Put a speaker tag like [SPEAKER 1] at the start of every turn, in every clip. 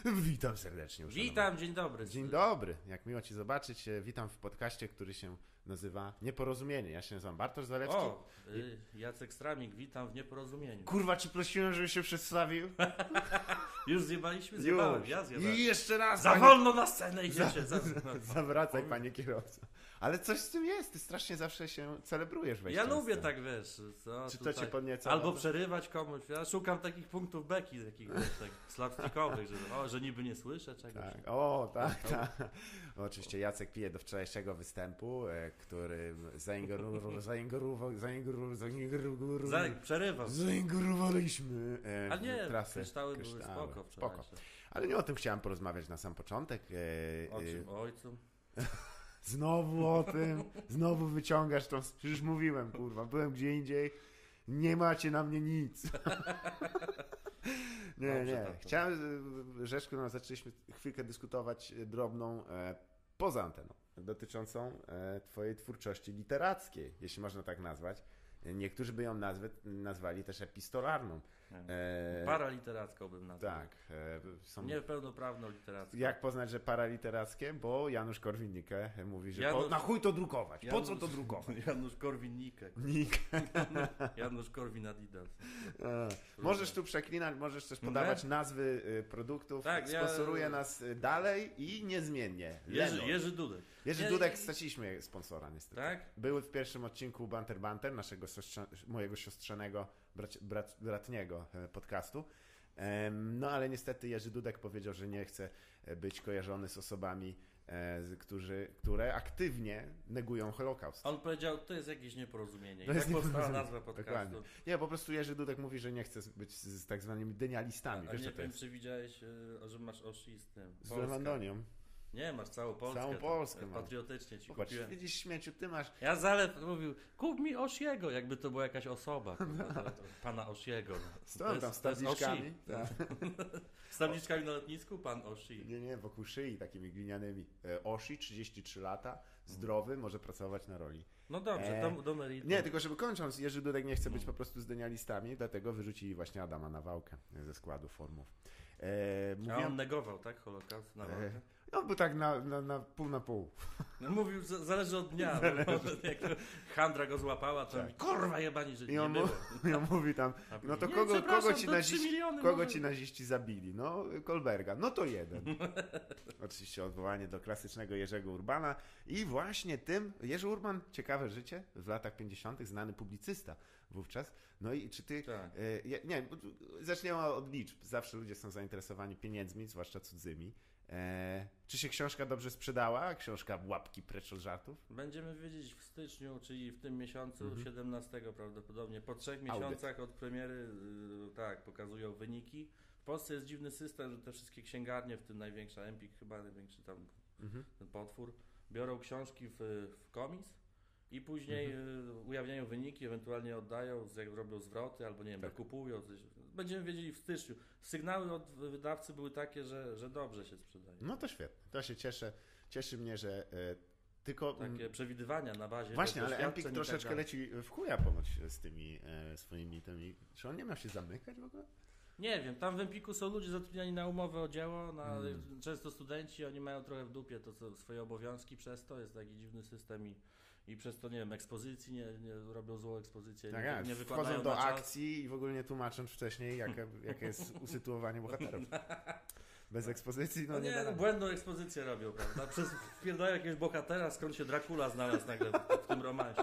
[SPEAKER 1] Witam serdecznie.
[SPEAKER 2] Witam, dzień dobry.
[SPEAKER 1] Dzień dobry, jak miło Ci zobaczyć. Witam w podcaście, który się nazywa Nieporozumienie. Ja się nazywam Bartosz Zalewski.
[SPEAKER 2] Jacek Stramik, witam w Nieporozumieniu.
[SPEAKER 1] Kurwa, Ci prosiłem, żebyś się przedstawił.
[SPEAKER 2] Już zjebaliśmy? Zjebałem, ja zjebałem.
[SPEAKER 1] I jeszcze raz.
[SPEAKER 2] Za wolno na scenę idziecie.
[SPEAKER 1] Zawracaj, panie kierowco. Ale coś z tym jest, ty strasznie zawsze się celebrujesz wejście.
[SPEAKER 2] Ja lubię tak, wiesz.
[SPEAKER 1] Czy to Cię podnieca?
[SPEAKER 2] Albo przerywać komuś. Ja szukam takich punktów beki, takich tak slapstickowych, że niby nie słyszę czegoś.
[SPEAKER 1] Tak, tak. Oczywiście Jacek pije do wczorajszego występu, który zaingurowaliśmy
[SPEAKER 2] A nie,
[SPEAKER 1] trasę.
[SPEAKER 2] kryształy były spoko.
[SPEAKER 1] Ale nie o tym chciałem porozmawiać na sam początek.
[SPEAKER 2] O czym? O ojcu?
[SPEAKER 1] Znowu o tym, znowu wyciągasz to, przecież mówiłem, kurwa, byłem gdzie indziej, nie macie na mnie nic. Nie. Chciałem rzecz, którą zaczęliśmy chwilkę dyskutować drobną poza anteną, dotyczącą twojej twórczości literackiej, jeśli można tak nazwać. Niektórzy by ją nazwali też epistolarną.
[SPEAKER 2] Paraliteracką bym nazwał.
[SPEAKER 1] Tak.
[SPEAKER 2] Niepełnoprawną literacką.
[SPEAKER 1] Jak poznać, że paraliterackie? Bo Janusz Korwin-Mikke mówi, że na chuj to drukować. Po co to drukować?
[SPEAKER 2] Janusz Korwin-Mikke. Janusz Korwin-Adidas.
[SPEAKER 1] Możesz tu przeklinać, możesz też podawać nazwy produktów. Tak, sponsoruje nas dalej i niezmiennie.
[SPEAKER 2] Jerzy Dudek.
[SPEAKER 1] Jerzy Dudek, straciliśmy sponsora niestety.
[SPEAKER 2] Tak?
[SPEAKER 1] Były w pierwszym odcinku Banter Banter, mojego siostrzanego, bratniego podcastu. No ale niestety Jerzy Dudek powiedział, że nie chce być kojarzony z osobami, które aktywnie negują Holokaust.
[SPEAKER 2] On powiedział, to jest jakieś nieporozumienie. I tak powstała nazwa podcastu. Dokładnie.
[SPEAKER 1] Nie, po prostu Jerzy Dudek mówi, że nie chce być z tak zwanymi denialistami.
[SPEAKER 2] A nie wiem, czy widziałeś, że masz Oshi z tym.
[SPEAKER 1] Z Lewandonią.
[SPEAKER 2] Nie, masz całą Polskę.
[SPEAKER 1] Całą Polskę mam.
[SPEAKER 2] Patriotycznie ci
[SPEAKER 1] Popatrz,
[SPEAKER 2] kupiłem.
[SPEAKER 1] widzisz, śmieciu, ty masz...
[SPEAKER 2] Ja Zalew mówił, kup mi Oshiego, jakby to była jakaś osoba. Pana Oshiego.
[SPEAKER 1] Stoją tam z tabliczkami.
[SPEAKER 2] Z tabliczkami na lotnisku, pan Oshi.
[SPEAKER 1] Nie, wokół szyi takimi glinianymi. Oshi, 33 lata, zdrowy, może pracować na roli.
[SPEAKER 2] No dobrze, do meritum.
[SPEAKER 1] Nie, tylko żeby kończąc, Jerzy Dudek nie chce być po prostu z denialistami, dlatego wyrzucili właśnie Adama Nawałkę ze składu Formów.
[SPEAKER 2] A on negował, tak? Holokaust, Nawałkę?
[SPEAKER 1] No, był tak na pół na pół.
[SPEAKER 2] No, mówił, zależy od dnia. Jak handra go złapała, to tak. Kurwa jebani, że nie było.
[SPEAKER 1] I on mówi tam, no to kogo ci naziści zabili? No, Kolberga. No to jeden. Oczywiście odwołanie do klasycznego Jerzego Urbana. I właśnie tym, Jerzy Urban, ciekawe życie, w latach 50. znany publicysta wówczas. No i czy ty...
[SPEAKER 2] Tak.
[SPEAKER 1] Zaczniemy od liczb. Zawsze ludzie są zainteresowani pieniędzmi, zwłaszcza cudzymi. Czy się książka dobrze sprzedała? Książka Łapki precz od żartów?
[SPEAKER 2] Będziemy wiedzieć w styczniu, czyli w tym miesiącu, 17 prawdopodobnie. Po 3 miesiącach od premiery, pokazują wyniki. W Polsce jest dziwny system, że te wszystkie księgarnie, w tym największa Empik, chyba największy tam ten potwór, biorą książki w komis i później ujawniają wyniki, ewentualnie oddają, robią zwroty albo nie wiem, kupują coś. Będziemy wiedzieli w styczniu. Sygnały od wydawcy były takie, że dobrze się sprzedaje.
[SPEAKER 1] No to świetnie. To się cieszę. Cieszy mnie, że tylko...
[SPEAKER 2] Takie przewidywania na bazie...
[SPEAKER 1] Właśnie, ale Empik troszeczkę leci w chuja ponoć z tymi swoimi tymi... Czy on nie miał się zamykać w ogóle?
[SPEAKER 2] Nie wiem, tam w Empiku są ludzie zatrudniani na umowę o dzieło, często studenci, oni mają trochę w dupie swoje obowiązki przez to, jest taki dziwny system i przez to, nie wiem, ekspozycji, nie robią złą ekspozycję, nie wykładają
[SPEAKER 1] wchodzą do
[SPEAKER 2] na czas.
[SPEAKER 1] akcji i w ogóle nie tłumacząc wcześniej, jakie jest usytuowanie bohaterów. Bez ekspozycji, no nie.
[SPEAKER 2] Błędną ekspozycję robią, prawda? Wpierdają jakiegoś bohatera, skąd się Dracula znalazł nagle w tym romansie.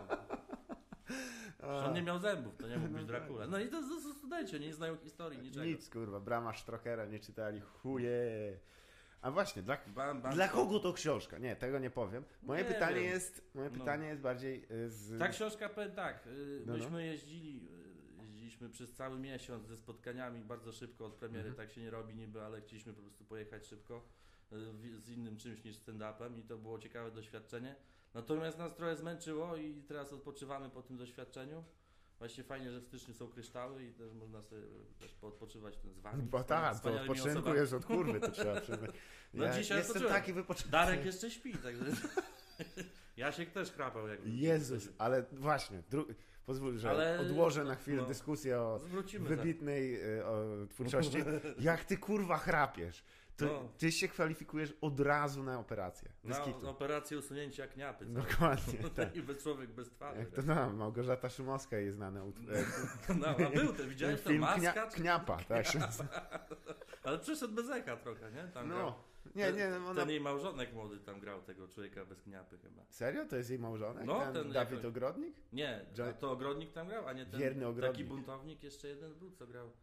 [SPEAKER 2] On nie miał zębów, to nie mógł być Dracula. No i to są studenci, oni nie znają historii, niczego.
[SPEAKER 1] Nic, kurwa, Brama Sztrokera nie czytali, chuje. A właśnie, dla kogo to książka? Nie, tego nie powiem. Moje pytanie jest bardziej
[SPEAKER 2] Ta książka, powiem tak, myśmy jeździliśmy przez cały miesiąc ze spotkaniami bardzo szybko od premiery, tak się nie robi niby, ale chcieliśmy po prostu pojechać szybko z innym czymś niż stand-upem i to było ciekawe doświadczenie. Natomiast nas trochę zmęczyło i teraz odpoczywamy po tym doświadczeniu. Właśnie fajnie, że w styczniu są kryształy i też można sobie też poodpoczywać z wami.
[SPEAKER 1] Bo tak, to odpoczynku jest od kurwy, to trzeba przyznać.
[SPEAKER 2] No dzisiaj
[SPEAKER 1] jestem taki wypoczęty.
[SPEAKER 2] Darek jeszcze śpi, także Jasiek też chrapał.
[SPEAKER 1] Jezus, ale właśnie, pozwól, że odłożę na chwilę dyskusję o wybitnej twórczości. Jak ty kurwa chrapiesz? To ty się kwalifikujesz od razu na operację.
[SPEAKER 2] Na operację usunięcia kniapy.
[SPEAKER 1] Dokładnie. Tak.
[SPEAKER 2] I człowiek bez twarzy.
[SPEAKER 1] Jak to Małgorzata Szumowska jest znana.
[SPEAKER 2] A był to, widziałeś to?
[SPEAKER 1] Film
[SPEAKER 2] Maska?
[SPEAKER 1] Kniapa, tak.
[SPEAKER 2] Ale przyszedł bez echa trochę, nie? Tam ten jej małżonek młody tam grał tego człowieka bez kniapy chyba.
[SPEAKER 1] Serio? To jest jej małżonek? Ten Dawid Ogrodnik?
[SPEAKER 2] Nie, to Ogrodnik tam grał, a nie ten
[SPEAKER 1] Wierny Ogrodnik.
[SPEAKER 2] Taki buntownik jeszcze jeden był, co grał.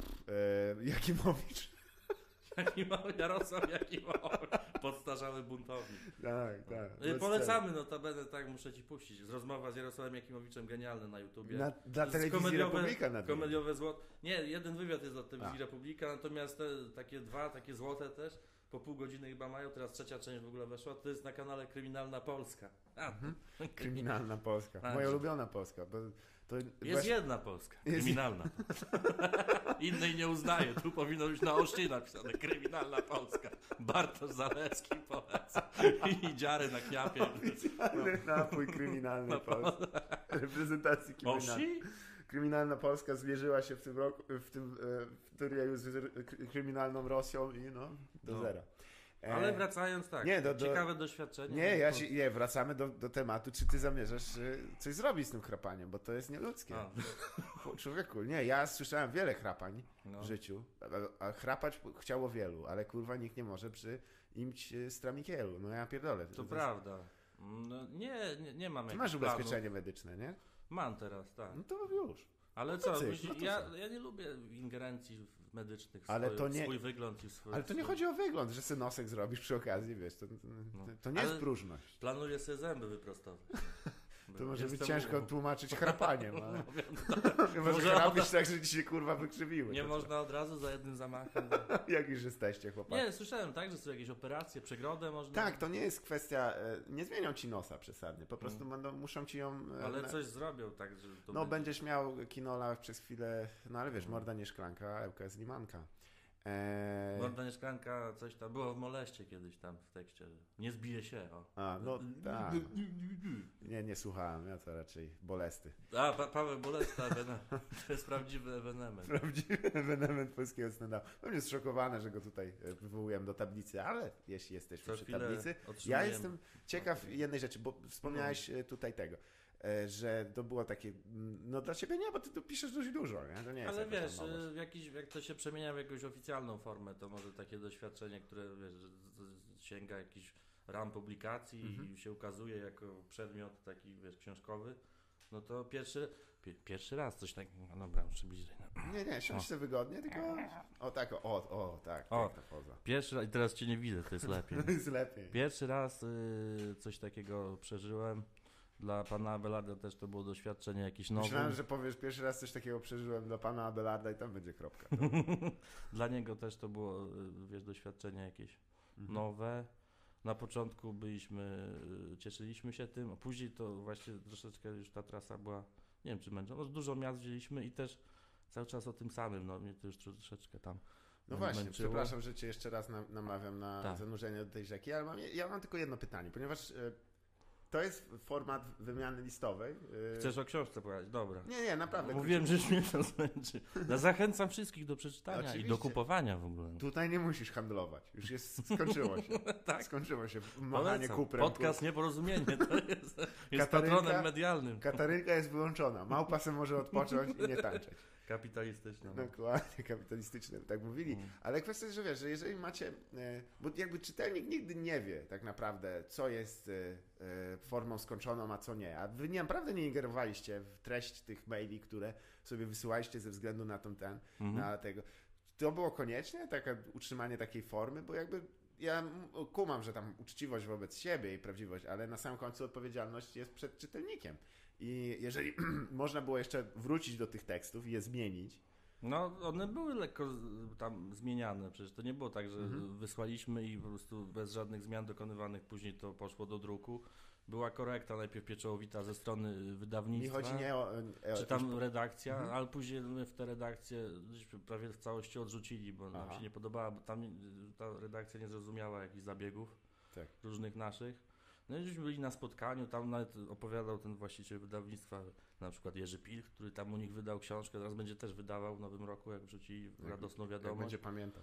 [SPEAKER 1] Jakimowicz.
[SPEAKER 2] Jarosław Jakimowicz. Podstarzały buntownik.
[SPEAKER 1] Tak.
[SPEAKER 2] Polecamy notabene, tak muszę ci puścić. Rozmowa z Jarosławem Jakimowiczem genialny na YouTubie.
[SPEAKER 1] Dla telewizji Republika.
[SPEAKER 2] Komediowe złote. Nie, jeden wywiad jest od telewizji Republika, natomiast takie złote też. Po pół godziny chyba mają, teraz trzecia część w ogóle weszła, to jest na kanale Kryminalna Polska.
[SPEAKER 1] Kryminalna Polska. Moja ulubiona Polska.
[SPEAKER 2] Jest jedna Polska, kryminalna. Innej nie uznaję, tu powinno być na oszczy napisane Kryminalna Polska. Bartosz Zalewski polecam. I dziary na kniapie.
[SPEAKER 1] Oficjalny napój kryminalny Polski. Reprezentacji kryminalnej. Kryminalna Polska zmierzyła się w tym roku, w turnieju z kryminalną Rosją i do zera.
[SPEAKER 2] Ale wracając ciekawe doświadczenie.
[SPEAKER 1] Wracamy do tematu, czy ty zamierzasz coś zrobić z tym chrapaniem, bo to jest nieludzkie. Człowieku, ja słyszałem wiele chrapań w życiu, a chrapać chciało wielu, ale kurwa nikt nie może przy imć stramikielu. No ja pierdolę.
[SPEAKER 2] To prawda. Nie mam
[SPEAKER 1] Ty masz ubezpieczenie medyczne, nie?
[SPEAKER 2] Mam teraz, tak.
[SPEAKER 1] No to już.
[SPEAKER 2] Ale ja nie lubię ingerencji medycznych w swój wygląd i w swój...
[SPEAKER 1] Ale to nie chodzi o wygląd, że sobie nosek zrobisz przy okazji, wiesz, to nie jest próżność.
[SPEAKER 2] Planuję sobie zęby wyprostować.
[SPEAKER 1] To może być ciężko tłumaczyć chrapaniem, ale... Chyba, że chrapisz tak, że ci się kurwa wykrzywiły.
[SPEAKER 2] Nie można od razu za jednym zamachem.
[SPEAKER 1] Jak już jesteście, chłopaki.
[SPEAKER 2] Nie, słyszałem że są jakieś operacje, przegrodę można...
[SPEAKER 1] Tak, to nie jest kwestia... Nie zmienią ci nosa przesadnie, po prostu muszą ci ją...
[SPEAKER 2] Ale coś zrobią tak, że
[SPEAKER 1] to będziesz miał kinola przez chwilę, ale wiesz, morda nie szklanka, ełka jest limanka.
[SPEAKER 2] Morda nie szklanka, coś tam było w Moleście kiedyś tam w tekście, że nie zbije się.
[SPEAKER 1] Tak. Nie słuchałem, ja to raczej Bolesty.
[SPEAKER 2] Paweł Bolesta, to jest prawdziwy ewenement.
[SPEAKER 1] Prawdziwy ewenement polskiego stand-upu. Byłem zszokowany, że go tutaj wywołujemy do tablicy, ale jeśli jesteśmy przy tablicy, ja jestem ciekaw jednej rzeczy, bo wspomniałeś tutaj tego, że to było takie, dla ciebie nie, bo ty tu piszesz dość dużo, nie? To nie jest.
[SPEAKER 2] Ale wiesz, jak to się przemienia w jakąś oficjalną formę, to może takie doświadczenie, które wiesz, sięga jakichś ram publikacji i się ukazuje jako przedmiot taki, wiesz, książkowy, no to pierwszy raz coś tak, dobra, muszę bliżej.
[SPEAKER 1] Nie, siądź sobie wygodnie, tylko tak, piękna poza.
[SPEAKER 2] Pierwszy raz, i teraz cię nie widzę, to jest lepiej.
[SPEAKER 1] To jest lepiej.
[SPEAKER 2] Pierwszy raz coś takiego przeżyłem. Dla pana Abelarda też to było doświadczenie jakieś nowe.
[SPEAKER 1] Myślałem, że powiesz, pierwszy raz coś takiego przeżyłem dla pana Abelarda i tam będzie kropka.
[SPEAKER 2] Dla niego też to było, wiesz, doświadczenie jakieś nowe. Na początku cieszyliśmy się tym, a później to właśnie troszeczkę już ta trasa była, nie wiem czy męcząca, dużo miast wzięliśmy i też cały czas o tym samym, mnie to już troszeczkę tam
[SPEAKER 1] No właśnie, męczyło. Przepraszam, że cię jeszcze raz namawiam na zanurzenie do tej rzeki, ale ja mam tylko jedno pytanie, ponieważ... To jest format wymiany listowej.
[SPEAKER 2] Chcesz o książce powiedzieć? Dobra.
[SPEAKER 1] Nie, naprawdę.
[SPEAKER 2] Mówiłem, że już mnie to zmęczy. Zachęcam wszystkich do przeczytania oczywiście. I do kupowania w ogóle.
[SPEAKER 1] Tutaj nie musisz handlować. Już skończyło się.
[SPEAKER 2] Tak.
[SPEAKER 1] Skończyło się machanie kuprem.
[SPEAKER 2] Podcast Nieporozumienie to jest patronem medialnym.
[SPEAKER 1] Katarynka jest wyłączona. Małpa se może odpocząć i nie tańczyć.
[SPEAKER 2] Kapitalistyczne.
[SPEAKER 1] Dokładnie, kapitalistyczne, tak mówili. Ale kwestia jest, że wiesz, że jeżeli macie, bo jakby czytelnik nigdy nie wie tak naprawdę, co jest formą skończoną, a co nie. A wy naprawdę nie ingerowaliście w treść tych maili, które sobie wysyłaliście ze względu na na tego. To było konieczne, utrzymanie takiej formy, bo jakby ja kumam, że tam uczciwość wobec siebie i prawdziwość, ale na samym końcu odpowiedzialność jest przed czytelnikiem. I jeżeli można było jeszcze wrócić do tych tekstów i je zmienić.
[SPEAKER 2] No, one były lekko tam zmieniane, przecież to nie było tak, że wysłaliśmy i po prostu bez żadnych zmian dokonywanych później to poszło do druku. Była korekta najpierw pieczołowita ze strony wydawnictwa.
[SPEAKER 1] Mi chodzi nie o
[SPEAKER 2] czy tam redakcja, ale później my w te redakcje prawie w całości odrzucili, bo nam się nie podobała, bo tam ta redakcja nie zrozumiała jakichś zabiegów różnych naszych. No i żeśmy byli na spotkaniu, tam nawet opowiadał ten właściciel wydawnictwa, na przykład Jerzy Pilch, który tam u nich wydał książkę, teraz będzie też wydawał w nowym roku, jak wrzuci radosną wiadomość.
[SPEAKER 1] Jak będzie pamiętał.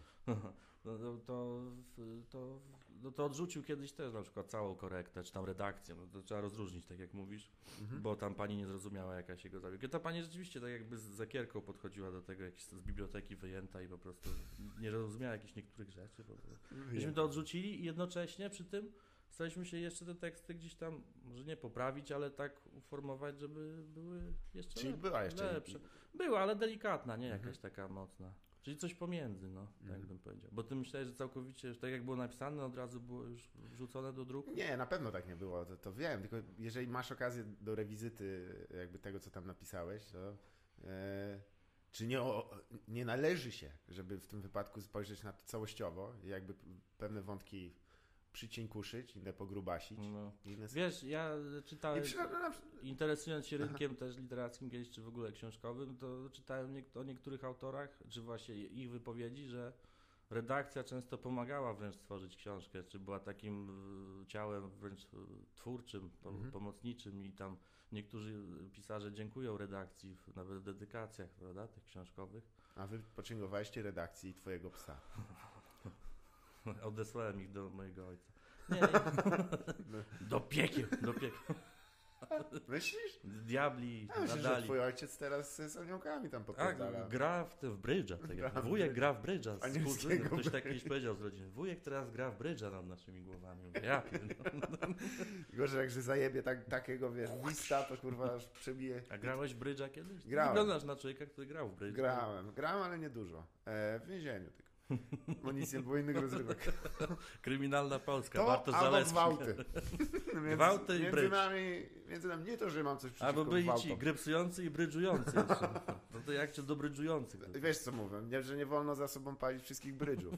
[SPEAKER 2] To odrzucił kiedyś też na przykład całą korektę, czy tam redakcję, no to trzeba rozróżnić, tak jak mówisz, bo tam pani nie zrozumiała, jaka się go zabiegła. Ta pani rzeczywiście tak jakby z zakierką podchodziła do tego, jak z biblioteki wyjęta i po prostu nie rozumiała jakichś niektórych rzeczy. Myśmy to odrzucili i jednocześnie przy tym staraliśmy się jeszcze te teksty gdzieś tam, może nie poprawić, ale tak uformować, żeby były jeszcze
[SPEAKER 1] Czyli była jeszcze
[SPEAKER 2] lepsze. Była, ale delikatna, nie jakaś taka mocna. Czyli coś pomiędzy, no, tak bym powiedział. Bo ty myślałeś, że całkowicie, tak jak było napisane, od razu było już wrzucone do druku?
[SPEAKER 1] Nie, na pewno tak nie było, to wiem, tylko jeżeli masz okazję do rewizyty jakby tego, co tam napisałeś, to czy nie należy się, żeby w tym wypadku spojrzeć na to całościowo i jakby pewne wątki przycienkuszyć, inne pogrubasić.
[SPEAKER 2] No. Wiesz, ja czytałem, interesując się rynkiem
[SPEAKER 1] Aha.
[SPEAKER 2] też literackim kiedyś, czy w ogóle książkowym, to czytałem o niektórych autorach, czy właśnie ich wypowiedzi, że redakcja często pomagała wręcz stworzyć książkę, czy była takim ciałem wręcz twórczym, pomocniczym i tam niektórzy pisarze dziękują redakcji, nawet w dedykacjach, prawda, tych książkowych.
[SPEAKER 1] A wy podziękowaliście redakcji twojego psa.
[SPEAKER 2] Odesłałem ich do mojego ojca. Nie, do piekieł.
[SPEAKER 1] Myślisz?
[SPEAKER 2] Diabli,
[SPEAKER 1] myślę, że twój ojciec teraz z aniołkami tam popierdala.
[SPEAKER 2] Tak, gra w brydża. Tak wujek gra w brydża. Ktoś tak kiedyś powiedział z rodziny. Wujek teraz gra w brydża nad naszymi głowami. Ja
[SPEAKER 1] Gorzej, jak że zajebie takiego, wiesz, wista, to kurwa aż przebije.
[SPEAKER 2] A grałeś w brydża kiedyś?
[SPEAKER 1] Grałem.
[SPEAKER 2] Wyglądasz na człowieka, który grał w brydża.
[SPEAKER 1] Grałem, ale nie dużo. W więzieniu tylko. Bo nic nie było innych rozrywek.
[SPEAKER 2] Kryminalna Polska,
[SPEAKER 1] to
[SPEAKER 2] Bartosz
[SPEAKER 1] albo
[SPEAKER 2] Zalewski.
[SPEAKER 1] gwałty.
[SPEAKER 2] Gwałty i brydż.
[SPEAKER 1] Między nami nie to, że mam coś przeciwko
[SPEAKER 2] albo byli
[SPEAKER 1] gwałtom.
[SPEAKER 2] ci grypsujący i brydżujący. No to jak cię do brydżujących?
[SPEAKER 1] Wiesz co mówię, że nie wolno za sobą palić wszystkich brydżów.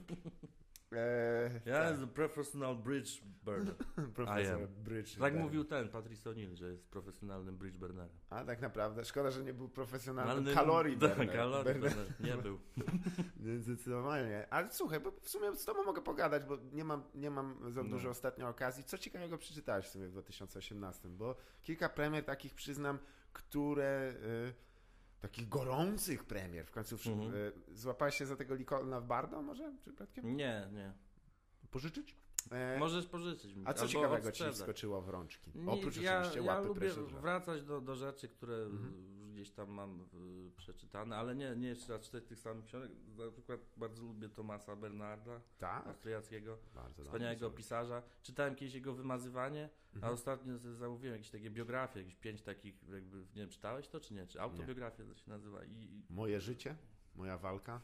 [SPEAKER 2] Ja jestem professional bridge burner.
[SPEAKER 1] Profesor Bridge.
[SPEAKER 2] Tak mówił ten Patrice O'Neill, że jest profesjonalnym bridge burnerem.
[SPEAKER 1] A tak naprawdę, szkoda, że nie był profesjonalnym calorie burner.
[SPEAKER 2] Nie był.
[SPEAKER 1] Zdecydowanie. Ale słuchaj, bo w sumie z tobą mogę pogadać, bo nie mam za dużo ostatnio okazji. Co ciekawego przeczytałeś w sumie w 2018? Bo kilka premier takich przyznam, które... takich gorących premier. W końcu złapałeś się za tego Lincolna w Bardo może? Przypadkiem?
[SPEAKER 2] Nie.
[SPEAKER 1] Pożyczyć?
[SPEAKER 2] Możesz pożyczyć mi.
[SPEAKER 1] A co ciekawego ci wskoczyło w rączki? Oprócz oczywiście łapy
[SPEAKER 2] ja lubię
[SPEAKER 1] Pressurera.
[SPEAKER 2] wracać do rzeczy, które gdzieś tam mam przeczytane, ale nie jeszcze raz czytać tych samych książek. Na przykład bardzo lubię Thomasa Bernarda, austriackiego, wspaniałego pisarza. Czytałem kiedyś jego Wymazywanie, a ostatnio zamówiłem jakieś takie biografie, jakieś 5 takich, jakby, nie wiem, czytałeś to czy nie? Czy autobiografia to się nazywa?
[SPEAKER 1] Moje życie? Moja walka?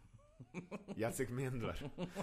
[SPEAKER 1] Jacek Międlar.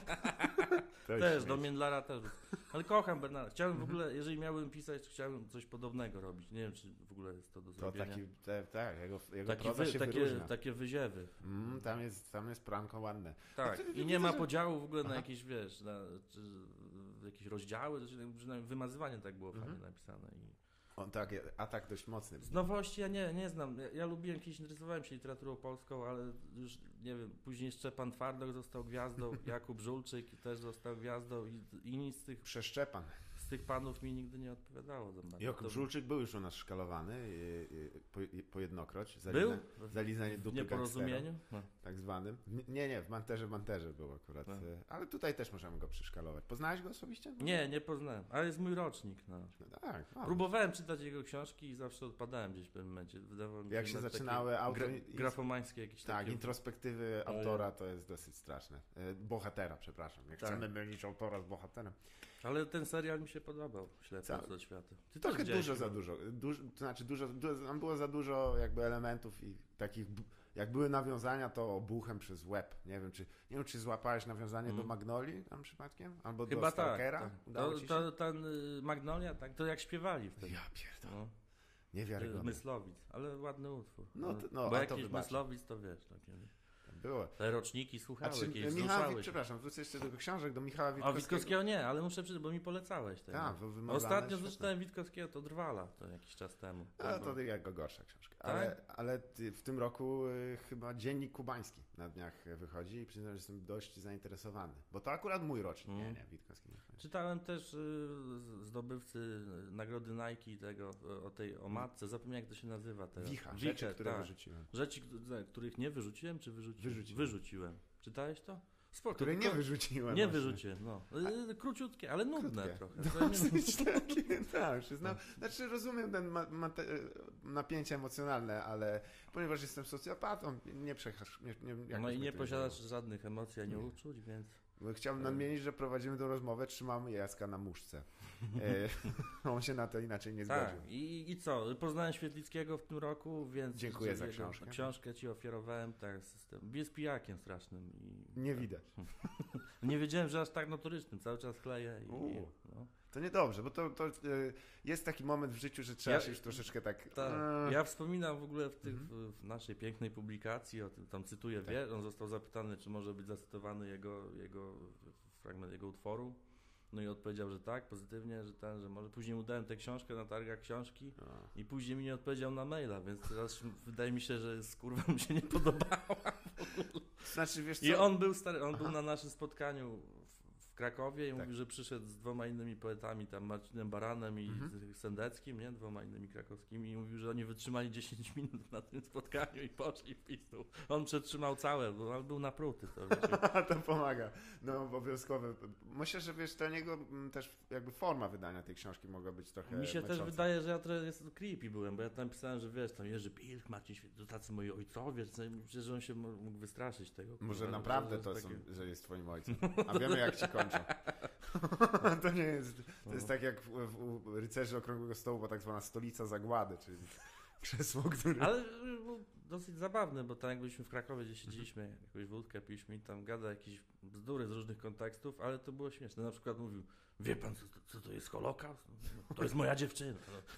[SPEAKER 2] Też, do Międlara też. Ale kocham Bernarda. Chciałbym w ogóle, jeżeli miałbym pisać, to chciałbym coś podobnego robić. Nie wiem, czy w ogóle jest to do zrobienia.
[SPEAKER 1] Jego proza się wyróżnia.
[SPEAKER 2] Takie wyziewy.
[SPEAKER 1] Tam jest pranko ładne.
[SPEAKER 2] Tak, i nie ma podziału w ogóle na jakieś, wiesz, jakieś rozdziały, przynajmniej Wymazywanie tak było fajnie napisane.
[SPEAKER 1] Atak dość mocny.
[SPEAKER 2] Z nowości ja nie znam. Ja lubiłem, kiedyś interesowałem się literaturą polską, ale już nie wiem, później Szczepan Twardok został gwiazdą, Jakub Żulczyk też został gwiazdą i nic z tych...
[SPEAKER 1] Przeszczepan.
[SPEAKER 2] Z tych panów mi nigdy nie odpowiadało.
[SPEAKER 1] Jakub Żulczyk był już u nas szkalowany pojednokroć. Za lizanie dupy
[SPEAKER 2] w nieporozumieniu?
[SPEAKER 1] No. Tak zwanym. Nie, w Manterze był akurat. No. Ale tutaj też możemy go przeszkalować. Poznałeś go osobiście?
[SPEAKER 2] Nie poznałem, ale jest mój rocznik. No
[SPEAKER 1] tak.
[SPEAKER 2] Próbowałem czytać jego książki i zawsze odpadałem gdzieś w pewnym momencie. Wydawało mi się,
[SPEAKER 1] jak się zaczynały
[SPEAKER 2] grafomańskie jakieś takie...
[SPEAKER 1] introspektywy autora to jest dosyć straszne. Bohatera, przepraszam. Jak chcemy mylić autora z bohaterem.
[SPEAKER 2] Ale ten serial mi się podobał, Ślepy do świata.
[SPEAKER 1] Ty trochę za dużo. To znaczy tam było za dużo jakby elementów i takich, jak były nawiązania, to obuchem przez łeb. Nie wiem, czy złapałeś nawiązanie do Magnolii tam przypadkiem? Albo
[SPEAKER 2] chyba
[SPEAKER 1] do Stalkera?
[SPEAKER 2] Tak. Ten Magnolia, tak, to jak śpiewali wtedy.
[SPEAKER 1] Ja pierdolę. Niewiarygodne.
[SPEAKER 2] Myslowic, ale ładny utwór.
[SPEAKER 1] Bo
[SPEAKER 2] jakiś Myslowic to wiesz.
[SPEAKER 1] Było.
[SPEAKER 2] Te roczniki słuchały,
[SPEAKER 1] przepraszam, wrócę jeszcze do książek, do Michała Witkowskiego.
[SPEAKER 2] A Witkowskiego nie, ale muszę przyznać, bo mi polecałeś. Ostatnio przeczytałem Witkowskiego, to Drwala, to jakiś czas temu.
[SPEAKER 1] To jego gorsza książka.
[SPEAKER 2] Tak?
[SPEAKER 1] Ale w tym roku chyba Dziennik Kubański na dniach wychodzi i przyznam, że jestem dość zainteresowany. Bo to akurat mój rocznik. Nie, Witkowski nie.
[SPEAKER 2] Czytałem też zdobywcy nagrody Nike o matce. Zapomniałem, jak to się nazywa teraz.
[SPEAKER 1] Wicha, rzeczy, które wyrzuciłem.
[SPEAKER 2] Rzeczy, których nie wyrzuciłem, czy wyrzuciłem. Czytałeś to? Spoko,
[SPEAKER 1] które nie wyrzuciłem.
[SPEAKER 2] Nie wyrzuciłem, no. Króciutkie, ale nudne trochę.
[SPEAKER 1] Tak, przyznam. Znaczy rozumiem ten napięcie emocjonalne, ale ponieważ jestem socjopatą,
[SPEAKER 2] nie posiadasz żadnych emocji ani uczuć, więc...
[SPEAKER 1] Chciałbym nadmienić, że prowadzimy tę rozmowę, trzymamy Jacka na muszce. On się na to inaczej nie zgodził.
[SPEAKER 2] Tak, i co? Poznałem Świetlickiego w tym roku, więc...
[SPEAKER 1] Dziękuję za książkę.
[SPEAKER 2] Książkę ci ofiarowałem, tak, jest pijakiem strasznym.
[SPEAKER 1] Nie widać.
[SPEAKER 2] Nie wiedziałem, że aż tak notorycznym, cały czas kleję no.
[SPEAKER 1] To niedobrze, bo to jest taki moment w życiu, że trzeba się już troszeczkę tak...
[SPEAKER 2] Ja wspominam w ogóle w naszej pięknej publikacji, o tym, tam cytuję, on został zapytany, czy może być zacytowany jego fragment jego utworu. No i odpowiedział, że tak, pozytywnie, że może. Później mu dałem tę książkę na targach książki i później mi nie odpowiedział na maila, więc teraz wydaje mi się, że kurwa mi się nie podobała.
[SPEAKER 1] Znaczy, wiesz co?
[SPEAKER 2] I on był na naszym spotkaniu w Krakowie i mówił, że przyszedł z 2 innymi poetami, tam Marcinem Baranem i Sendeckim, nie? 2 innymi krakowskimi i mówił, że oni wytrzymali 10 minut na tym spotkaniu i poszli w pistu. On przetrzymał całe, bo on był napruty.
[SPEAKER 1] To pomaga. No obowiązkowe. Myślę, że wiesz, dla niego też jakby forma wydania tej książki mogła być trochę
[SPEAKER 2] Mi się
[SPEAKER 1] męcząca.
[SPEAKER 2] też wydaje, że ja trochę creepy byłem, bo ja tam pisałem, że wiesz, tam Jerzy Pilch, Marcin Świetlicki, to tacy moi ojcowie, myślę, że on się mógł wystraszyć tego.
[SPEAKER 1] Może naprawdę że jest twoim ojcem. A wiemy, jak ci kończą. To nie jest. To jest tak jak u rycerzy Okrągłego Stołu, bo tak zwana stolica zagłady, czyli krzesło, które...
[SPEAKER 2] Ale dosyć zabawne, bo tam jak byliśmy w Krakowie, gdzie siedzieliśmy, jakąś wódkę piliśmy i tam gada jakieś bzdury z różnych kontekstów, ale to było śmieszne. Na przykład mówił, wie pan, co to jest Holokaust? No, to jest moja dziewczyna.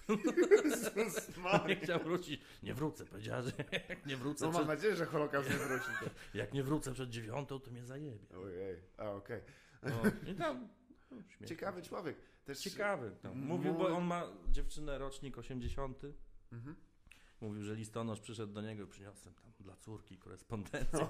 [SPEAKER 2] Nie chciał wrócić. Nie wrócę, powiedziała, że jak nie wrócę...
[SPEAKER 1] No mam nadzieję, że Holokaust nie wróci.
[SPEAKER 2] Jak nie wrócę przed 9, to mnie zajebie.
[SPEAKER 1] Ojej, okej.
[SPEAKER 2] I tam...
[SPEAKER 1] Ciekawy człowiek. Też
[SPEAKER 2] ciekawy. Mówił, bo on ma dziewczynę rocznik 80. Mówił, że listonosz przyszedł do niego i przyniosłem tam dla córki korespondencję.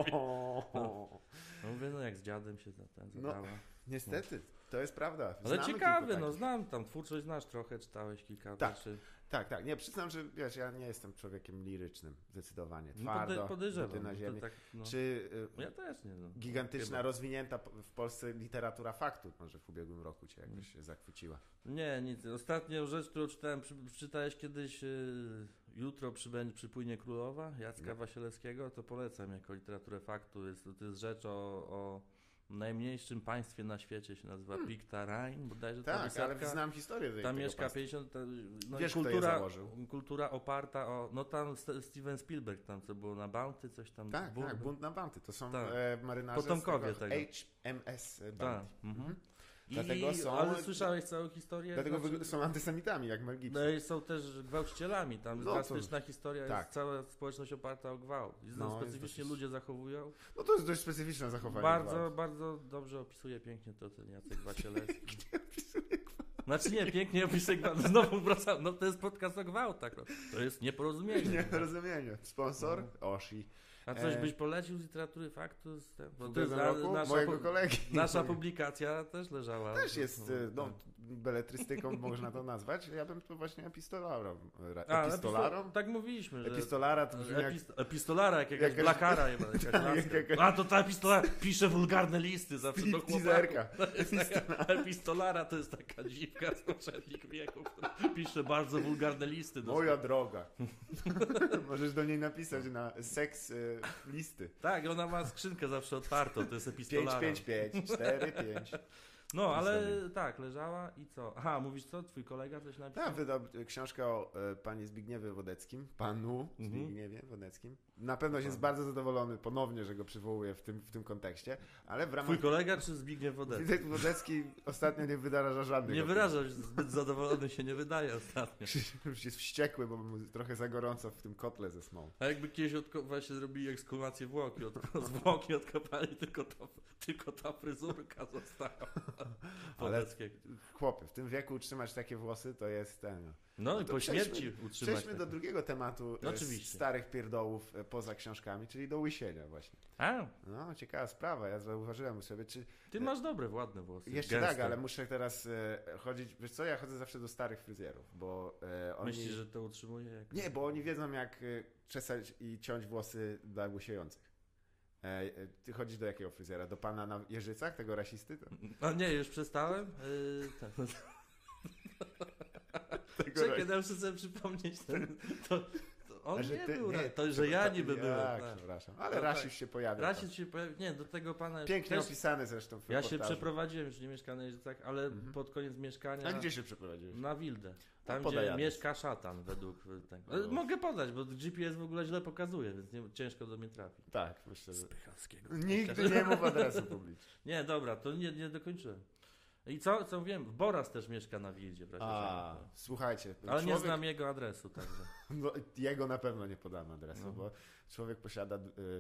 [SPEAKER 2] Mówię, no jak z dziadem się zadała.
[SPEAKER 1] No, niestety, to jest prawda.
[SPEAKER 2] Ale ciekawy, znam tam twórczość, znasz trochę, czytałeś kilka rzeczy.
[SPEAKER 1] Tak. Nie, przyznam, że wiesz, ja nie jestem człowiekiem lirycznym, zdecydowanie. Twardo,
[SPEAKER 2] podejrzewam,
[SPEAKER 1] na ziemi.
[SPEAKER 2] Tak,
[SPEAKER 1] Czy
[SPEAKER 2] ja też nie.
[SPEAKER 1] gigantyczna, rozwinięta w Polsce literatura faktu może w ubiegłym roku cię jakoś zachwyciła?
[SPEAKER 2] Nie, nic. Ostatnią rzecz, którą czytałem, czytałeś kiedyś Jutro przypłynie królowa Jacka Wasilewskiego, to polecam jako literaturę faktu. To jest rzecz o najmniejszym państwie na świecie, się nazywa Pictarine, bodajże
[SPEAKER 1] tak, ale znam historię tego
[SPEAKER 2] tam mieszka
[SPEAKER 1] państwa.
[SPEAKER 2] 50... No
[SPEAKER 1] wiesz,
[SPEAKER 2] kultura oparta o... No tam Steven Spielberg, tam co było na Bounty, coś tam...
[SPEAKER 1] Tak, Bunt na Bounty, to są marynarze
[SPEAKER 2] potomkowie tego.
[SPEAKER 1] HMS Bounty.
[SPEAKER 2] Ale słyszałeś całą historię?
[SPEAKER 1] Dlatego są antysemitami, jak Mel Gibson.
[SPEAKER 2] No i są też gwałcicielami, tam drastyczna historia, jest cała społeczność oparta o gwałt. Specyficznie ludzie zachowują.
[SPEAKER 1] No to jest dość specyficzne zachowanie.
[SPEAKER 2] Bardzo dobrze opisuje pięknie to ten Jacek Wasilewski. Znaczy nie, pięknie opisuje gwałt. Znowu wracam, no to jest podcast o gwałtach. To jest nieporozumienie.
[SPEAKER 1] Nieporozumienie. Sponsor? Oshi.
[SPEAKER 2] A coś byś polecił z literatury faktu? Bo
[SPEAKER 1] to jest mojego kolegi.
[SPEAKER 2] Nasza publikacja też leżała.
[SPEAKER 1] Też jest, beletrystyką można to nazwać. Ja bym to właśnie epistolarą.
[SPEAKER 2] Tak mówiliśmy, że...
[SPEAKER 1] Epistolara to brzmi
[SPEAKER 2] Epistolara, jak jakaś blakara. A to ta epistolara pisze wulgarne listy zawsze do chłopaków. Epistolara to jest taka dziwka z poprzednich wieków, która pisze bardzo wulgarne listy.
[SPEAKER 1] Moja droga. Możesz do niej napisać na seks listy.
[SPEAKER 2] Tak, ona ma skrzynkę zawsze otwartą, to jest epistolara.
[SPEAKER 1] 555, 45.
[SPEAKER 2] No, ale tak, leżała i co? Aha, mówisz co? Twój kolega coś napisał?
[SPEAKER 1] Tak, wydał książkę o panie Zbigniewie Wodeckim, panu Zbigniewie Wodeckim. Na pewno jest bardzo zadowolony ponownie, że go przywołuje w tym kontekście, ale w ramach...
[SPEAKER 2] Twój kolega czy Zbigniew Wodecki?
[SPEAKER 1] Zbigniew Wodecki ostatnio nie wyraża żadnych...
[SPEAKER 2] Nie wyraża, zbyt zadowolony się nie wydaje ostatnio.
[SPEAKER 1] Już jest wściekły, bo mu trochę za gorąco w tym kotle ze smą.
[SPEAKER 2] A jakby kiedyś właśnie zrobili ekshumację zwłoki odkopali, tylko ta fryzurka została.
[SPEAKER 1] Ale chłopie, w tym wieku utrzymać takie włosy to jest ten...
[SPEAKER 2] No i po śmierci utrzymać.
[SPEAKER 1] Przejdźmy do drugiego tematu starych pierdołów poza książkami, czyli do łysienia właśnie. No, ciekawa sprawa, ja zauważyłem sobie, czy...
[SPEAKER 2] Ty masz dobre, ładne włosy.
[SPEAKER 1] Jeszcze gęste. Tak, ale muszę teraz chodzić, wiesz co, ja chodzę zawsze do starych fryzjerów, bo oni...
[SPEAKER 2] Myślisz, że to utrzymuje?
[SPEAKER 1] Nie, bo oni wiedzą jak czesać i ciąć włosy dla łysiejących. Ty chodzisz do jakiego fryzjera? Do pana na Jeżycach, tego rasisty?
[SPEAKER 2] No nie, już przestałem. Czekaj, muszę sobie przypomnieć. On nie był, że ja niby byłem.
[SPEAKER 1] Tak, przepraszam. Ale rasizm się pojawił.
[SPEAKER 2] Rasizm się pojawił, nie, do tego pana...
[SPEAKER 1] Pięknie opisany zresztą w
[SPEAKER 2] Ja się przeprowadziłem, już nie mieszkam na Jeżycach, ale pod koniec mieszkania...
[SPEAKER 1] A gdzie się przeprowadziłeś?
[SPEAKER 2] Na Wildę. Tam, gdzie mieszka szatan według tego. Mogę podać, bo GPS w ogóle źle pokazuje, więc ciężko do mnie trafi.
[SPEAKER 1] Tak, myślę, że...
[SPEAKER 2] Spychalskiego.
[SPEAKER 1] Nigdy nie mów adresu publicznie.
[SPEAKER 2] Nie, dobra, to nie dokończyłem. I co wiem, Boras też mieszka na Wildzie.
[SPEAKER 1] Słuchajcie.
[SPEAKER 2] Ale nie znam jego adresu, także.
[SPEAKER 1] No, jego na pewno nie podamy adresu, bo człowiek posiada...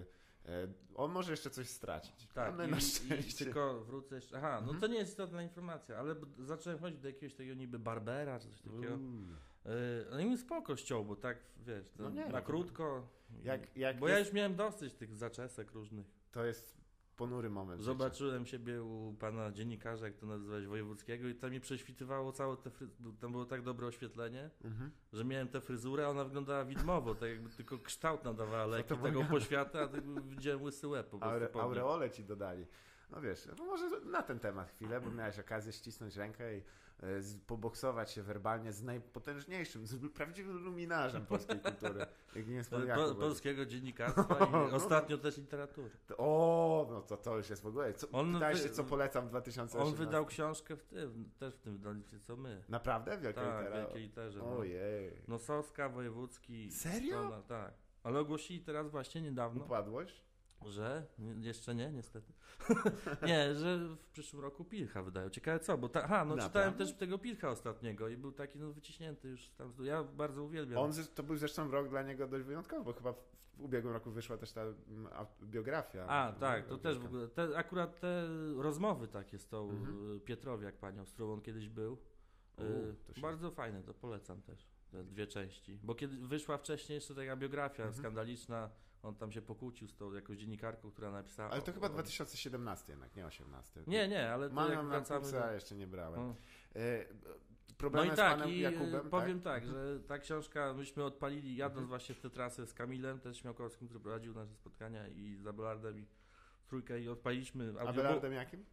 [SPEAKER 1] on może jeszcze coś stracić.
[SPEAKER 2] Tak, i tylko wrócę jeszcze... Aha, no to nie jest istotna informacja, ale zacząłem chodzić do jakiegoś takiego niby barbera, czy coś takiego. No i mi spoko ściął, bo tak, wiesz, na krótko. Bo ja już miałem dosyć tych zaczesek różnych.
[SPEAKER 1] To jest ponury moment.
[SPEAKER 2] Zobaczyłem siebie u pana dziennikarza, jak to nazywałeś, wojewódzkiego i tam mi prześwitywało całe te tam było tak dobre oświetlenie, że miałem tę fryzurę, a ona wyglądała widmowo, tak jakby tylko kształt nadawała leki tego poświata, a tak widziałem łysy łeb po prostu.
[SPEAKER 1] Aureole ci dodali. No wiesz, no może na ten temat chwilę, bo miałeś okazję ścisnąć rękę i poboksować się werbalnie z najpotężniejszym, z prawdziwym luminarzem polskiej kultury.
[SPEAKER 2] Polskiego dziennikarstwa i ostatnio też literatury.
[SPEAKER 1] No to już jest w ogóle. Pytałeś się, co polecam w 2018.
[SPEAKER 2] On wydał książkę też w tym wydawnictwie, co my.
[SPEAKER 1] Naprawdę? W
[SPEAKER 2] wielkiej literze.
[SPEAKER 1] Ojej.
[SPEAKER 2] Nosowska, Wojewódzki.
[SPEAKER 1] Serio?
[SPEAKER 2] Tak. Ale ogłosili teraz właśnie niedawno.
[SPEAKER 1] Upadłość?
[SPEAKER 2] Że? Jeszcze nie, niestety. Nie, że w przyszłym roku Pilcha wydają. Ciekawe co, bo czytałem też tego Pilcha ostatniego i był taki wyciśnięty już tam. Ja bardzo uwielbiam.
[SPEAKER 1] To był zresztą rok dla niego dość wyjątkowy, bo chyba w ubiegłym roku wyszła też ta biografia.
[SPEAKER 2] Tak, to też w ogóle. Akurat te rozmowy takie z tą Pietrowiak panią, z którą on kiedyś był. Bardzo fajne, to polecam też. Te 2 części. Bo kiedy wyszła wcześniej jeszcze taka biografia skandaliczna, on tam się pokłócił z tą jakąś dziennikarką, która napisała...
[SPEAKER 1] Ale to chyba 2017 jednak, nie 18.
[SPEAKER 2] Nie, ale to
[SPEAKER 1] jak wracamy... jeszcze nie brałem.
[SPEAKER 2] Problem z panem Jakubem, powiem tak, że ta książka, myśmy odpalili, jadąc właśnie w tę trasę z Kamilem, też Śmiałkowskim, który prowadził nasze spotkania i z Abelardem i trójkę i odpaliliśmy...
[SPEAKER 1] Abelardem jakim?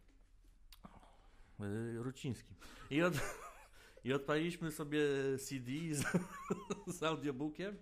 [SPEAKER 2] Rucińskim. I odpaliliśmy sobie CD z audiobookiem.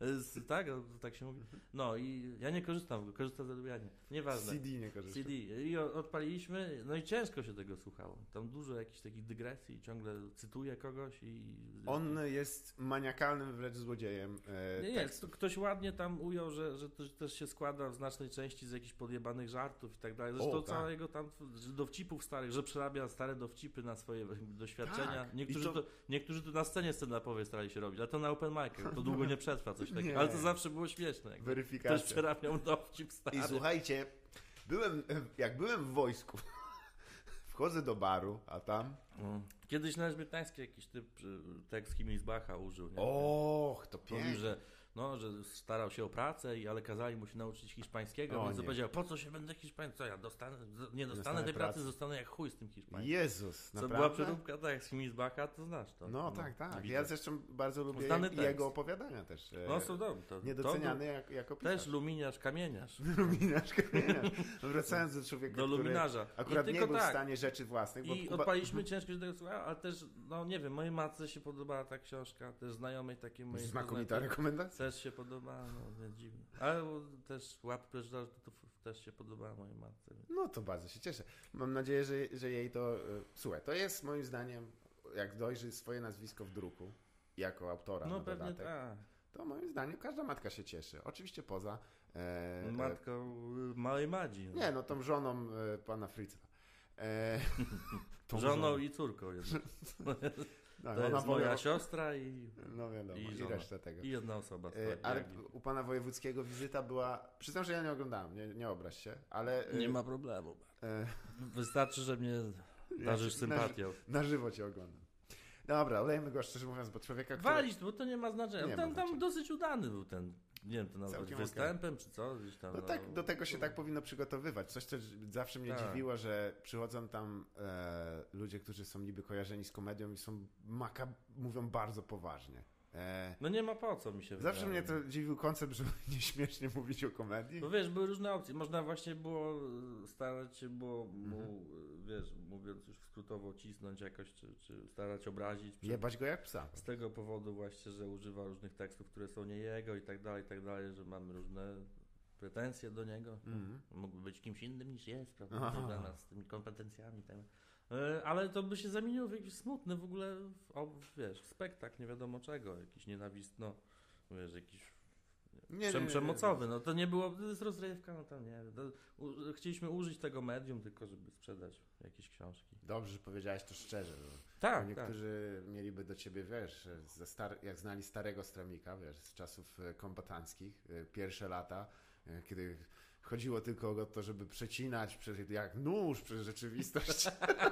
[SPEAKER 2] Tak się mówi. No i ja nie korzystam, korzystam z Adobe'anie. Nieważne.
[SPEAKER 1] CD nie korzystam.
[SPEAKER 2] CD. I odpaliliśmy, no i ciężko się tego słuchało. Tam dużo jakichś takich dygresji, ciągle cytuje kogoś i...
[SPEAKER 1] On jest maniakalnym wręcz złodziejem tekstów.
[SPEAKER 2] Ktoś ładnie tam ujął, że też się składa w znacznej części z jakichś podjebanych żartów i tak dalej. Zresztą całego tam dowcipów starych, że przerabia stare dowcipy na swoje doświadczenia. Tak. Niektórzy to na scenie stand-upowej starali się robić, ale to na open mic'ach. To długo nie przetrwa coś takiego. Ale to zawsze było śmieszne.
[SPEAKER 1] Weryfikacja.
[SPEAKER 2] Też przerabiał dowcip stary.
[SPEAKER 1] I słuchajcie, jak byłem w wojsku, wchodzę do baru, a tam...
[SPEAKER 2] Kiedyś na Elżbietańskiej jakiś typ tekst Himmelsbacha użył. Nie?
[SPEAKER 1] To pięknie.
[SPEAKER 2] Że starał się o pracę, ale kazali mu się nauczyć hiszpańskiego, więc powiedział, po co się będę hiszpański? Co ja nie dostanę tej pracy, zostanę jak chuj z tym hiszpańskim.
[SPEAKER 1] Jezus, naprawdę?
[SPEAKER 2] Co była przeróbka z Himmelsbacha, to znasz to.
[SPEAKER 1] Tak. Ja zresztą bardzo lubię jego opowiadania też.
[SPEAKER 2] Są dobre.
[SPEAKER 1] Niedoceniany jako pisarz.
[SPEAKER 2] Też luminarz, kamieniarz.
[SPEAKER 1] Wracając do człowieka,
[SPEAKER 2] do luminarza.
[SPEAKER 1] Który akurat nie był w stanie rzeczy własnych.
[SPEAKER 2] I odpaliśmy, ciężko się tego słuchać, ale też, nie wiem, mojej matce się podobała ta książka, też znajomej takiej mojej.
[SPEAKER 1] Znakomita rekomendacja.
[SPEAKER 2] Też się podoba, dziwne. Ale też Łap Preżdżar to też się podoba mojej matce.
[SPEAKER 1] No to bardzo się cieszę. Mam nadzieję, że jej to... Słuchaj, to jest moim zdaniem, jak dojrzy swoje nazwisko w druku, jako autora na
[SPEAKER 2] pewnie
[SPEAKER 1] dodatek,
[SPEAKER 2] tak.
[SPEAKER 1] To moim zdaniem każda matka się cieszy. Oczywiście poza...
[SPEAKER 2] matką małej Madzi.
[SPEAKER 1] Nie, tą żoną pana Fritza.
[SPEAKER 2] Żoną i córką jednak. To jest moja siostra i...
[SPEAKER 1] No wiadomo, i reszta tego.
[SPEAKER 2] I jedna osoba.
[SPEAKER 1] Ale u pana Wojewódzkiego wizyta była... Przyznam, że ja nie oglądałem, nie obraź się, ale...
[SPEAKER 2] Nie ma problemu. Wystarczy, że mnie Darzysz sympatią.
[SPEAKER 1] Na żywo cię oglądam. Dobra, olejmy go szczerze mówiąc, bo człowieka, który...
[SPEAKER 2] Walić, bo to nie ma znaczenia. Tam dosyć udany był ten, nie wiem, to nazwać występem, czy co? Gdzieś tam,
[SPEAKER 1] no tak, do tego się tak powinno przygotowywać. Coś, co zawsze mnie dziwiło, że przychodzą tam ludzie, którzy są niby kojarzeni z komedią i mówią bardzo poważnie.
[SPEAKER 2] No nie ma po co, mi się wydaje.
[SPEAKER 1] Zawsze mnie to dziwił koncept, żeby nieśmiesznie mówić o komedii.
[SPEAKER 2] Bo wiesz, były różne opcje. Można właśnie było starać się mu, wiesz, mówiąc już skrótowo, cisnąć jakoś, czy starać obrazić.
[SPEAKER 1] Jebać go jak psa.
[SPEAKER 2] Z tego powodu właśnie, że używa różnych tekstów, które są nie jego i tak dalej, że mamy różne pretensje do niego. Mógłby być kimś innym niż jest, prawda? Dla nas z tymi kompetencjami. Ale to by się zamieniło w jakiś smutny w ogóle, wiesz, spektakl nie wiadomo czego, jakiś nienawistno, wiesz, jakiś przemocowy, no to nie było, to jest rozrywka, no to nie, chcieliśmy użyć tego medium tylko, żeby sprzedać jakieś książki.
[SPEAKER 1] Dobrze, że powiedziałeś to szczerze.
[SPEAKER 2] Tak,
[SPEAKER 1] niektórzy mieliby do ciebie, wiesz, jak znali starego Stramika, wiesz, z czasów kombatanckich, pierwsze lata, kiedy chodziło tylko o to, żeby przecinać jak nóż przez rzeczywistość.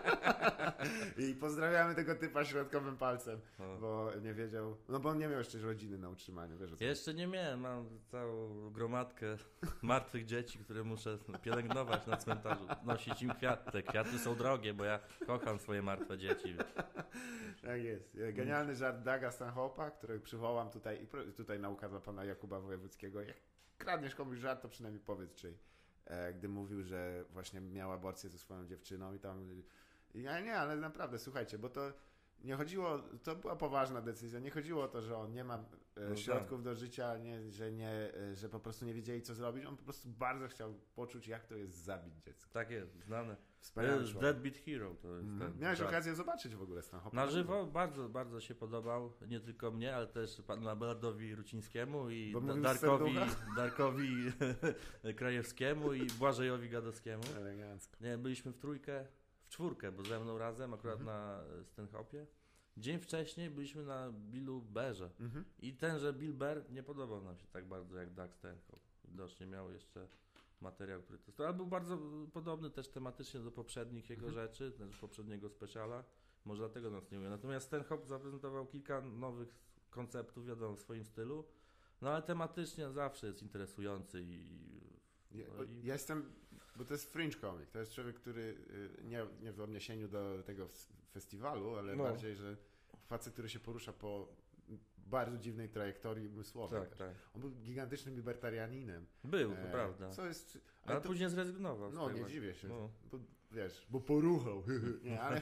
[SPEAKER 1] I pozdrawiamy tego typa środkowym palcem, bo nie wiedział, no bo on nie miał jeszcze rodziny na utrzymaniu. Wiesz,
[SPEAKER 2] jeszcze nie miałem, mam całą gromadkę martwych dzieci, które muszę pielęgnować na cmentarzu, nosić im kwiaty. Te kwiaty są drogie, bo ja kocham swoje martwe dzieci.
[SPEAKER 1] Tak jest. Genialny żart Daga Stanhope'a, który przywołam tutaj, i tutaj nauka dla pana Jakuba Wojewódzkiego. Jak kradniesz komuś żart, to przynajmniej powiedz czyj. Gdy mówił, że właśnie miał aborcję ze swoją dziewczyną i tam... Nie, ale naprawdę, słuchajcie, bo to nie chodziło, to była poważna decyzja, nie chodziło o to, że on nie ma środków do życia, że po prostu nie wiedzieli, co zrobić, on po prostu bardzo chciał poczuć, jak to jest zabić dziecko.
[SPEAKER 2] Tak jest, znane.
[SPEAKER 1] Wspaniały
[SPEAKER 2] Deadbeat Hero to jest ten.
[SPEAKER 1] Miałeś okazję zobaczyć w ogóle Stanhope'a?
[SPEAKER 2] Na żywo bardzo, bardzo się podobał, nie tylko mnie, ale też panu Abelardowi Rucińskiemu i Darkowi Krajewskiemu i Błażejowi Gadowskiemu.
[SPEAKER 1] Elegancko.
[SPEAKER 2] Nie, byliśmy w czwórkę, bo ze mną razem, akurat na Stanhope'ie. Dzień wcześniej byliśmy na Billu Berze i tenże Bill Burr nie podobał nam się tak bardzo jak Doug Stanhope. Widocznie miał jeszcze materiał, który to ale był bardzo podobny też tematycznie do poprzednich jego rzeczy, też poprzedniego speciala. Może dlatego nas nie mówią. Natomiast Stanhope zaprezentował kilka nowych konceptów, wiadomo, w swoim stylu, no ale tematycznie zawsze jest interesujący
[SPEAKER 1] Ja jestem, bo to jest fringe comic, to jest człowiek, który nie w odniesieniu do tego festiwalu, ale bardziej, że facet, który się porusza po bardzo dziwnej trajektorii umysłowej.
[SPEAKER 2] Tak.
[SPEAKER 1] On był gigantycznym libertarianinem.
[SPEAKER 2] Był, to prawda.
[SPEAKER 1] Co jest,
[SPEAKER 2] ale później zrezygnował.
[SPEAKER 1] No, nie dziwię się. No. Bo poruchał. Nie, ale...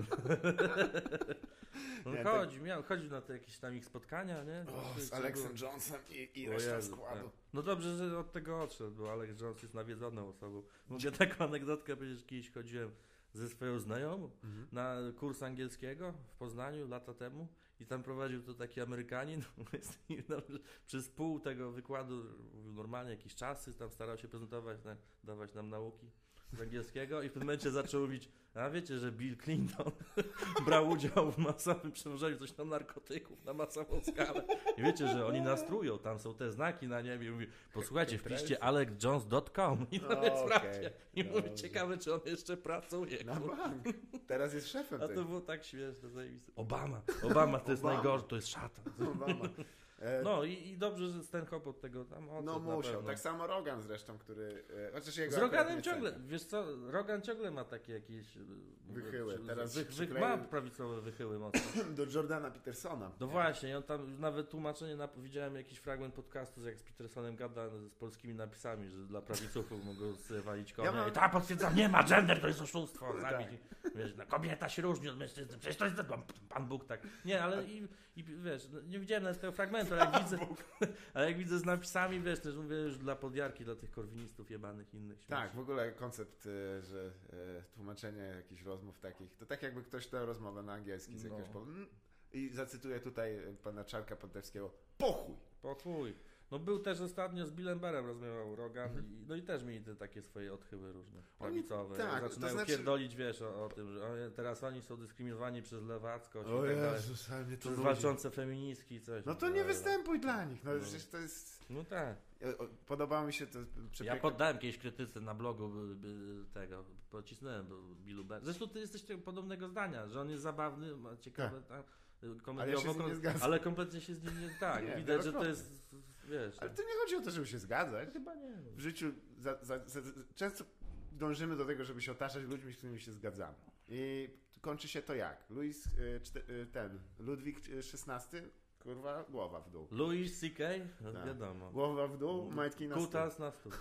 [SPEAKER 2] chodził na te jakieś tam ich spotkania, nie?
[SPEAKER 1] Z Alexem Jonesem i resztą składu.
[SPEAKER 2] Tak. No dobrze, że od tego odszedł, bo Alex Jones jest nawiedzoną osobą. Mogę taką anegdotkę powiedzieć, że kiedyś chodziłem ze swoją znajomą na kurs angielskiego w Poznaniu lata temu i tam prowadził to taki Amerykanin i przez pół tego wykładu mówił normalnie jakieś czasy, tam starał się prezentować, dawać nam nauki z angielskiego i w pewnym momencie zaczął mówić, a wiecie, że Bill Clinton brał udział w masowym przemnożeniu coś tam narkotyków na masową skalę. I wiecie, że oni nastrują, tam są te znaki na niebie. I mówi, posłuchajcie, wpiszcie alexjones.com i to jest sprawdźcie. I mówi, ciekawe, czy on jeszcze pracuje.
[SPEAKER 1] Na bank. Teraz jest szefem.
[SPEAKER 2] A to było tak śmieszne, zajebiste. Obama to jest najgorszy, to jest szatan.
[SPEAKER 1] Obama.
[SPEAKER 2] No i dobrze, że Stanhope od tego tam odszedł.
[SPEAKER 1] No musiał. Tak samo Rogan zresztą, który... Chociaż jego
[SPEAKER 2] z Roganem ciągle, wiesz co, Rogan ciągle ma takie jakieś...
[SPEAKER 1] Wychyły. Teraz
[SPEAKER 2] ma prawicowe wychyły mocno.
[SPEAKER 1] Do Jordana Petersona.
[SPEAKER 2] No właśnie, i on tam nawet tłumaczenie, widziałem jakiś fragment podcastu, jak z Petersonem gada z polskimi napisami, że dla prawiców mogą sobie walić konia. I potwierdzam, nie ma, gender to jest oszustwo. Zabić. Wiesz, kobieta się różni od mężczyzny, przecież to jest Pan Bóg tak. Nie, ale i wiesz, nie widziałem nawet tego fragmentu, ale jak widzę z napisami, wiesz, też mówię już dla podjarki, dla tych korwinistów jebanych innych. Śmiesznych.
[SPEAKER 1] Tak, w ogóle koncept, że tłumaczenie jakichś rozmów takich, to tak jakby ktoś tę rozmowę na angielski z jakiegoś powodu. I zacytuję tutaj pana Czarka Pantewskiego. Pochuj!
[SPEAKER 2] No był też ostatnio z Billem Barrem rozmawiał Rogan no i też mieli te takie swoje odchyły różne, prawicowe.
[SPEAKER 1] Tak,
[SPEAKER 2] zaczynają
[SPEAKER 1] to znaczy...
[SPEAKER 2] pierdolić, wiesz, o tym, że teraz oni są dyskryminowani przez lewackość
[SPEAKER 1] o
[SPEAKER 2] i tak dalej.
[SPEAKER 1] Jezus, ale mnie to
[SPEAKER 2] Przez walczące feministki coś.
[SPEAKER 1] No to nie występuj dla nich, no przecież to jest...
[SPEAKER 2] No tak.
[SPEAKER 1] Podobało mi się to...
[SPEAKER 2] Ja poddałem kiedyś krytyce na blogu tego, pocisnąłem Billu Barr. Zresztą ty jesteś tego podobnego zdania, że on jest zabawny, ma ciekawe... Tak. Ale kompletnie się z nim nie... Tak, nie, widać, że to jest... Wiesz,
[SPEAKER 1] ale to nie chodzi o to, żeby się zgadzać.
[SPEAKER 2] Chyba nie.
[SPEAKER 1] W życiu często dążymy do tego, żeby się otaczać ludźmi, z którymi się zgadzamy. I kończy się to jak? Ludwik XVI, kurwa, głowa w dół.
[SPEAKER 2] Louis C.K.? No, tak. Wiadomo.
[SPEAKER 1] Głowa w dół, majtki na stół.
[SPEAKER 2] Kutas na stół.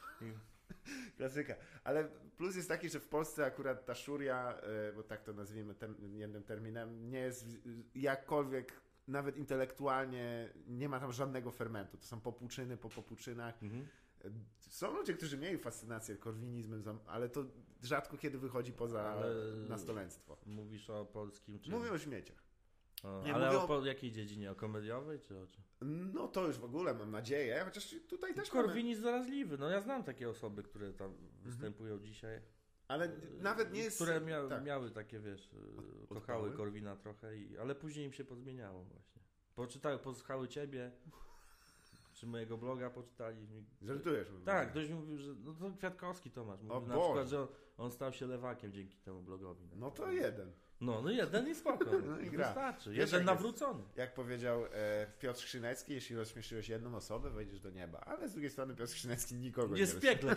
[SPEAKER 1] Klasyka. Ale plus jest taki, że w Polsce akurat ta szuria, bo tak to nazwijmy jednym terminem, nie jest jakkolwiek, nawet intelektualnie, nie ma tam żadnego fermentu. To są popłuczyny po popłuczynach. Są ludzie, którzy mieli fascynację korwinizmem, ale to rzadko kiedy wychodzi poza nastolenstwo.
[SPEAKER 2] Mówisz o polskim czy...
[SPEAKER 1] Mówię o śmieciach.
[SPEAKER 2] Ale o jakiej dziedzinie? O komediowej czy o czym?
[SPEAKER 1] No to już w ogóle mam nadzieję, chociaż tutaj też
[SPEAKER 2] korwinizm zarazliwy. No ja znam takie osoby, które tam występują dzisiaj.
[SPEAKER 1] Ale nawet nie jest...
[SPEAKER 2] Które miały takie, wiesz, kochały Korwina trochę, ale później im się pozmieniało właśnie. Posłuchały ciebie, czy mojego bloga poczytali.
[SPEAKER 1] Żartujesz?
[SPEAKER 2] Tak, ktoś mi mówił, że no to Kwiatkowski Tomasz. Mówił na przykład, że on stał się lewakiem dzięki temu blogowi.
[SPEAKER 1] No to jeden.
[SPEAKER 2] No jeden i spoko. No i wystarczy. Jeden nawrócony.
[SPEAKER 1] Jak powiedział Piotr Skrzynecki, jeśli rozśmieszyłeś jedną osobę, wejdziesz do nieba. Ale z drugiej strony Piotr Skrzynecki nikogo nie
[SPEAKER 2] jest w piekle.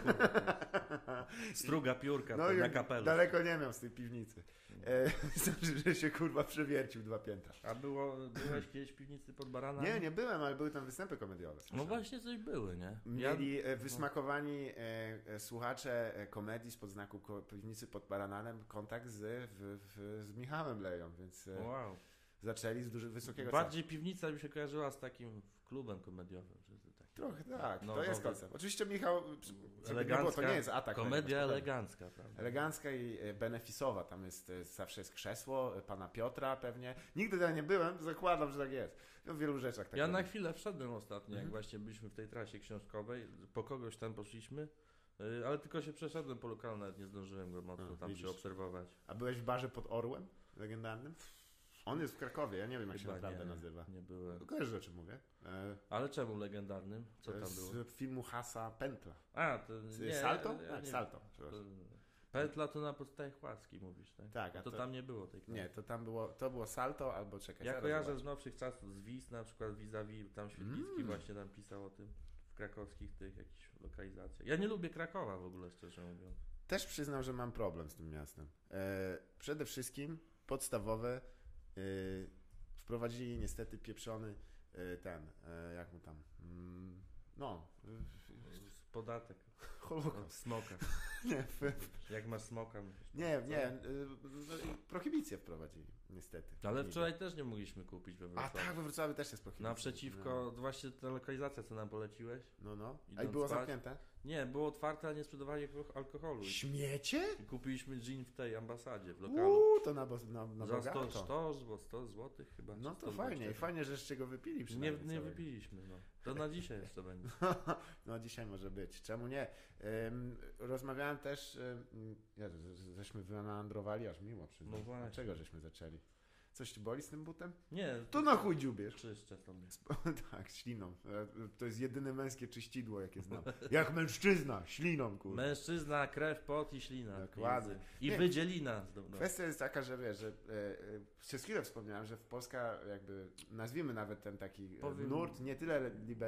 [SPEAKER 2] Struga piórka no na kapelu.
[SPEAKER 1] Daleko nie miał z tej piwnicy. Znaczy, że się kurwa przewiercił 2 piętra.
[SPEAKER 2] A byłeś kiedyś w piwnicy pod Baranami?
[SPEAKER 1] Nie byłem, ale były tam występy komediowe.
[SPEAKER 2] No właśnie coś były, nie?
[SPEAKER 1] Mieli wysmakowani słuchacze komedii spod znaku piwnicy pod Barananem kontakt z Michałem Leją, więc zaczęli z wysokiego...
[SPEAKER 2] Bardziej piwnica mi się kojarzyła z takim klubem komediowym.
[SPEAKER 1] Trochę tak, to jest koncept. Oczywiście Michał,
[SPEAKER 2] elegancka,
[SPEAKER 1] to nie jest atak.
[SPEAKER 2] Komedia elegancka, prawda?
[SPEAKER 1] Elegancka i benefisowa, tam zawsze jest krzesło pana Piotra pewnie. Nigdy tam nie byłem, zakładam, że tak jest. W wielu rzeczach tak.
[SPEAKER 2] Ja na chwilę wszedłem ostatnio, jak właśnie byliśmy w tej trasie książkowej, po kogoś tam poszliśmy, ale tylko się przeszedłem po lokalu, nawet nie zdążyłem go mocno tam przeobserwować.
[SPEAKER 1] A byłeś w barze pod Orłem legendarnym? On jest w Krakowie, ja nie wiem jak się naprawdę nazywa.
[SPEAKER 2] Nie byłem.
[SPEAKER 1] Kojarzysz, o czym mówię?
[SPEAKER 2] Ale czemu legendarnym? Co tam było?
[SPEAKER 1] Z filmu Hasa Pętla.
[SPEAKER 2] A, to nie.
[SPEAKER 1] Salto? Tak, Salto.
[SPEAKER 2] Pętla to na podstawie Chłackiej mówisz, tak?
[SPEAKER 1] Tak.
[SPEAKER 2] A to tam nie było tej klasy.
[SPEAKER 1] Nie, to było Salto albo czekaj.
[SPEAKER 2] Ja kojarzę z nowszych czasów, z Wiz na przykład, vis-a-vis, tam Świetlicki właśnie tam pisał o tym, w krakowskich tych jakichś lokalizacjach. Ja nie lubię Krakowa w ogóle, szczerze mówiąc.
[SPEAKER 1] Też przyznam, że mam problem z tym miastem. Przede wszystkim podstawowe wprowadzili niestety pieprzony jak mu tam,
[SPEAKER 2] podatek.
[SPEAKER 1] Holokaust.
[SPEAKER 2] Smoka.
[SPEAKER 1] Nie.
[SPEAKER 2] Jak masz smoka?
[SPEAKER 1] Nie. Prohibicję wprowadzili, niestety.
[SPEAKER 2] Ale wczoraj też nie mogliśmy kupić we Wrocławiu.
[SPEAKER 1] A tak, we Wrocławiu też jest prohibicja.
[SPEAKER 2] Naprzeciwko, właśnie ta lokalizacja, co nam poleciłeś.
[SPEAKER 1] No. A i było zamknięte? Nie,
[SPEAKER 2] było otwarte, ale nie sprzedawali alkoholu.
[SPEAKER 1] Śmiecie?
[SPEAKER 2] I kupiliśmy gin w tej ambasadzie, w lokalu.
[SPEAKER 1] To na
[SPEAKER 2] za 100 zł chyba.
[SPEAKER 1] No to fajnie. I fajnie, żeście go wypili przynajmniej.
[SPEAKER 2] Nie wypiliśmy, no. To na dzisiaj jeszcze będzie.
[SPEAKER 1] No dzisiaj może być. Czemu nie? Rozmawiałem też, żeśmy wymeandrowali, aż miło przyznam.
[SPEAKER 2] No właśnie.
[SPEAKER 1] Dlaczego żeśmy zaczęli? Coś ci boli z tym butem?
[SPEAKER 2] Nie.
[SPEAKER 1] To na chuj dziubiesz.
[SPEAKER 2] Czyszczę sobie.
[SPEAKER 1] Tak, śliną. To jest jedyne męskie czyścidło, jakie znam. Jak mężczyzna, śliną, kurwa.
[SPEAKER 2] Mężczyzna, krew, pot i ślina.
[SPEAKER 1] Dokładnie.
[SPEAKER 2] I wydzielina.
[SPEAKER 1] Kwestia jest taka, że wiesz, że przez chwilę wspomniałem, że Polska jakby, nazwijmy nawet ten taki nurt, nie tyle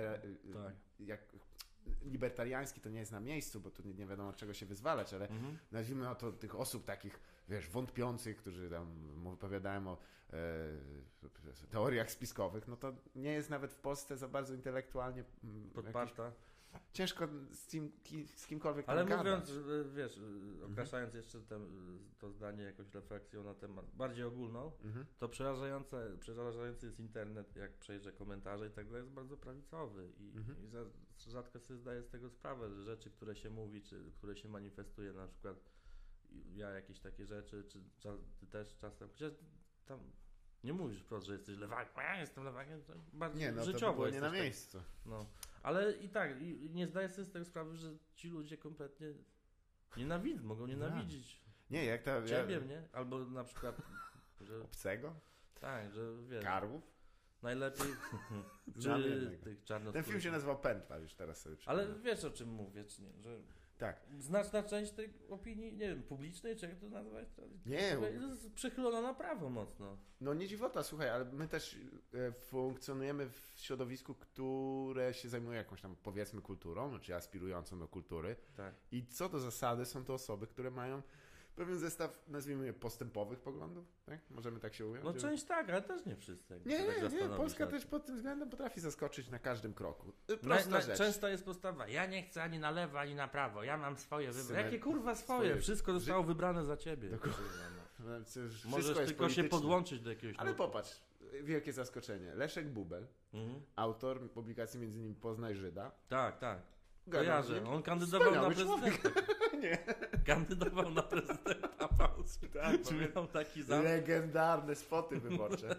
[SPEAKER 1] libertariański to nie jest na miejscu, bo tu nie wiadomo od czego się wyzwalać, ale nazwijmy to tych osób takich, wiesz, wątpiących, którzy tam opowiadają o teoriach spiskowych, no to nie jest nawet w Polsce za bardzo intelektualnie
[SPEAKER 2] podparta.
[SPEAKER 1] Ciężko z kimkolwiek
[SPEAKER 2] ale
[SPEAKER 1] tam
[SPEAKER 2] mówiąc, wiesz, okraszając jeszcze to zdanie jakąś refleksją na temat bardziej ogólną, to przerażający jest internet, jak przejrzę komentarze i tak dalej, jest bardzo prawicowy i rzadko sobie zdaję z tego sprawę, że rzeczy, które się mówi, czy które się manifestuje, na przykład ja jakieś takie rzeczy, czy ty też czasem, chociaż tam Nie mówisz wprost, że jesteś lewakiem, ja jestem lewakiem, to bardziej
[SPEAKER 1] Nie, no
[SPEAKER 2] życiowo
[SPEAKER 1] to by było nie na
[SPEAKER 2] tak.
[SPEAKER 1] miejscu.
[SPEAKER 2] No. Ale i tak, nie zdaję sobie z tego sprawy, że ci ludzie kompletnie mogą nienawidzić.
[SPEAKER 1] Nie, jak ta...
[SPEAKER 2] Ciebie, nie? Albo na przykład... Że,
[SPEAKER 1] obcego?
[SPEAKER 2] tak, że wiesz...
[SPEAKER 1] Karłów?
[SPEAKER 2] Najlepiej... czy tych czarnoskórych.
[SPEAKER 1] Ten film się nazywał Pętla, już teraz sobie przypomnę.
[SPEAKER 2] Ale wiesz, o czym mówię, czy nie? Że
[SPEAKER 1] tak.
[SPEAKER 2] znaczna część tej opinii, nie wiem, publicznej, czy jak to nazwać?
[SPEAKER 1] Nie.
[SPEAKER 2] Jest przychylona na prawo mocno.
[SPEAKER 1] No nie dziwota, słuchaj, ale my też funkcjonujemy w środowisku, które się zajmuje jakąś tam, powiedzmy, kulturą, czy aspirującą do kultury.
[SPEAKER 2] Tak.
[SPEAKER 1] I co do zasady są to osoby, które mają pewien zestaw, nazwijmy je, postępowych poglądów, tak? Możemy tak się ująć?
[SPEAKER 2] No część tak, ale też nie wszyscy.
[SPEAKER 1] Nie, Polska też pod tym względem potrafi zaskoczyć na każdym kroku. Rzecz.
[SPEAKER 2] Często jest postawa, ja nie chcę ani na lewo, ani na prawo, ja mam swoje wybory. Jakie kurwa swoje? Wszystko zostało wybrane za ciebie. Możesz tylko się podłączyć do jakiegoś...
[SPEAKER 1] Ale popatrz, wielkie zaskoczenie. Leszek Bubel, autor publikacji między innymi Poznaj Żyda.
[SPEAKER 2] Tak. Kojarzę. On kandydował na prezydenta.
[SPEAKER 1] Nie.
[SPEAKER 2] Kandydował na prezydenta Polski.
[SPEAKER 1] Tak,
[SPEAKER 2] miał taki
[SPEAKER 1] legendarne spoty wyborcze.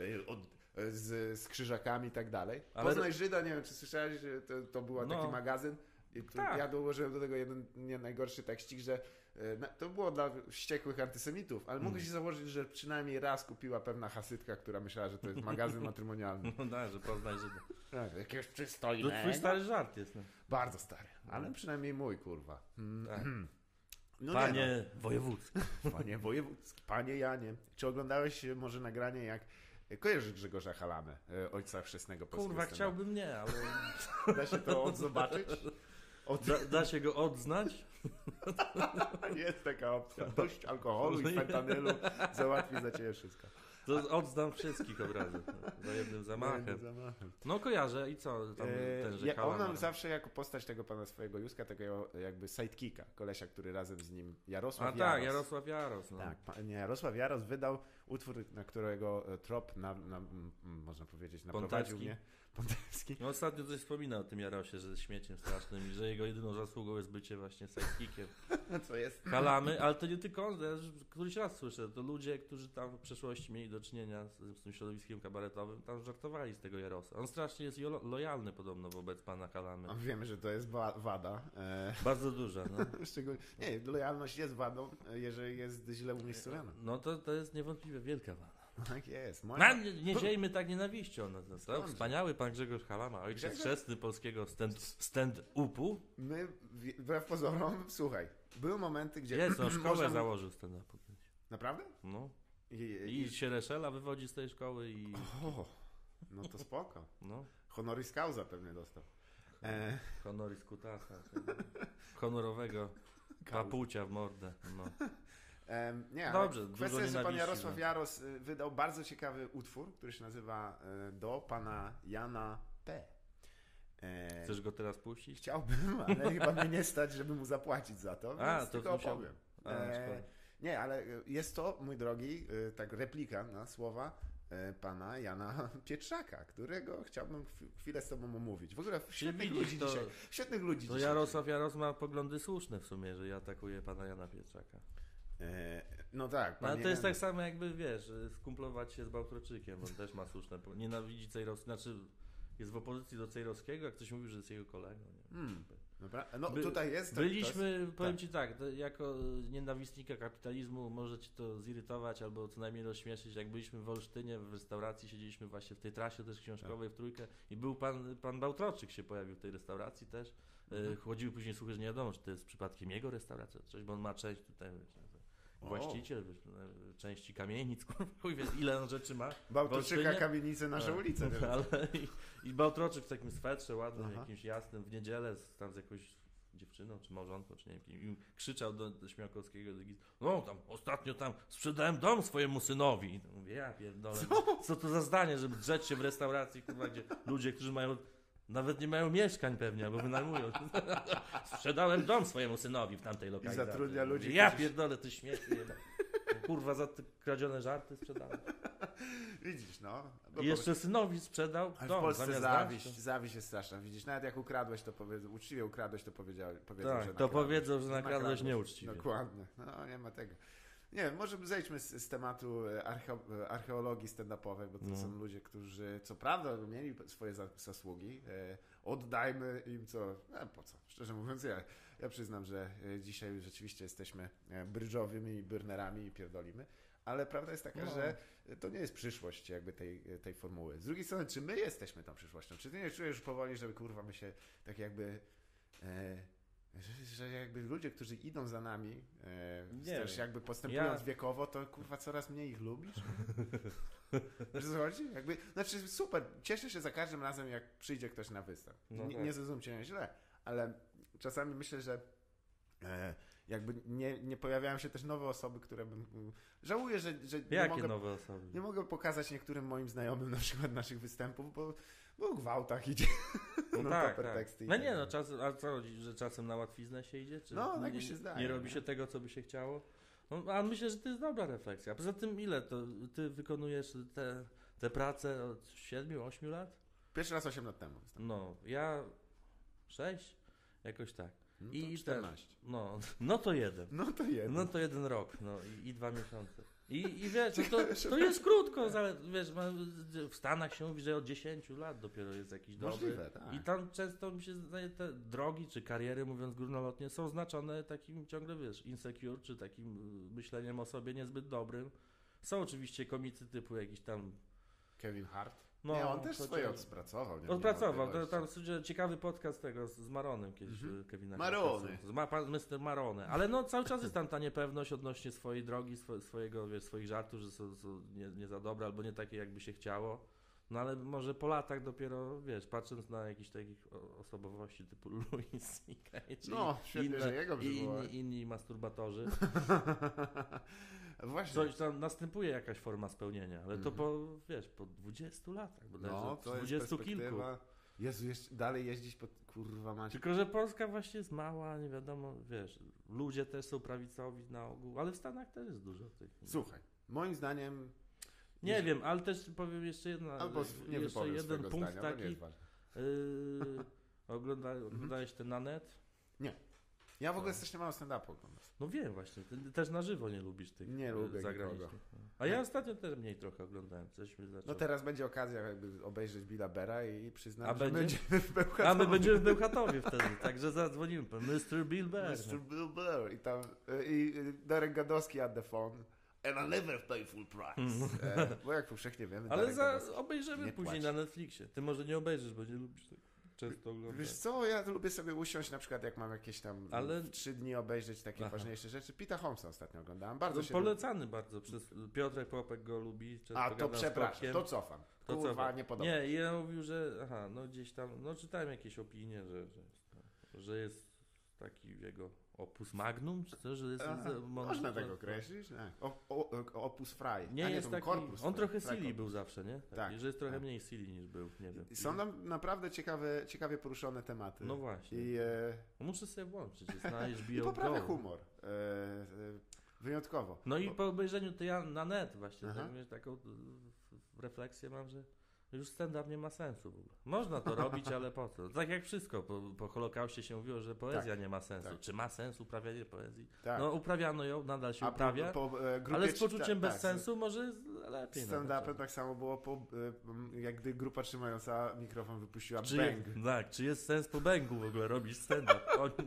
[SPEAKER 1] Z krzyżakami i tak dalej. Poznaj Żyda, nie wiem, czy słyszałeś, że to był taki magazyn.
[SPEAKER 2] Tak.
[SPEAKER 1] Ja dołożyłem do tego jeden nie najgorszy tekścik, że to było dla wściekłych antysemitów, ale mogę się założyć, że przynajmniej raz kupiła pewna hasytka, która myślała, że to jest magazyn matrymonialny.
[SPEAKER 2] No tak, że Poznaj Żyda.
[SPEAKER 1] Tak, jakiegoś przystojnego.
[SPEAKER 2] To twój stary żart jest. No.
[SPEAKER 1] Bardzo stary, ale przynajmniej mój, kurwa.
[SPEAKER 2] Tak. No Panie Wojewódzki.
[SPEAKER 1] Panie Wojewódzki, Panie Janie. Czy oglądałeś może nagranie, jak kojarzysz Grzegorza Halamę, ojca chrzestnego polskiego?
[SPEAKER 2] Kurwa, chciałbym nie, ale...
[SPEAKER 1] Da się to odzobaczyć?
[SPEAKER 2] Da się go odznać?
[SPEAKER 1] Jest taka opcja. Dość alkoholu i fentanylu załatwi za ciebie wszystko.
[SPEAKER 2] To odznam wszystkich od razu. Za jednym zamachem. No kojarzę i co tam tenże Halama?
[SPEAKER 1] On nam zawsze jako postać tego pana swojego Józka, takiego jakby sidekicka, kolesia, który razem z nim Jarosław Jaros.
[SPEAKER 2] Tak, Jarosław Jaros. No.
[SPEAKER 1] Tak, Jarosław Jaros wydał utwór, na którego trop można powiedzieć naprowadził mnie. Pontewski.
[SPEAKER 2] No ostatnio coś wspomina o tym Jarosie, że jest śmieciem strasznym i że jego jedyną zasługą jest bycie właśnie sidekickiem.
[SPEAKER 1] Co jest?
[SPEAKER 2] Halamy, ale to nie tylko on, ja któryś raz słyszę, to ludzie, którzy tam w przeszłości mieli do czynienia z tym środowiskiem kabaretowym, tam żartowali z tego Jarosa. On strasznie jest lojalny podobno wobec pana Halamy.
[SPEAKER 1] Wiemy, że to jest wada.
[SPEAKER 2] Bardzo duża, no.
[SPEAKER 1] Szczególnie, nie, lojalność jest wadą, jeżeli jest źle umiejscowiona.
[SPEAKER 2] No to jest niewątpliwie wielka wada.
[SPEAKER 1] Tak jest.
[SPEAKER 2] Nie dziejmy tak nienawiścią. To wspaniały pan Grzegorz Halama, ojciec chrzestny polskiego stand-upu.
[SPEAKER 1] My, wbrew pozorom, słuchaj, były momenty, gdzie...
[SPEAKER 2] Jest, no szkołę założył stand-upu.
[SPEAKER 1] Naprawdę?
[SPEAKER 2] No. I Siereszela wywodzi z tej szkoły i...
[SPEAKER 1] No to spoko.
[SPEAKER 2] No.
[SPEAKER 1] Honoris causa pewnie dostał.
[SPEAKER 2] Honoris cutasa. Honorowego papucia w mordę. No.
[SPEAKER 1] Nie,
[SPEAKER 2] dobrze,
[SPEAKER 1] kwestia jest, że pan Jarosław Jaros wydał bardzo ciekawy utwór, który się nazywa Do pana Jana P.
[SPEAKER 2] Chcesz go teraz puścić?
[SPEAKER 1] Chciałbym, ale chyba mnie nie stać, żeby mu zapłacić za to, więc
[SPEAKER 2] to
[SPEAKER 1] tylko opowiem. Nie, ale jest to, mój drogi, tak replika na słowa pana Jana Pietrzaka, którego chciałbym chwilę z tobą omówić. W ogóle świetnych ludzi
[SPEAKER 2] dzisiaj. To Jarosław Jaros ma poglądy słuszne w sumie, że atakuje pana Jana Pietrzaka.
[SPEAKER 1] No tak.
[SPEAKER 2] Ale to jest tak samo jakby, wiesz, skumplować się z Bałtroczykiem, on też ma słuszne, nienawidzi Cejrowskiego, znaczy jest w opozycji do Cejrowskiego, jak ktoś mówi, że jest jego kolegą.
[SPEAKER 1] Dobra. No tutaj jest...
[SPEAKER 2] Byliśmy, powiem ci tak, jako nienawistnika kapitalizmu może ci to zirytować albo co najmniej rozśmieszyć, jak byliśmy w Olsztynie, w restauracji, siedzieliśmy właśnie w tej trasie też książkowej w trójkę i był pan Bałtroczyk się pojawił w tej restauracji też. Chodziły później słuchy, że nie wiadomo, czy to jest przypadkiem jego restauracja, coś, bo on ma część tutaj... Właściciel części kamienic, ile on rzeczy ma.
[SPEAKER 1] Bałtroczyka kamienice, nasze ulice.
[SPEAKER 2] I Bałtroczyk w takim swetrze ładnym, jakimś jasnym, w niedzielę tam z jakąś dziewczyną, czy małżonką, czy nie wiem, i krzyczał do Śmiałkowskiego, no tam ostatnio tam sprzedałem dom swojemu synowi. I mówię, ja pierdolę, co to za zdanie, żeby drzeć się w restauracji, kurwa, gdzie ludzie, którzy nawet nie mają mieszkań pewnie, albo wynajmują. Sprzedałem dom swojemu synowi w tamtej lokalizacji.
[SPEAKER 1] I zatrudnia ludzi.
[SPEAKER 2] Ja pierdolę, ty śmieci. Kurwa, za te kradzione żarty sprzedałem.
[SPEAKER 1] Widzisz, no.
[SPEAKER 2] I jeszcze synowi sprzedał
[SPEAKER 1] dom.
[SPEAKER 2] W Polsce
[SPEAKER 1] zawiść jest straszna. Widzisz, nawet jak ukradłeś, to powiedzą, uczciwie ukradłeś, to powiedzą,
[SPEAKER 2] tak,
[SPEAKER 1] że
[SPEAKER 2] to powiedzą, że nakradłeś nieuczciwie.
[SPEAKER 1] Dokładnie. No, nie ma tego. Nie, może zejdźmy z tematu archeologii stand-upowej, bo to są ludzie, którzy co prawda mieli swoje zasługi. Oddajmy im po co? Szczerze mówiąc, ja przyznam, że dzisiaj rzeczywiście jesteśmy brydżowymi burnerami i pierdolimy, ale prawda jest taka, że to nie jest przyszłość jakby tej formuły. Z drugiej strony, czy my jesteśmy tą przyszłością? Czy ty nie czujesz powoli, że kurwa my się tak jakby... Że jakby ludzie, którzy idą za nami, też jakby postępując wiekowo, to kurwa coraz mniej ich lubisz? Wiesz co chodzi? Znaczy super, cieszę się za każdym razem, jak przyjdzie ktoś na występ. Nie zrozumcie mnie źle, ale czasami myślę, że jakby nie pojawiają się też nowe osoby, które bym... Żałuję, że
[SPEAKER 2] nowe osoby?
[SPEAKER 1] Nie mogę pokazać niektórym moim znajomym na przykład naszych występów, bo o gwałtach idzie.
[SPEAKER 2] Teksty. No nie, a co chodzi, że czasem na łatwiznę się idzie? Czy
[SPEAKER 1] tak mi się zdaje.
[SPEAKER 2] Nie robi się tego, co by się chciało? A myślę, że to jest dobra refleksja. Poza tym ile to ty wykonujesz te prace od 7-8 lat?
[SPEAKER 1] Pierwszy raz 8 lat temu.
[SPEAKER 2] Ja 6? Jakoś tak.
[SPEAKER 1] I 14.
[SPEAKER 2] No to jeden. No to jeden rok, i 2 miesiące. I wiesz, to jest krótko, wiesz, w Stanach się mówi, że od 10 lat dopiero jest jakiś dobry.
[SPEAKER 1] Tak.
[SPEAKER 2] I tam często mi się zdaje, te drogi czy kariery, mówiąc górnolotnie, są znaczone takim ciągle, wiesz, insecure, czy takim myśleniem o sobie niezbyt dobrym. Są oczywiście komicy typu jakiś tam...
[SPEAKER 1] Kevin Hart. On też swoje odspracował.
[SPEAKER 2] Odpracował. Tam ciekawy podcast tego z Maronem kiedyś, Kevina
[SPEAKER 1] Marony.
[SPEAKER 2] Mr. Marone. Ale cały czas jest tam ta niepewność odnośnie swojej drogi, swoich żartów, że są nie za dobre albo nie takie, jakby się chciało. Ale może po latach dopiero, wiesz, patrząc na jakieś takich osobowości typu Louis C.K. czy inni masturbatorzy.
[SPEAKER 1] Właśnie.
[SPEAKER 2] Coś tam następuje jakaś forma spełnienia, ale to po 20 latach,
[SPEAKER 1] to
[SPEAKER 2] 20 kilku.
[SPEAKER 1] Jezu, dalej jeździć po kurwa macie.
[SPEAKER 2] Tylko, że Polska właśnie jest mała, nie wiadomo, wiesz, ludzie też są prawicowi na ogół, ale w Stanach też jest dużo tych.
[SPEAKER 1] Słuchaj, moim zdaniem...
[SPEAKER 2] Nie wiem, ale też powiem jeszcze jeden punkt
[SPEAKER 1] zdania,
[SPEAKER 2] taki. Oglądałeś ten na net?
[SPEAKER 1] Nie. Ja w ogóle strasznie mało stand-upu oglądam.
[SPEAKER 2] No wiem właśnie, ty też na żywo nie lubisz tych zagranicznych. A ja ostatnio też mniej trochę oglądałem.
[SPEAKER 1] Teraz będzie okazja jakby obejrzeć Billa Bera i przyznam, że będziemy w Bełchatowie.
[SPEAKER 2] A my będziemy w Bełchatowie wtedy, także zadzwonimy. Mr. Bill Bear.
[SPEAKER 1] Mr. Bill Bear. I Darek Gadowski at the phone. And I never pay full price. Bo jak powszechnie wiemy...
[SPEAKER 2] Ale obejrzymy później na Netflixie. Ty może nie obejrzysz, bo nie lubisz tego. Często oglądać.
[SPEAKER 1] Wiesz co, ja lubię sobie usiąść, na przykład jak mam jakieś tam 3 dni obejrzeć takie ważniejsze rzeczy. Pita Holmesa ostatnio oglądałem. Bardzo się
[SPEAKER 2] polecany bardzo przez Piotrek Popek go lubi.
[SPEAKER 1] To przepraszam, to cofam. Kurwa, nie podoba.
[SPEAKER 2] Nie, ja mówił, że gdzieś tam, czytałem jakieś opinie, że jest taki jego opus magnum, czy co, że jest...
[SPEAKER 1] Można tak określić? Opus frei.
[SPEAKER 2] Nie jest taki...
[SPEAKER 1] Corpus
[SPEAKER 2] on trochę silly był zawsze, nie?
[SPEAKER 1] Tak.
[SPEAKER 2] Że jest trochę mniej silly niż był, nie wiem.
[SPEAKER 1] Są nam naprawdę ciekawie poruszone tematy.
[SPEAKER 2] No właśnie. Muszę sobie włączyć, jest na HBO
[SPEAKER 1] I poprawia humor. Wyjątkowo.
[SPEAKER 2] I po obejrzeniu to ja na net właśnie taką refleksję mam, że już stand-up nie ma sensu w ogóle. Można to robić, ale po co? Tak jak wszystko. Po Holokauście się mówiło, że poezja nie ma sensu. Czy ma sens uprawianie poezji? Tak. Uprawiano ją, nadal się uprawia, ale z poczuciem bez sensu może jest lepiej.
[SPEAKER 1] Stand-upem tak samo było, jak gdy grupa trzymająca mikrofon wypuściła bang.
[SPEAKER 2] Czy jest sens po bangu w ogóle robić stand-up?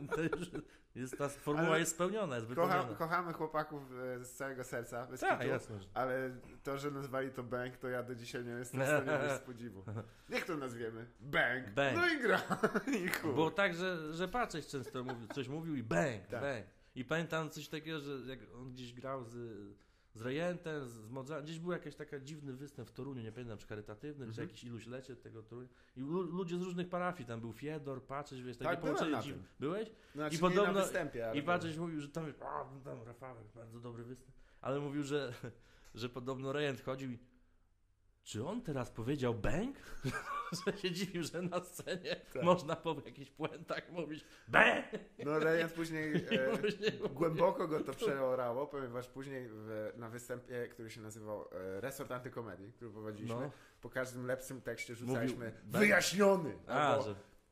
[SPEAKER 2] Ta formuła jest spełniona, jest wypełniona.
[SPEAKER 1] Kochamy chłopaków z całego serca, bez
[SPEAKER 2] kitu, jasne.
[SPEAKER 1] Ale to, że nazwali to bang, to ja do dzisiaj nie jestem w stanie wyjść z podziwu. Niech to nazwiemy bang. No i gra.
[SPEAKER 2] Bo tak, że Patrzeć często coś mówił i bang, bang. I pamiętam coś takiego, że jak on gdzieś grał z Rejentem, z Mozartem, gdzieś był jakiś taki dziwny występ w Toruniu, nie pamiętam, czy charytatywny, czy jakiś iluś lecie tego Torunia. I ludzie z różnych parafii, tam był Fiedor, Patrzeć, wiesz, takie połączenie dziwne. Byłeś?
[SPEAKER 1] Znaczy, i podobno, nie na występie, ale...
[SPEAKER 2] I Patrzeć mówił, że tam Rafałek, bardzo dobry występ, ale mówił, że podobno Rejent chodził i czy on teraz powiedział bang? Że się dziwił, że na scenie można po jakichś puentach mówić bang!
[SPEAKER 1] No Rejent później głęboko go to przeorało, ponieważ później na występie, który się nazywał Resort Antykomedii, który prowadziliśmy, po każdym lepszym tekście rzucaliśmy wyjaśniony!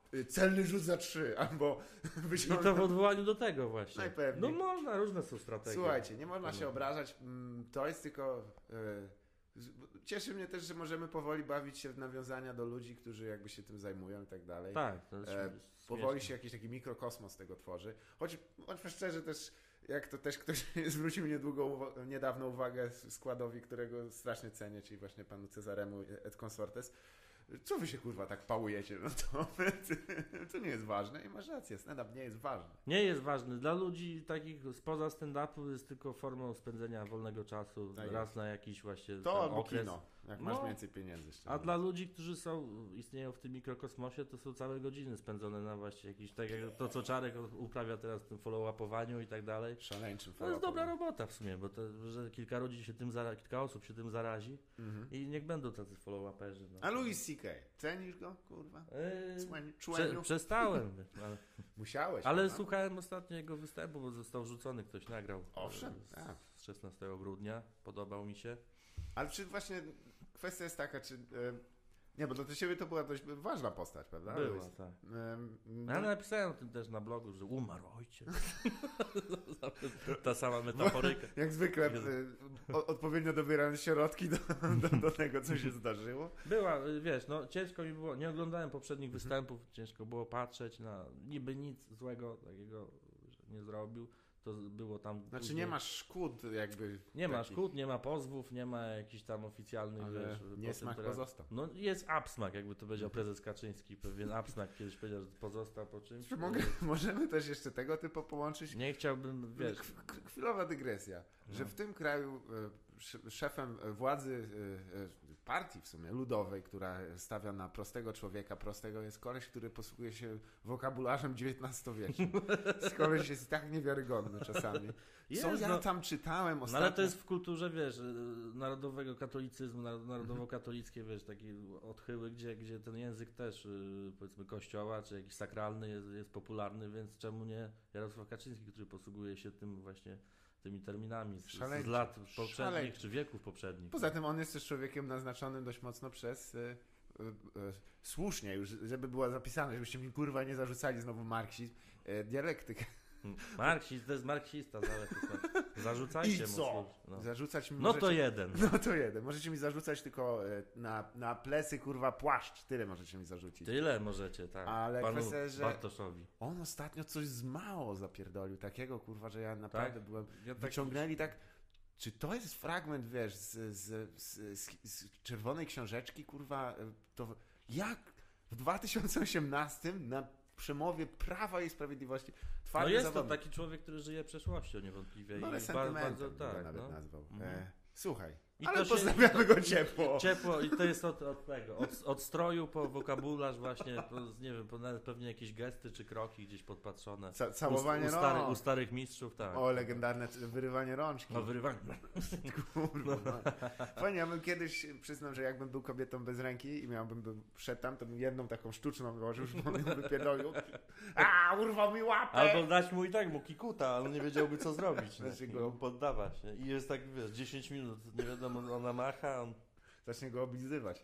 [SPEAKER 1] celny rzut za 3, albo
[SPEAKER 2] I to w odwołaniu do tego właśnie.
[SPEAKER 1] Najpewniej.
[SPEAKER 2] No można, różne są strategie.
[SPEAKER 1] Słuchajcie, nie można się obrażać, to jest tylko... Cieszy mnie też, że możemy powoli bawić się w nawiązania do ludzi, którzy jakby się tym zajmują i tak dalej.
[SPEAKER 2] Tak, to jest
[SPEAKER 1] powoli się jakiś taki mikrokosmos tego tworzy. Choć szczerze też, jak to też ktoś zwrócił niedawno uwagę składowi, którego strasznie cenię, czyli właśnie panu Cezaremu et Consortes. Co wy się kurwa tak pałujecie? No to nie jest ważne i masz rację, stand-up nie jest ważny.
[SPEAKER 2] Nie jest ważny. Dla ludzi takich spoza stand-upu jest tylko formą spędzenia wolnego czasu,
[SPEAKER 1] tak
[SPEAKER 2] raz na jakiś właśnie
[SPEAKER 1] to albo
[SPEAKER 2] okres.
[SPEAKER 1] Kino, jak masz więcej pieniędzy.
[SPEAKER 2] A dla ludzi, którzy istnieją w tym mikrokosmosie, to są całe godziny spędzone na właśnie jakiś, tak jak to, co Czarek uprawia teraz w tym follow-upowaniu i tak dalej.
[SPEAKER 1] Szaleńczym
[SPEAKER 2] to jest dobra robota w sumie, bo to, że kilka osób się tym zarazi i niech będą tacy follow-uperzy. No.
[SPEAKER 1] A Louis C.K. Cenisz go, kurwa?
[SPEAKER 2] Przestałem. Ale...
[SPEAKER 1] Musiałeś.
[SPEAKER 2] Ale prawda? Słuchałem ostatnio jego występu, bo został wrzucony, ktoś nagrał.
[SPEAKER 1] Owszem,
[SPEAKER 2] z 16 grudnia. Podobał mi się.
[SPEAKER 1] Ale czy właśnie kwestia jest taka, czy... Nie, bo dla ciebie to była dość ważna postać, prawda?
[SPEAKER 2] Była, tak. Ja napisałem o tym też na blogu, że umarł ojciec. Ta sama metaforyka.
[SPEAKER 1] Jak zwykle odpowiednio dobierając środki do tego, co się zdarzyło.
[SPEAKER 2] Była, wiesz, no ciężko mi było, nie oglądałem poprzednich występów, ciężko było patrzeć na niby nic złego takiego, że nie zrobił. To było tam...
[SPEAKER 1] Znaczy później... nie ma szkód jakby...
[SPEAKER 2] Nie ma szkód, nie ma pozwów, nie ma jakichś tam oficjalnych...
[SPEAKER 1] Ale wiesz, niesmak pozostał.
[SPEAKER 2] No jest absmak, jakby to powiedział prezes Kaczyński. Pewien absmak kiedyś powiedział, że pozostał po czymś.
[SPEAKER 1] Możemy też jeszcze tego typu połączyć?
[SPEAKER 2] Nie chciałbym, wiesz...
[SPEAKER 1] Chwilowa dygresja, że w tym kraju szefem władzy partii w sumie ludowej, która stawia na prostego człowieka, jest koleś, który posługuje się wokabularzem XIX-wiecznym. Koleś jest tak niewiarygodny czasami. Ja tam czytałem ostatnio...
[SPEAKER 2] No ale to jest w kulturze, wiesz, narodowego katolicyzmu, narodowo-katolickie, wiesz, takie odchyły, gdzie ten język też, powiedzmy, kościoła, czy jakiś sakralny jest popularny, więc czemu nie Jarosław Kaczyński, który posługuje się tym właśnie tymi terminami z lat poprzednich, czy wieków poprzednich.
[SPEAKER 1] Poza tym on jest też człowiekiem naznaczonym dość mocno przez słusznie już, żeby było zapisane, żebyście mi kurwa nie zarzucali znowu marksizm, dialektykę.
[SPEAKER 2] Marksizm, to jest marksista, zarzucajcie mu.
[SPEAKER 1] Co? No. Zarzucać mi
[SPEAKER 2] no możecie, to jeden.
[SPEAKER 1] No to jeden. Możecie mi zarzucać tylko na plecy, kurwa, płaszcz. Tyle możecie mi zarzucić.
[SPEAKER 2] Tyle możecie, tak.
[SPEAKER 1] Ale
[SPEAKER 2] panu
[SPEAKER 1] kwestia, że
[SPEAKER 2] Bartoszowi.
[SPEAKER 1] On ostatnio coś z mało zapierdolił. Takiego, kurwa, że ja naprawdę byłem... Wyciągnęli tak... Czy to jest fragment, wiesz, z czerwonej książeczki, kurwa, to jak w 2018 na przemowie Prawa i Sprawiedliwości
[SPEAKER 2] no jest to taki człowiek, który żyje przeszłością niewątpliwie.
[SPEAKER 1] No ale sentymentem nawet nazwał. Słuchaj, ale pozdrawiamy go ciepło.
[SPEAKER 2] Ciepło i to jest od stroju po wokabularz właśnie, nie wiem, pewnie jakieś gesty czy kroki gdzieś podpatrzone.
[SPEAKER 1] Całowanie rąk.
[SPEAKER 2] U starych mistrzów, tak.
[SPEAKER 1] O, legendarne wyrywanie rączki.
[SPEAKER 2] O, wyrywanie.
[SPEAKER 1] Kurwa. Fajnie, ja bym kiedyś, przyznam, że jakbym był kobietą bez ręki i szedł tam, to bym jedną taką sztuczną wyłożył, że bym ją wypierdolił. Urwał mi łapę!
[SPEAKER 2] Albo dać mu i tak mu kikuta, ale nie wiedziałby co zrobić. Znaczy go poddawać. I jest tak, wiesz, 10 minut, nie wiadomo, ona macha, on
[SPEAKER 1] zacznie go oblizywać.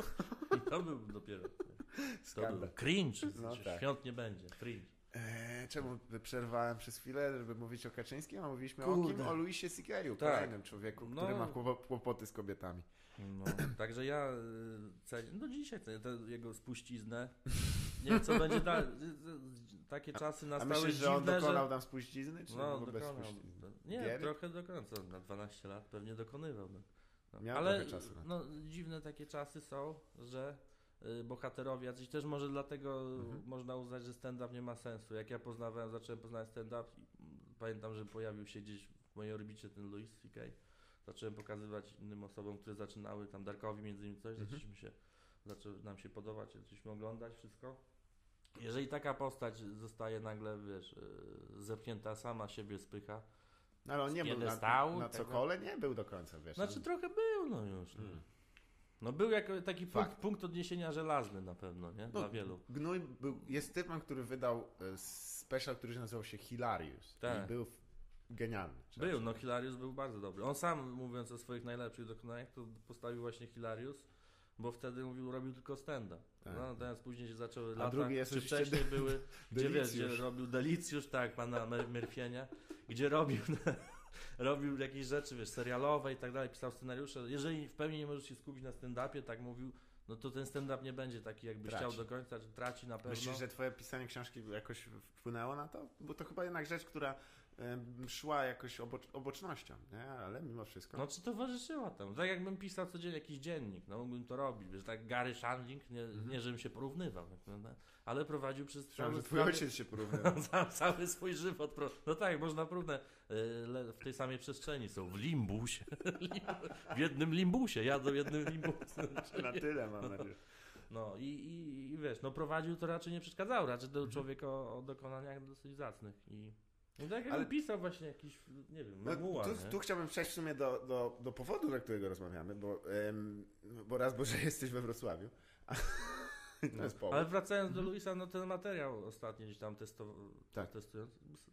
[SPEAKER 2] I to był dopiero. To był cringe. No tak. Świąt nie będzie. Cringe.
[SPEAKER 1] Czemu przerwałem przez chwilę, żeby mówić o Kaczyńskim, a mówiliśmy o kim? O Louisie C.K.'u, kolejnym człowieku, który ma kłopoty z kobietami.
[SPEAKER 2] No, także ja cenię, dzisiaj cenię tę jego spuściznę. Nie wiem, co będzie dalej. Takie czasy nastały dziwne,
[SPEAKER 1] że on dokonał tam spuścizny? Czy
[SPEAKER 2] no,
[SPEAKER 1] bez spuścizny?
[SPEAKER 2] Nie, Giery? Trochę dokonał. Na 12 lat pewnie dokonywał.
[SPEAKER 1] Ale czasu,
[SPEAKER 2] dziwne takie czasy są, że bohaterowie jacyś też może dlatego można uznać, że stand-up nie ma sensu. Jak ja zacząłem poznawać stand-up, pamiętam, że pojawił się gdzieś w mojej orbicie ten Louis C.K. Zacząłem pokazywać innym osobom, które zaczynały, tam Darkowi między innymi coś, zaczął nam się podobać, zaczęliśmy oglądać wszystko. Jeżeli taka postać zostaje nagle, wiesz, zepchnięta, sama siebie spycha,
[SPEAKER 1] no, ale on nie był na cokole, nie był do końca, wiesz.
[SPEAKER 2] Znaczy trochę był, no już. No był jako taki punkt odniesienia żelazny na pewno, nie? Dla wielu.
[SPEAKER 1] Gnój jest typem, który wydał special, który nazywał się Hilarious. Tak. I był genialny.
[SPEAKER 2] Hilarious był bardzo dobry. On sam, mówiąc o swoich najlepszych dokonaniach, to postawił właśnie Hilarious, bo wtedy mówił, robił tylko stand-up.
[SPEAKER 1] Tak.
[SPEAKER 2] No, natomiast później się zaczęły
[SPEAKER 1] A
[SPEAKER 2] lata,
[SPEAKER 1] drugi jest
[SPEAKER 2] czy wcześniej były, gdzie
[SPEAKER 1] Delicjusz.
[SPEAKER 2] robił Delicjusz, tak, pana Murphy'nia, gdzie robił jakieś rzeczy, wiesz, serialowe i tak dalej, pisał scenariusze. Jeżeli w pełni nie możesz się skupić na stand-upie, tak mówił, no to ten stand-up nie będzie taki, jakbyś chciał do końca, czy traci na pewno.
[SPEAKER 1] Myślisz, że twoje pisanie książki jakoś wpłynęło na to? Bo to chyba jednak rzecz, która szła jakoś obocznością, nie? Ale mimo wszystko.
[SPEAKER 2] No czy towarzyszyła tam? Tak jakbym pisał codziennie jakiś dziennik, no mógłbym to robić, wiesz, tak Gary Shandling, nie żebym się porównywał, ale prowadził przez
[SPEAKER 1] Myślałem, że twój ojciec się porównywał.
[SPEAKER 2] cały swój żywot. No tak, można porównać. W tej samej przestrzeni są, w limbusie. W jednym limbusie, jadą w jednym limbusie.
[SPEAKER 1] Na tyle mam nadzieję.
[SPEAKER 2] No i wiesz, no prowadził, to raczej nie przeszkadzało, raczej to człowiek o dokonaniach dosyć zacnych i no tak jakby pisał właśnie jakiś, nie wiem, memuar.
[SPEAKER 1] Tu chciałbym przejść w sumie do powodu, dla którego rozmawiamy, bo raz, bo że jesteś we Wrocławiu. To jest powód.
[SPEAKER 2] Ale wracając do Luisa, no ten materiał ostatnio gdzieś tam testując.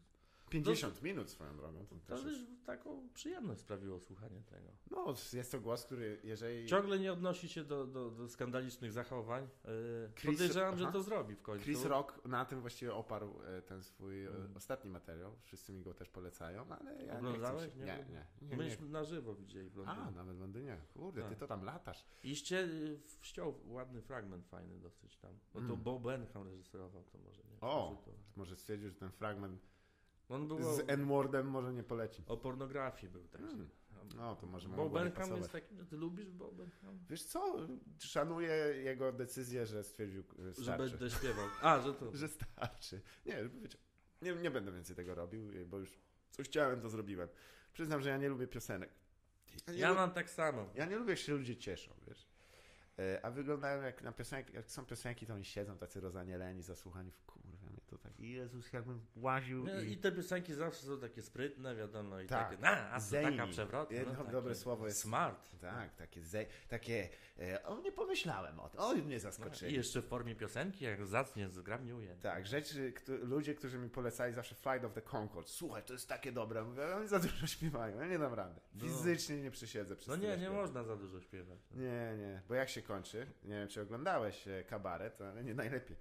[SPEAKER 1] 50 minut swoją drogą.
[SPEAKER 2] To już taką przyjemność sprawiło słuchanie tego.
[SPEAKER 1] No, jest to głos, który jeżeli...
[SPEAKER 2] Ciągle nie odnosi się do skandalicznych zachowań. Podejrzewam, że to zrobi w końcu.
[SPEAKER 1] Chris Rock na tym właściwie oparł ten swój ostatni materiał. Wszyscy mi go też polecają, ale ja
[SPEAKER 2] Oglądałeś?
[SPEAKER 1] nie chcę. Nie.
[SPEAKER 2] Myśmy na żywo widzieli w Londynie.
[SPEAKER 1] Nawet w Londynie. Kurde, ty to tam latasz.
[SPEAKER 2] Iście ściął ładny fragment, fajny dosyć tam. No to Bo Burnham reżyserował, to może nie.
[SPEAKER 1] Może stwierdził, że ten fragment
[SPEAKER 2] on był
[SPEAKER 1] z N-wordem może nie poleci.
[SPEAKER 2] O pornografii był tak.
[SPEAKER 1] No, to może
[SPEAKER 2] Bo Burnham jest takim, że ty lubisz Bo Burnham?
[SPEAKER 1] Wiesz co? Szanuję jego decyzję, że stwierdził, że starczy.
[SPEAKER 2] Że będę śpiewał. Że to...
[SPEAKER 1] Że starczy. Nie, wiecie, nie będę więcej tego robił, bo już coś chciałem, to zrobiłem. Przyznam, że ja nie lubię piosenek.
[SPEAKER 2] Ja mam tak samo.
[SPEAKER 1] Ja nie lubię, jak się ludzie cieszą, wiesz. A wyglądają jak na piosenki, jak są piosenki, to oni siedzą tacy rozanieleni, zasłuchani w kurwa mnie to tak. Jezus, jakbym łaził.
[SPEAKER 2] I te piosenki zawsze są takie sprytne, wiadomo, i
[SPEAKER 1] tak,
[SPEAKER 2] takie, taka przewrotna.
[SPEAKER 1] Dobre słowo jest.
[SPEAKER 2] Smart.
[SPEAKER 1] Tak, takie nie pomyślałem o tym. Mnie zaskoczyli.
[SPEAKER 2] I jeszcze w formie piosenki, jak zacnie, zgrabnie ujęte.
[SPEAKER 1] Tak, ludzie, którzy mi polecali zawsze Flight of the Conchords. Słuchaj, to jest takie dobre. Mówię, oni za dużo śpiewają, ja nie dam rady. Fizycznie nie przysiedzę przez
[SPEAKER 2] nie można za dużo śpiewać.
[SPEAKER 1] Nie, bo jak się kończy, nie wiem, czy oglądałeś Kabaret, ale nie najlepiej.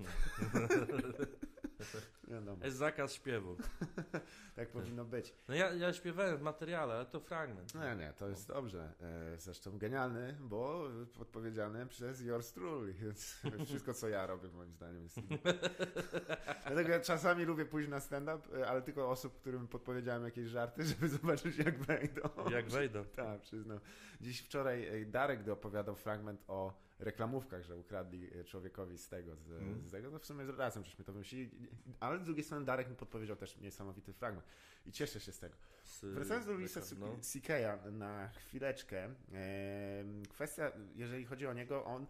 [SPEAKER 2] Jest zakaz śpiewu.
[SPEAKER 1] Tak powinno być.
[SPEAKER 2] No ja śpiewałem w materiale, ale to fragment.
[SPEAKER 1] Nie, to jest dobrze. Zresztą genialny, bo podpowiedziany przez yours truly. Więc wszystko, co ja robię, moim zdaniem jest... Dlatego ja czasami lubię pójść na stand-up, ale tylko osób, którym podpowiedziałem jakieś żarty, żeby zobaczyć, jak wejdą.
[SPEAKER 2] Jak wejdą.
[SPEAKER 1] Tak, przyznam. Wczoraj Darek opowiadał fragment o reklamówkach, że ukradli człowiekowi z tego. No w sumie razem żeśmy to wymyślili, ale z drugiej strony Darek mi podpowiedział też niesamowity fragment i cieszę się z tego. Wracając do Louisa C.K.'a na chwileczkę, kwestia, jeżeli chodzi o niego, on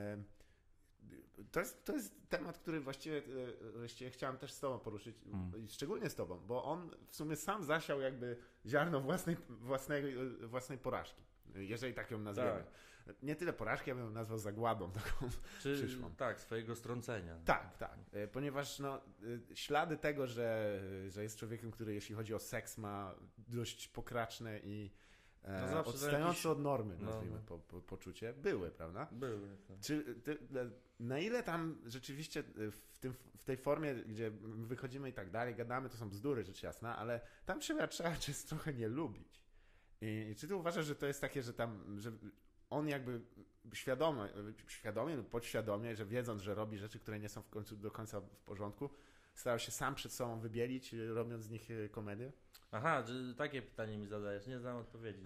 [SPEAKER 1] to jest temat, który właściwie chciałem też z tobą poruszyć, szczególnie z tobą, bo on w sumie sam zasiał jakby ziarno własnej porażki, jeżeli tak ją nazwiemy.
[SPEAKER 2] Tak.
[SPEAKER 1] Nie tyle porażki, ja bym ją nazwał zagładą taką przyszłą.
[SPEAKER 2] Tak, swojego strącenia.
[SPEAKER 1] Tak, ponieważ ślady tego, że jest człowiekiem, który jeśli chodzi o seks ma dość pokraczne i odstające od normy, nazwijmy, poczucie, były, prawda?
[SPEAKER 2] Były. Tak.
[SPEAKER 1] Na ile tam rzeczywiście w tej formie, gdzie wychodzimy i tak dalej, gadamy, to są bzdury, rzecz jasna, ale tam trzeba trochę nie lubić. I czy ty uważasz, że to jest takie, że on jakby świadomie lub podświadomie, że wiedząc, że robi rzeczy, które nie są do końca w porządku, starał się sam przed sobą wybielić, robiąc z nich komedię?
[SPEAKER 2] Aha, że takie pytanie mi zadajesz, nie znam odpowiedzi.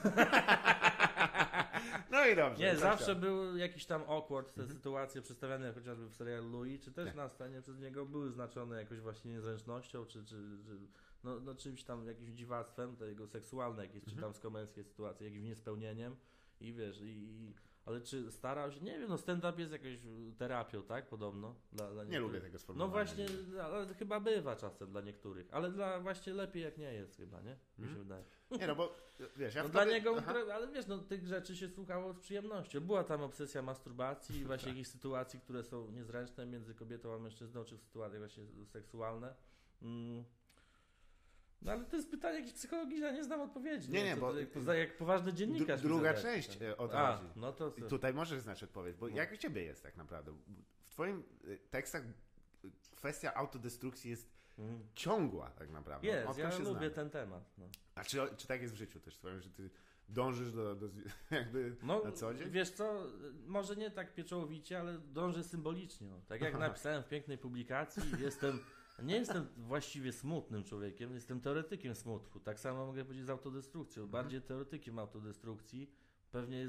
[SPEAKER 1] No i dobrze.
[SPEAKER 2] Nie, zawsze był jakiś tam awkward, te sytuacje przedstawiane chociażby w serialu Louis, czy też na scenie przez niego były znaczone jakoś właśnie niezręcznością, czy czymś tam, jakimś dziwactwem, to jego seksualne jakieś, czy tam skomerskie sytuacje, jakimś niespełnieniem i wiesz, ale czy starał się, nie wiem, stand-up jest jakąś terapią, tak, podobno.
[SPEAKER 1] Nie lubię tego sformułowania.
[SPEAKER 2] No właśnie, ale chyba bywa czasem dla niektórych, ale właśnie lepiej jak nie jest chyba, nie? Mi się wydaje.
[SPEAKER 1] Nie, no bo wiesz,
[SPEAKER 2] dla niego, ale wiesz, tych rzeczy się słuchało z przyjemnością. Była tam obsesja masturbacji i właśnie jakichś sytuacji, które są niezręczne między kobietą a mężczyzną, czy sytuacje właśnie seksualne. No ale to jest pytanie jakieś psychologiczne, nie znam odpowiedzi.
[SPEAKER 1] Nie, bo
[SPEAKER 2] jak poważny dziennikarz.
[SPEAKER 1] Druga część o to chodzi.
[SPEAKER 2] No to...
[SPEAKER 1] Tutaj możesz znać odpowiedź, bo jak u ciebie jest tak naprawdę? W twoim tekstach kwestia autodestrukcji jest ciągła tak naprawdę.
[SPEAKER 2] Jest, ja lubię ten temat. No.
[SPEAKER 1] A czy tak jest w życiu też twoim, że ty dążysz do jakby na co dzień?
[SPEAKER 2] Wiesz co, może nie tak pieczołowicie, ale dążę symbolicznie. Tak jak napisałem w pięknej publikacji, nie jestem właściwie smutnym człowiekiem, jestem teoretykiem smutku. Tak samo mogę powiedzieć z autodestrukcją. Bardziej teoretykiem autodestrukcji. Pewnie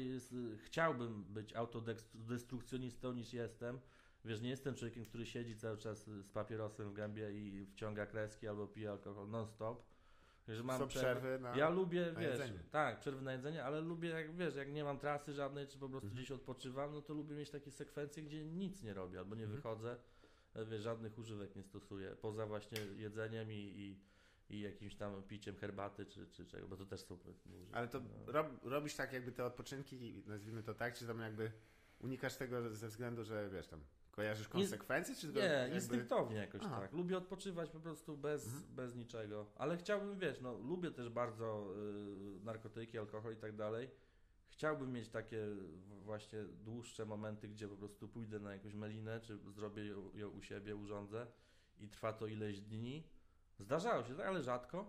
[SPEAKER 2] chciałbym być autodestrukcjonistą niż jestem. Wiesz, nie jestem człowiekiem, który siedzi cały czas z papierosem w gębie i wciąga kreski albo pije alkohol non-stop. Że mam
[SPEAKER 1] przerwy na
[SPEAKER 2] Ja lubię,
[SPEAKER 1] jedzenie.
[SPEAKER 2] Tak, przerwy na jedzenie, ale lubię, jak nie mam trasy żadnej, czy po prostu gdzieś odpoczywam, no to lubię mieć takie sekwencje, gdzie nic nie robię, albo nie wychodzę, żadnych używek nie stosuję, poza właśnie jedzeniem i jakimś tam piciem herbaty, czy czego, bo to też są używki.
[SPEAKER 1] Ale to robisz tak jakby te odpoczynki, nazwijmy to tak, czy tam jakby unikasz tego ze względu, że wiesz tam, kojarzysz konsekwencje? Czy
[SPEAKER 2] nie, instynktownie jakoś tak. Lubię odpoczywać po prostu bez niczego. Ale chciałbym, lubię też bardzo narkotyki, alkohol i tak dalej. Chciałbym mieć takie właśnie dłuższe momenty, gdzie po prostu pójdę na jakąś melinę, czy zrobię ją u siebie, urządzę i trwa to ileś dni. Zdarzało się, ale rzadko.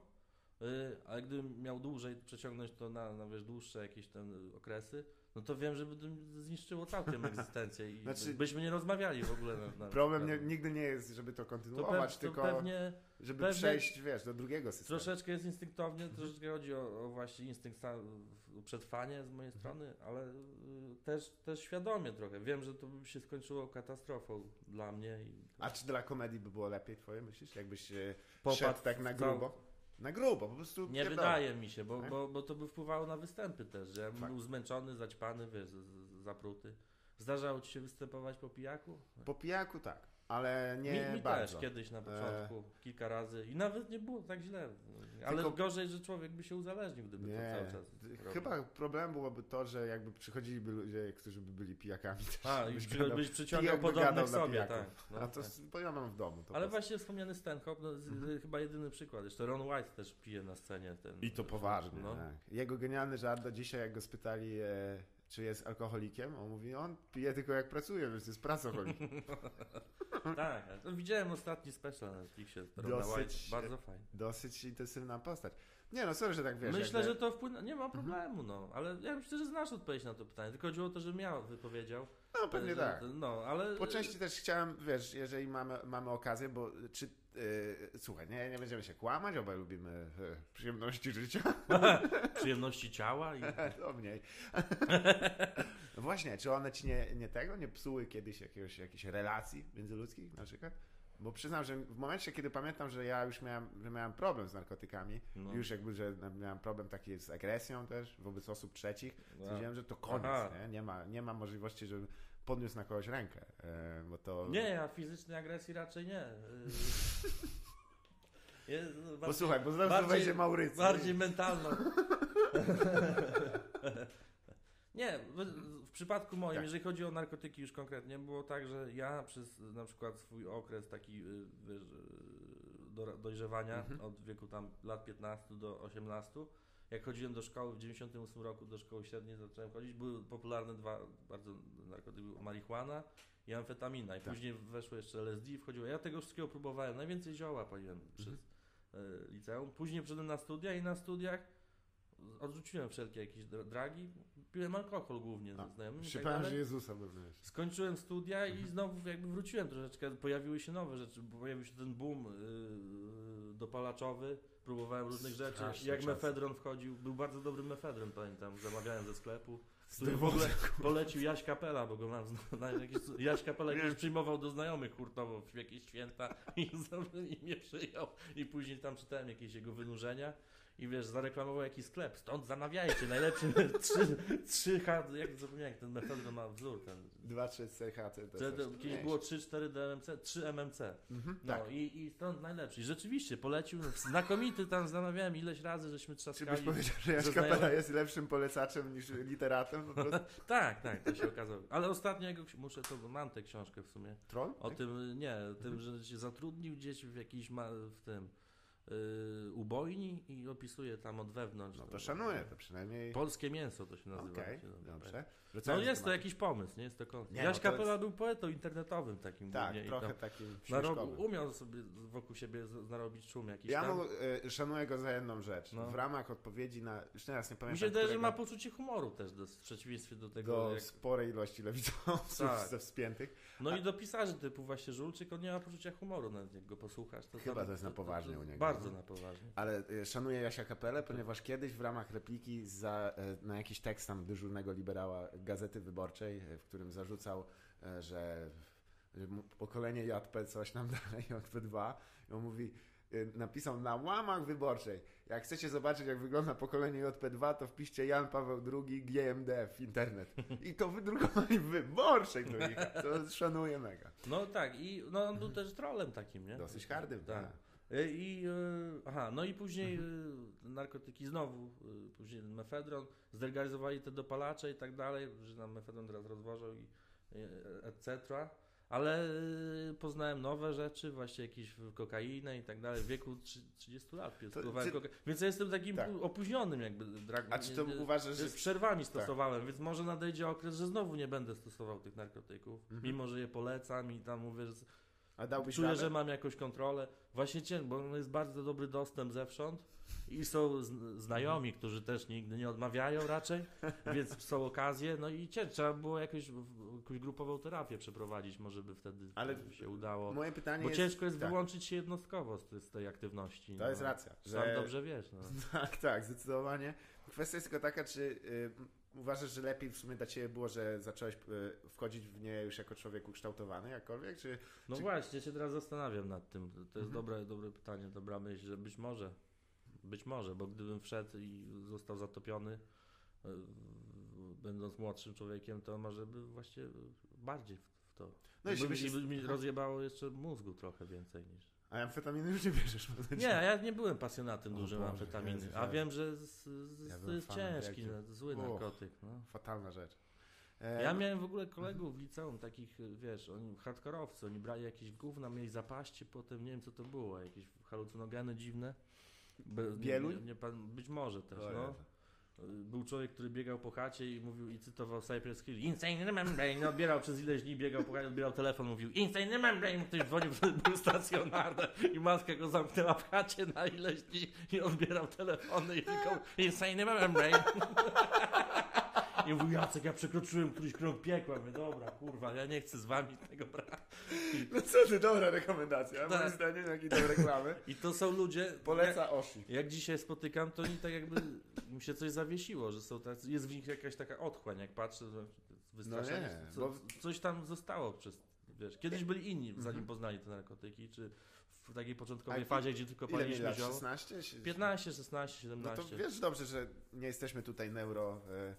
[SPEAKER 2] Ale gdybym miał dłużej przeciągnąć to na dłuższe jakieś okresy, no to wiem, że by zniszczyło całkiem egzystencję i byśmy nie rozmawiali w ogóle.
[SPEAKER 1] Problem nigdy nie jest, żeby to kontynuować, tylko żeby przejść, do drugiego systemu.
[SPEAKER 2] Troszeczkę jest instynktownie, troszeczkę chodzi o właśnie instynkt przetrwanie z mojej strony, ale też świadomie trochę. Wiem, że to by się skończyło katastrofą dla mnie.
[SPEAKER 1] A czy dla komedii by było lepiej, twoje myślisz? Jakbyś szedł tak na grubo? Na grubo, po prostu.
[SPEAKER 2] Nie wydaje mi się, bo to by wpływało na występy też, że ja bym był zmęczony, zaćpany, zapruty. Zdarzało ci się występować po pijaku?
[SPEAKER 1] Po pijaku tak, ale nie
[SPEAKER 2] mi
[SPEAKER 1] bardzo.
[SPEAKER 2] Też kiedyś na początku, kilka razy i nawet nie było tak źle. Ale gorzej, że człowiek by się uzależnił, gdyby to cały czas
[SPEAKER 1] chyba problem byłoby to, że jakby przychodziliby ludzie, którzy by byli pijakami.
[SPEAKER 2] Już byś przyciągał podobnych sobie, tak.
[SPEAKER 1] A to ja mam w domu.
[SPEAKER 2] Ale właśnie wspomniany Stanhope, chyba jedyny przykład. Jeszcze Ron White też pije na scenie.
[SPEAKER 1] I to poważnie. Tak. Jego genialny żart do dzisiaj, jak go spytali, czy jest alkoholikiem, on mówi, on pije tylko jak pracuje, więc jest pracoholik.
[SPEAKER 2] Tak, widziałem ostatni special na Netflixie, Rona White, bardzo fajnie.
[SPEAKER 1] Dosyć intensywna postać. Nie sorry, że tak wiesz.
[SPEAKER 2] Myślę, że to wpłynie, nie ma problemu, ale ja myślę, że znasz odpowiedź na to pytanie, tylko chodziło o to, że wypowiedział.
[SPEAKER 1] No pewnie tak.
[SPEAKER 2] Ale...
[SPEAKER 1] Po części też chciałem, jeżeli mamy okazję, bo słuchaj, nie będziemy się kłamać, obaj lubimy przyjemności życia.
[SPEAKER 2] Przyjemności ciała i...
[SPEAKER 1] To mniej. No właśnie, czy one ci nie psuły kiedyś jakichś relacji międzyludzkich na przykład? Bo przyznam, że w momencie, kiedy pamiętam, że ja już miałem problem z narkotykami, już jakby, że miałem problem taki z agresją też wobec osób trzecich, stwierdziłem, że to koniec, nie ma możliwości, żebym podniósł na kogoś rękę, bo to...
[SPEAKER 2] Nie, a fizycznej agresji raczej nie.
[SPEAKER 1] Posłuchaj, bo zaraz wejdzie Maurycy.
[SPEAKER 2] Bardziej mentalną. Nie, w przypadku moim, jeżeli chodzi o narkotyki już konkretnie, było tak, że ja przez na przykład swój okres taki dojrzewania od wieku tam lat 15 do 18, jak chodziłem do szkoły w 98 roku, do szkoły średniej zacząłem chodzić, były popularne dwa bardzo narkotyki, marihuana i amfetamina i później weszło jeszcze LSD i wchodziło. Ja tego wszystkiego próbowałem, najwięcej zioła paliłem przez liceum, później przyszedłem na studia i na studiach odrzuciłem wszelkie jakieś dragi, piłem alkohol głównie ze znajomymi.
[SPEAKER 1] Przypałem, że Jezusa wewnątrz.
[SPEAKER 2] Skończyłem studia i znowu jakby wróciłem troszeczkę, pojawiły się nowe rzeczy, pojawił się ten boom dopalaczowy, próbowałem różnych rzeczy, jak mefedron wchodził, był bardzo dobry mefedron, pamiętam, zamawiałem ze sklepu, który w ogóle polecił Jaś Kapela, bo go mam Jaś Kapela kiedyś przyjmował do znajomych hurtowo w jakieś święta i mnie przyjął i później tam czytałem jakieś jego wynurzenia. I wiesz, zareklamował jakiś sklep, stąd zamawiajcie, najlepszy 3H, jak zapomniałem, jak ten mefedron ma wzór.
[SPEAKER 1] 2-3 CHT.
[SPEAKER 2] Kiedyś było 3-4 DMC, 3 MMC.
[SPEAKER 1] Tak.
[SPEAKER 2] I stąd najlepszy. I rzeczywiście polecił, znakomity tam zamawiałem ileś razy, żeśmy trzaskali.
[SPEAKER 1] Czy byś powiedział, że Jaś Kapela jest lepszym polecaczem niż literatem? Po prostu?
[SPEAKER 2] tak, to się okazało. Ale ostatnio mam tę książkę w sumie.
[SPEAKER 1] Troll?
[SPEAKER 2] O tym, tym, że się zatrudnił gdzieś w jakiś, ubojni i opisuje tam od wewnątrz.
[SPEAKER 1] No to szanuję, to przynajmniej...
[SPEAKER 2] Polskie mięso to się nazywa.
[SPEAKER 1] Okej, dobrze.
[SPEAKER 2] No jest to jakiś pomysł, nie jest to koncept. Jaś Kapela był poetą internetowym takim.
[SPEAKER 1] Tak,
[SPEAKER 2] głównie,
[SPEAKER 1] trochę takim śmieszkowym.
[SPEAKER 2] Umiał sobie wokół siebie narobić szum jakiś
[SPEAKER 1] szanuję go za jedną rzecz.
[SPEAKER 2] No.
[SPEAKER 1] W ramach odpowiedzi na... Już teraz nie pamiętam,
[SPEAKER 2] mi się wydaje, że ma poczucie humoru też, w przeciwieństwie do tego...
[SPEAKER 1] Do sporej ilości lewicowców ze wspiętych.
[SPEAKER 2] No i do pisarzy typu właśnie Żulczyk, on nie ma poczucia humoru, nawet jak go posłuchasz.
[SPEAKER 1] Chyba to jest na poważnie u niego.
[SPEAKER 2] Bardzo na poważnie.
[SPEAKER 1] Ale szanuję Jasia Kapelę, ponieważ kiedyś w ramach repliki na jakiś tekst tam dyżurnego liberała Gazety Wyborczej, w którym zarzucał, że pokolenie JP coś tam dalej, JP2, i on mówi, napisał na łamach Wyborczej: jak chcecie zobaczyć, jak wygląda pokolenie JP2, to wpiszcie Jan Paweł II GMD w internet. I to wydrukowali w Wyborczej, to szanuję mega.
[SPEAKER 2] No tak, i no, on był też trolem takim, nie?
[SPEAKER 1] Dosyć hardym, tak.
[SPEAKER 2] No i później narkotyki znowu, później mefedron, zlegalizowali te dopalacze i tak dalej, że nam mefedron teraz rozważał i etc. Ale poznałem nowe rzeczy, właśnie jakieś kokainę i tak dalej, w wieku 30 lat spróbowałem więc ja jestem takim opóźnionym jakby.
[SPEAKER 1] A czy to uważasz, że...
[SPEAKER 2] Z przerwami stosowałem, więc może nadejdzie okres, że znowu nie będę stosował tych narkotyków, mimo że je polecam i tam mówię, że czuję, że mam jakąś kontrolę. Właśnie bo jest bardzo dobry dostęp zewsząd i są znajomi, którzy też nigdy nie odmawiają raczej, więc są okazje, no i trzeba było jakąś grupową terapię przeprowadzić, może by wtedy się udało.
[SPEAKER 1] Moje pytanie
[SPEAKER 2] bo ciężko jest wyłączyć się jednostkowo z tej aktywności.
[SPEAKER 1] To jest racja.
[SPEAKER 2] Sam dobrze wiesz. No.
[SPEAKER 1] Tak, zdecydowanie. Kwestia jest tylko taka, czy uważasz, że lepiej w sumie dla Ciebie było, że zacząłeś wchodzić w nie już jako człowiek ukształtowany jakkolwiek?
[SPEAKER 2] No właśnie, się teraz zastanawiam nad tym. To jest dobre pytanie, dobra myśl, że być może, bo gdybym wszedł i został zatopiony, będąc młodszym człowiekiem, to może by właśnie bardziej w to. No by mi rozjebało jeszcze mózgu trochę więcej niż.
[SPEAKER 1] A amfetaminy już nie bierzesz?
[SPEAKER 2] Nie, ja nie byłem pasjonatem dużym amfetaminy, a wiem, że to jest ciężki, zły narkotyk. No.
[SPEAKER 1] Fatalna rzecz.
[SPEAKER 2] Ja miałem w ogóle kolegów w liceum, takich, wiesz, oni hardkorowcy, oni brali jakieś gówna, mieli zapaści, potem nie wiem co to było, jakieś halucynogeny dziwne.
[SPEAKER 1] Bieluń?
[SPEAKER 2] Być może też, no. Był człowiek, który biegał po chacie i mówił i cytował Cypress Hill: Insane membrane, no, odbierał przez ileś dni, biegał po chacie, odbierał telefon, mówił Insane membrane, ktoś dzwonił, był stacjonarny i matka go zamknęła w chacie na ileś dni i odbierał telefony i tylko Insane membrane. I mówił: Jacek, ja przekroczyłem któryś krąg piekła. Mówię: dobra, kurwa, ja nie chcę z wami tego brać.
[SPEAKER 1] No co ty, dobra rekomendacja. Moim zdaniem, jakie dobre reklamy.
[SPEAKER 2] I to są ludzie...
[SPEAKER 1] Poleca Osi.
[SPEAKER 2] Jak dzisiaj spotykam, to oni tak jakby im się coś zawiesiło, że są tacy, jest w nich jakaś taka otchłań, jak patrzę, wystraszenie. No nie, coś tam zostało przez... Wiesz, kiedyś byli inni, zanim poznali te narkotyki, czy w takiej początkowej fazie, gdzie tylko paliliśmy zioło.
[SPEAKER 1] 16?
[SPEAKER 2] 15, 16, 17.
[SPEAKER 1] No to wiesz dobrze, że nie jesteśmy tutaj neuro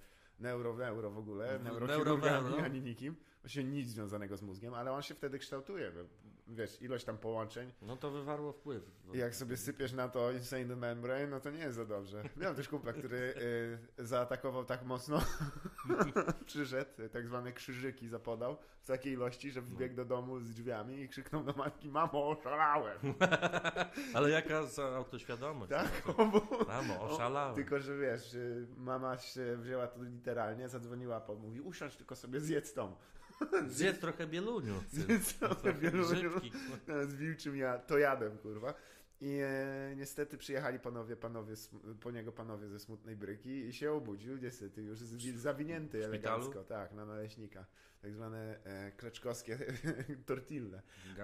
[SPEAKER 1] w ogóle, ani nikim, właśnie nic związanego z mózgiem, ale on się wtedy kształtuje, wiesz, ilość tam połączeń.
[SPEAKER 2] No to wywarło wpływ.
[SPEAKER 1] I jak sobie sypiesz na to Insane Membrane, no to nie jest za dobrze. Miałem też kumpla, który zaatakował tak mocno, przyszedł, tak zwane krzyżyki zapodał w takiej ilości, że wbiegł do domu z drzwiami i krzyknął do matki: mamo, oszalałem.
[SPEAKER 2] Ale jaka autoświadomość.
[SPEAKER 1] Tak,
[SPEAKER 2] mamo, oszalałem.
[SPEAKER 1] Tylko, że wiesz, mama się wzięła to literalnie, zadzwoniła, mówi: usiądź, tylko sobie zjedz tą.
[SPEAKER 2] Zjedz trochę bieluniu.
[SPEAKER 1] Zjedz trochę bieluniu. Z wilczym jadem, kurwa. I niestety przyjechali po niego panowie ze Smutnej Bryki i się obudził, niestety już zawinięty elegancko, tak, na naleśnika. Tak zwane kleczkowskie tortille.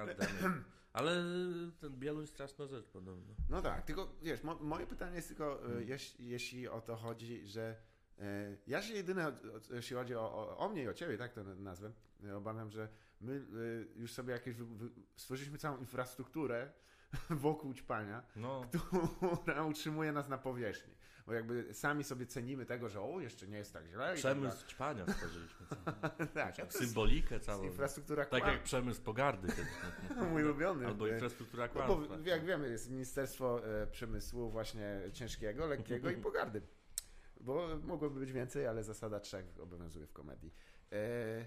[SPEAKER 2] Ale ten bieluń straszna rzecz podobno.
[SPEAKER 1] No tak, tylko wiesz, moje pytanie jest tylko, jeśli o to chodzi, że ja się jedyne, jeśli chodzi o mnie i o ciebie, tak to nazwę, obawiam, że my już sobie jakieś stworzyliśmy całą infrastrukturę wokół ćpania, która utrzymuje nas na powierzchni. Bo jakby sami sobie cenimy tego, że jeszcze nie jest tak źle.
[SPEAKER 2] Przemysł ćpania stworzyliśmy.
[SPEAKER 1] Tak,
[SPEAKER 2] symbolikę całą.
[SPEAKER 1] Infrastruktura
[SPEAKER 2] tak jak przemysł pogardy.
[SPEAKER 1] Mój ulubiony.
[SPEAKER 2] Albo infrastruktura kłamstwa.
[SPEAKER 1] Bo jak wiemy, jest Ministerstwo Przemysłu właśnie ciężkiego, lekkiego i pogardy. Bo mogłoby być więcej, ale zasada 3 obowiązuje w komedii.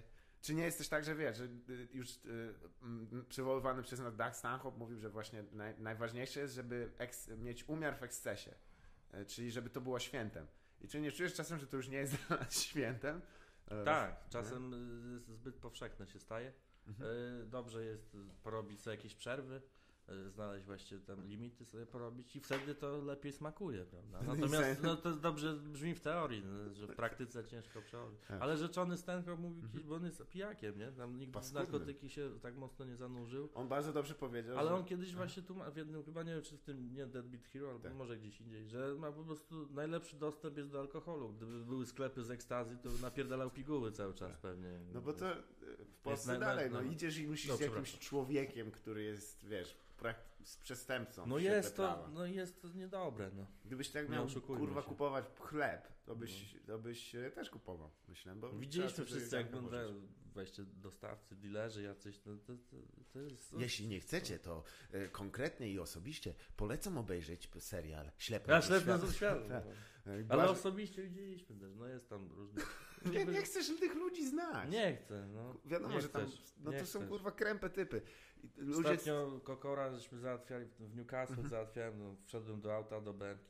[SPEAKER 1] Czy nie jest też tak, że wiesz, że już przywoływany przez nas Doug Stanhope mówił, że właśnie najważniejsze jest, żeby mieć umiar w ekscesie, czyli żeby to było świętem. I czy nie czujesz czasem, że to już nie jest dla nas świętem?
[SPEAKER 2] Tak, czasem zbyt powszechne się staje. Dobrze jest porobić sobie jakieś przerwy, znaleźć właśnie tam limity sobie porobić i wtedy to lepiej smakuje, prawda? Natomiast to dobrze brzmi w teorii, że w praktyce ciężko przełożyć. Ale rzeczony Stanhope mówił kiedyś, bo on jest pijakiem, nie? Tam nigdy w narkotyki się tak mocno nie zanurzył.
[SPEAKER 1] On bardzo dobrze powiedział.
[SPEAKER 2] Ale on kiedyś właśnie tu ma w jednym, chyba nie wiem czy w tym, nie Deadbeat Hero, albo może gdzieś indziej, że ma po prostu najlepszy dostęp jest do alkoholu. Gdyby były sklepy z ekstazy, to napierdalał piguły cały czas pewnie.
[SPEAKER 1] No bo to w Polsce dalej, idziesz i musisz z jakimś człowiekiem, który jest, wiesz, z przestępcą.
[SPEAKER 2] No jest to niedobre. No.
[SPEAKER 1] Gdybyś tak miał kupować chleb, to byś też kupował, myślę. Bo
[SPEAKER 2] widzieliśmy wszyscy, jak weźcie dostawcy, dilerzy jacyś, to jest...
[SPEAKER 1] Jeśli nie chcecie, to konkretnie i osobiście polecam obejrzeć serial Ślepy
[SPEAKER 2] z świata. Ale osobiście widzieliśmy też, jest tam różne...
[SPEAKER 1] Nie chcesz tych ludzi znać.
[SPEAKER 2] Nie chcę,
[SPEAKER 1] Wiadomo, że tam, to są kurwa krępe typy.
[SPEAKER 2] Ostatnio Kokora żeśmy załatwiali w Newcastle, wszedłem do auta, do BMK,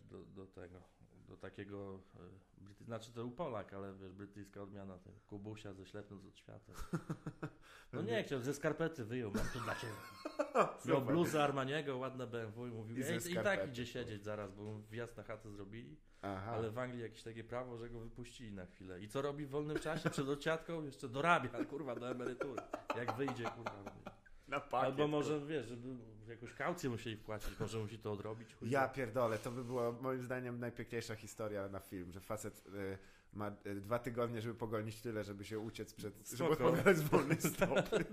[SPEAKER 2] do takiego, znaczy to był Polak, ale wiesz, brytyjska odmiana, tego Kubusia ze Ślepnąc od świata. Nie chciał, ze skarpety wyjął, mam to dla ciebie. Miał bluzę Armaniego, ładne BMW i mówił, i tak idzie siedzieć zaraz, bo wjazd na chatę zrobili, ale w Anglii jakieś takie prawo, że go wypuścili na chwilę. I co robi w wolnym czasie przed odsiadką? Jeszcze dorabia, kurwa, do emerytury. Jak wyjdzie, kurwa. Albo może, wiesz, żeby jakąś kaucję musieli wpłacić, może musi to odrobić.
[SPEAKER 1] Ja pierdolę, to by była moim zdaniem najpiękniejsza historia na film, że facet ma 2 tygodnie, żeby pogonić tyle, żeby się uciec żeby odpowiadać z wolnej stopy.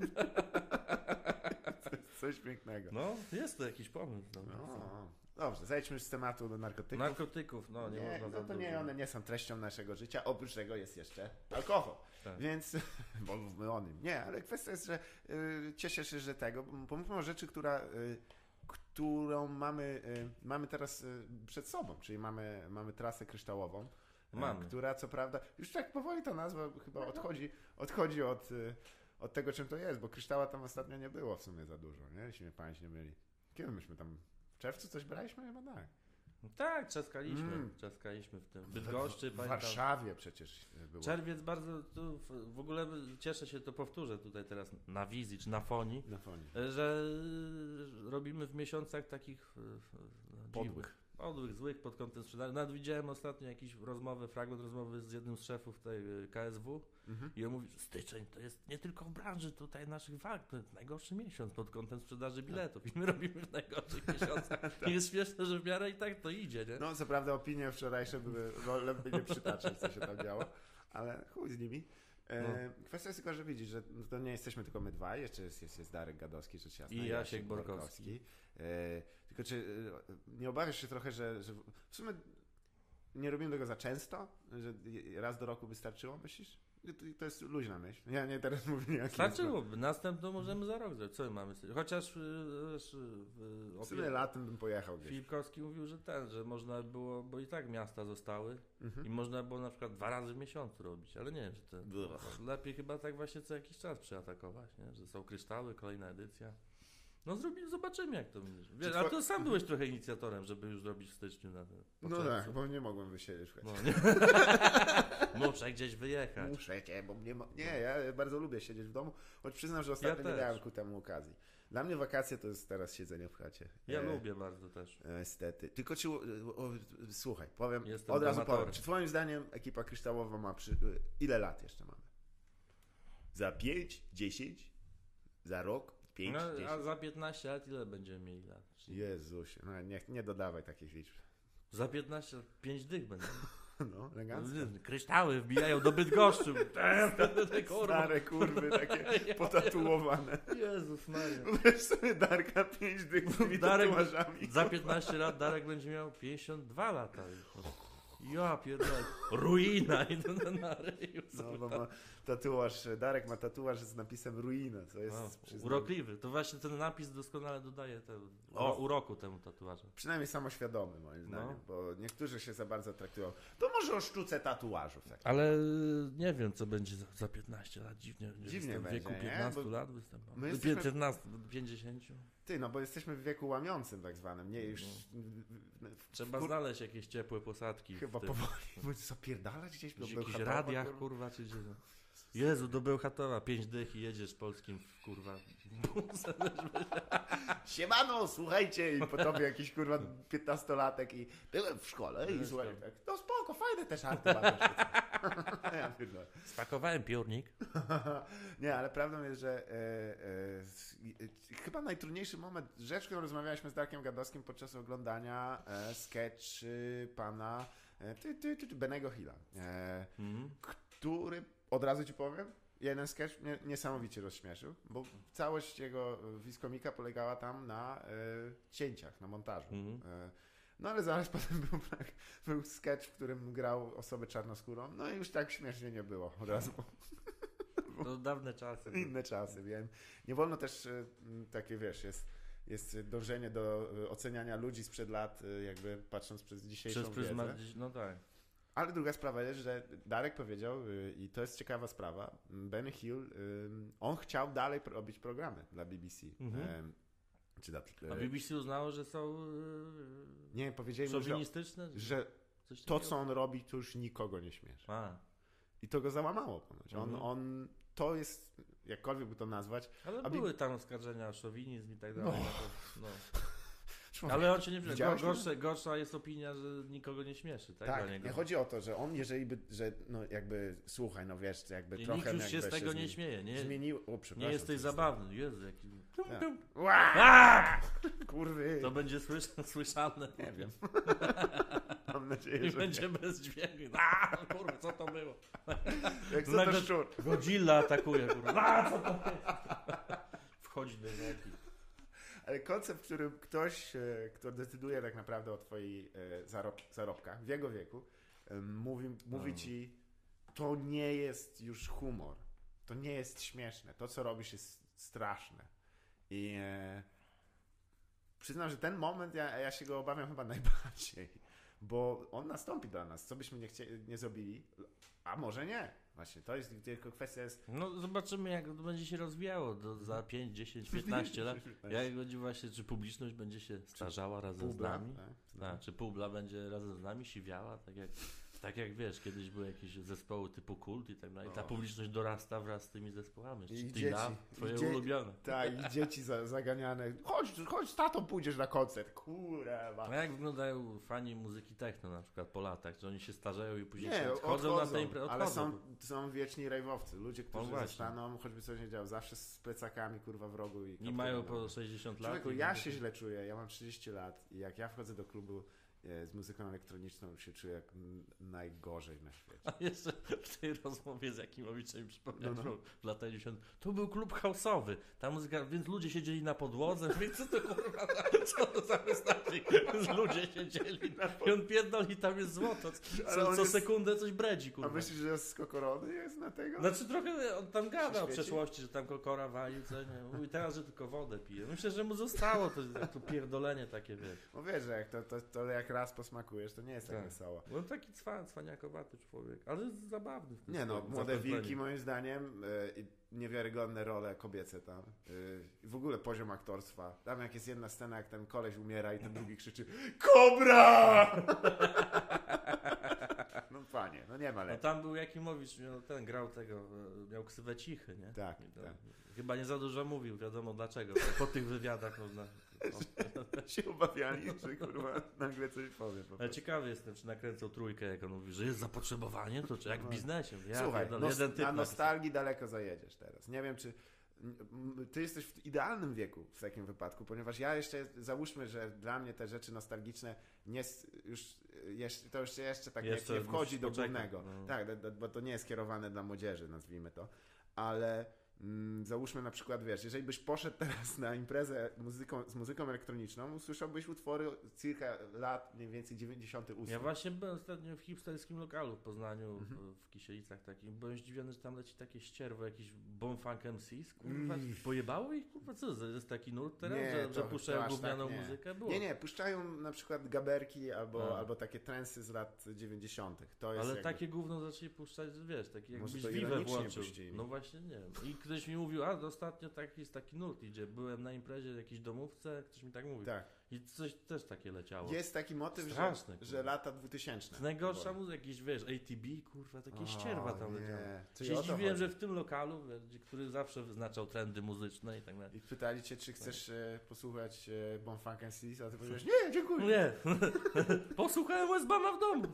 [SPEAKER 1] To jest coś pięknego.
[SPEAKER 2] Jest to jakiś pomysł.
[SPEAKER 1] Dobrze, zejdźmy z tematu do narkotyków.
[SPEAKER 2] Nie można
[SPEAKER 1] to nie, one nie są treścią naszego życia, oprócz tego jest jeszcze alkohol. Tak. Więc, bo mówmy o nim. Nie, ale kwestia jest, że cieszę się, że pomówmy o rzeczy, którą mamy teraz przed sobą, czyli mamy trasę kryształową, która co prawda, już tak powoli ta nazwa chyba odchodzi od tego, czym to jest, bo kryształa tam ostatnio nie było w sumie za dużo, nie? Jeśli mnie pamięć nie myli. Kiedy myśmy tam w czerwcu coś braliśmy? Chyba tak.
[SPEAKER 2] Tak, trzaskaliśmy w tym. Bydgoszczy,
[SPEAKER 1] w Warszawie przecież było.
[SPEAKER 2] Czerwiec bardzo, w ogóle cieszę się, to powtórzę tutaj teraz na wizji, czy na fonii, że robimy w miesiącach takich
[SPEAKER 1] podłych,
[SPEAKER 2] złych pod kątem sprzedaży. Nawet widziałem ostatnio fragment rozmowy z jednym z szefów tej KSW i on mówi, że styczeń to jest nie tylko w branży tutaj naszych walk, to jest najgorszy miesiąc pod kątem sprzedaży biletów i my robimy w najgorszych miesiącach. I jest śmieszne, że w miarę i tak to idzie, nie?
[SPEAKER 1] Co prawda opinie wczorajsze były, lepiej nie przytaczać, co się tam działo, ale chuj z nimi. Kwestia jest tylko, że widzisz, że to nie jesteśmy tylko my dwaj, jeszcze jest Darek Gadowski, rzecz jasna,
[SPEAKER 2] i Jasiek Borkowski.
[SPEAKER 1] Tylko czy nie obawiasz się trochę, że w sumie nie robimy tego za często, że raz do roku wystarczyło, myślisz? To jest luźna myśl. Ja nie teraz mówię jak
[SPEAKER 2] starczyłoby. Następną możemy za rok zrobić. Co my mamy? Chociaż
[SPEAKER 1] w sumie latem bym pojechał gdzieś.
[SPEAKER 2] Filipkowski mówił, że można było, bo i tak miasta zostały i można było na przykład 2 razy w miesiącu robić, ale nie wiem, czy to lepiej chyba tak właśnie co jakiś czas przeatakować, nie? Że są kryształy, kolejna edycja. Zobaczymy jak to będzie. Wiesz, a to sam byłeś trochę inicjatorem, żeby już zrobić w styczniu na
[SPEAKER 1] No tak, bo nie mogłem wysiedzieć.
[SPEAKER 2] Muszę gdzieś wyjechać.
[SPEAKER 1] Bo nie, ja bardzo lubię siedzieć w domu, choć przyznam, że ostatnio nie miałem ku temu okazji. Dla mnie wakacje to jest teraz siedzenie w chacie.
[SPEAKER 2] Ja lubię bardzo też.
[SPEAKER 1] Niestety. Tylko słuchaj, od razu powiem. Czy twoim zdaniem ekipa kryształowa ma ile lat jeszcze mamy? Za 5, 10? Za rok? 5,
[SPEAKER 2] a za 15 lat ile będziemy mieli lat?
[SPEAKER 1] Jezusie, nie dodawaj takich liczb.
[SPEAKER 2] Za 15 lat 5 dych będą.
[SPEAKER 1] No, elegancko.
[SPEAKER 2] Kryształy wbijają do Bydgoszczy.
[SPEAKER 1] Stare kurwy, takie potatuowane.
[SPEAKER 2] Jezus Maria.
[SPEAKER 1] Wyobraź sobie Darka 5 dych z tymi tatuażami.
[SPEAKER 2] Za 15 lat Darek będzie miał 52 lata. Ja pierdolę. Ruina i to na ryju.
[SPEAKER 1] No, bo ma tatuaż, Darek ma tatuaż z napisem ruina, co jest
[SPEAKER 2] urokliwy. To właśnie ten napis doskonale dodaje uroku temu tatuażowi.
[SPEAKER 1] Przynajmniej samoświadomy moim zdaniem, bo niektórzy się za bardzo traktują. To może o sztuce tatuażów.
[SPEAKER 2] Ale nie wiem, co będzie za 15 lat. Dziwnie
[SPEAKER 1] będzie,
[SPEAKER 2] w wieku 15 lat występował. 50.
[SPEAKER 1] Ty, no bo jesteśmy w wieku łamiącym tak zwanym. Nie, już...
[SPEAKER 2] Trzeba znaleźć jakieś ciepłe posadki.
[SPEAKER 1] Chyba powoli. Będzie zapierdalać gdzieś do
[SPEAKER 2] Bełchatowa. W jakichś radiach, kurwa, czy gdzie. Jezu, do Bełchatowa, 5 dych i jedziesz polskim, kurwa.
[SPEAKER 1] Siemano, słuchajcie, i po tobie jakiś, kurwa, 15-latek i byłem w szkole i słuchaj, tak, no spoko, fajne te żarty.
[SPEAKER 2] Spakowałem piórnik.
[SPEAKER 1] Nie, ale prawdą jest, że chyba najtrudniejszy moment, rzecz, którą rozmawialiśmy z Darkiem Gadowskim podczas oglądania sketch pana Bennego Hilla, który, od razu ci powiem, jeden sketch mnie niesamowicie rozśmieszył, bo całość jego wiskomika polegała tam na cięciach, na montażu. No ale zaraz potem był sketch, w którym grał osobę czarnoskórą, no i już tak śmiesznie nie było od razu.
[SPEAKER 2] To dawne czasy.
[SPEAKER 1] Inne czasy, wiem. Nie wolno też takie, wiesz, jest dążenie do oceniania ludzi sprzed lat, jakby patrząc przez dzisiejszą wiedzę.
[SPEAKER 2] No tak.
[SPEAKER 1] Ale druga sprawa jest, że Darek powiedział, i to jest ciekawa sprawa, Benny Hill, on chciał dalej robić programy dla BBC.
[SPEAKER 2] A BBC uznało, że są
[SPEAKER 1] nie, powiedzieli
[SPEAKER 2] szowinistyczne?
[SPEAKER 1] Że to, co on robi, to już nikogo nie śmieszy. I to go załamało ponoć. On to jest, jakkolwiek by to nazwać.
[SPEAKER 2] Ale były tam oskarżenia o szowinizm i tak dalej. Ale on się nie gorsza jest opinia, że nikogo nie śmieszy, tak?
[SPEAKER 1] Tak, nie chodzi o to, że on, jeżeli by, że no jakby, słuchaj, no wiesz, jakby
[SPEAKER 2] i
[SPEAKER 1] trochę...
[SPEAKER 2] Nikt już się z tego nie śmieje, nie?
[SPEAKER 1] Przepraszam.
[SPEAKER 2] Nie jesteś zabawny, Jezu, jaki...
[SPEAKER 1] Kurwy.
[SPEAKER 2] To będzie słyszalne.
[SPEAKER 1] Nie wiem. Mam nadzieję,
[SPEAKER 2] i
[SPEAKER 1] że
[SPEAKER 2] będzie bez dźwięku. Kurwa, co to było?
[SPEAKER 1] Jak co to szczur?
[SPEAKER 2] Godzilla atakuje, kurwa. Co to jest? Wchodzi do rzeki.
[SPEAKER 1] Ale koncept, w którym ktoś, kto decyduje tak naprawdę o twoich zarobkach w jego wieku, mówi ci, to nie jest już humor. To nie jest śmieszne. To, co robisz, jest straszne. I przyznam, że ten moment, ja się go obawiam chyba najbardziej, bo on nastąpi dla nas. Co byśmy nie zrobili, a może nie. Właśnie, to jest tylko kwestia jest...
[SPEAKER 2] No zobaczymy, jak to będzie się rozwijało za 5, 10, 15 lat. Jak będzie właśnie, czy publiczność będzie się starzała razem z nami? Tak, czy Publa będzie razem z nami siwiała, tak jak wiesz, kiedyś były jakieś zespoły typu Kult i tak dalej. Ta publiczność dorasta wraz z tymi zespołami.
[SPEAKER 1] I
[SPEAKER 2] Tila, twoje ulubione.
[SPEAKER 1] Tak, i dzieci zaganiane. Chodź z tatą pójdziesz na koncert. Kurwa.
[SPEAKER 2] A jak wyglądają fani muzyki techno na przykład po latach? Czy oni się starzeją i później
[SPEAKER 1] chodzą
[SPEAKER 2] na te imprezy?
[SPEAKER 1] Ale są wieczni rajwowcy. Ludzie, którzy zostaną, choćby coś nie działo, zawsze z plecakami kurwa w rogu. I
[SPEAKER 2] mają po 60 lat.
[SPEAKER 1] Człowieku, ja się źle czuję. Ja mam 30 lat i jak ja wchodzę do klubu z muzyką elektroniczną, się czuję jak najgorzej na świecie.
[SPEAKER 2] A jeszcze w tej rozmowie z Jakimowiczem przypomniałem, że w latach 90. To był klub house'owy. Ta muzyka, więc ludzie siedzieli na podłodze. Więc co to kurwa, co to za wyznacznik? Ludzie siedzieli i on pierdoli, tam jest złoto. Co sekundę coś bredzi, kurwa.
[SPEAKER 1] A myślisz, że z Kokorony jest na tego?
[SPEAKER 2] Znaczy trochę on tam gada o przeszłości, że tam Kokora walił, co nie? Mówi teraz, że tylko wodę pije. Myślę, że mu zostało to pierdolenie takie, wiesz.
[SPEAKER 1] No wiesz, że jak to jak raz posmakujesz, to nie jest tak wesoło.
[SPEAKER 2] No taki cwaniakowaty człowiek, ale zabawny.
[SPEAKER 1] Nie no, młode wilki moim zdaniem i niewiarygodne role kobiece tam. W ogóle poziom aktorstwa. Tam jak jest jedna scena, jak ten koleś umiera i ten drugi krzyczy KOBRA! No panie, no nie ma lepiej.
[SPEAKER 2] No tam był Jakimowicz, ten grał tego, miał ksywę Cichy, nie?
[SPEAKER 1] Tak,
[SPEAKER 2] tak. Chyba nie za dużo mówił, wiadomo dlaczego. Po tych wywiadach można...
[SPEAKER 1] się obawiali, że kurwa nagle coś powiem.
[SPEAKER 2] Ale ciekawy jestem, czy nakręcą trójkę, jak on mówi, że jest zapotrzebowanie, to czy jak w biznesie.
[SPEAKER 1] Słuchaj, na nostalgii daleko zajedziesz teraz. Nie wiem, czy ty jesteś w idealnym wieku w takim wypadku, ponieważ ja jeszcze, załóżmy, że dla mnie te rzeczy nostalgiczne to już jeszcze tak nie wchodzi do głównego. No. Tak, bo to nie jest kierowane dla młodzieży, nazwijmy to. Ale załóżmy na przykład, wiesz, jeżeli byś poszedł teraz na imprezę z muzyką elektroniczną, usłyszałbyś utwory circa lat mniej więcej 98.
[SPEAKER 2] Ja właśnie byłem ostatnio w hipsterskim lokalu w Poznaniu, w Kisielicach takim. Byłem zdziwiony, że tam leci takie ścierwo, jakiś Bomfunk MCs, kurwa. Pojebało ich, kurwa? Co, to jest taki nurt teraz, że puszczają gównianą muzykę? Było.
[SPEAKER 1] Nie, puszczają na przykład gaberki albo takie trensy z lat 90. To jest
[SPEAKER 2] ale
[SPEAKER 1] jakby...
[SPEAKER 2] takie gówno zaczęli puszczać, wiesz, takie jakbyś
[SPEAKER 1] to
[SPEAKER 2] Vivę włączył.
[SPEAKER 1] puścili.
[SPEAKER 2] No właśnie, nie wiem. I ktoś mi mówił, ostatnio jest taki nurt idzie. Byłem na imprezie w jakiejś domówce, ktoś mi tak mówił.
[SPEAKER 1] Tak.
[SPEAKER 2] I coś też takie leciało.
[SPEAKER 1] Jest taki motyw,
[SPEAKER 2] straszne,
[SPEAKER 1] że lata 2000.
[SPEAKER 2] To najgorsza muzyka, jakiś, wiesz, ATB, kurwa, takie ścierwa tam leciało.
[SPEAKER 1] Się
[SPEAKER 2] zdziwiłem, że w tym lokalu, który zawsze wyznaczał trendy muzyczne i tak dalej.
[SPEAKER 1] I pytali cię, czy chcesz posłuchać Bomfunk MCs, a ty powiedziałeś, nie, dziękuję.
[SPEAKER 2] Nie, posłuchałem Westbama w domu.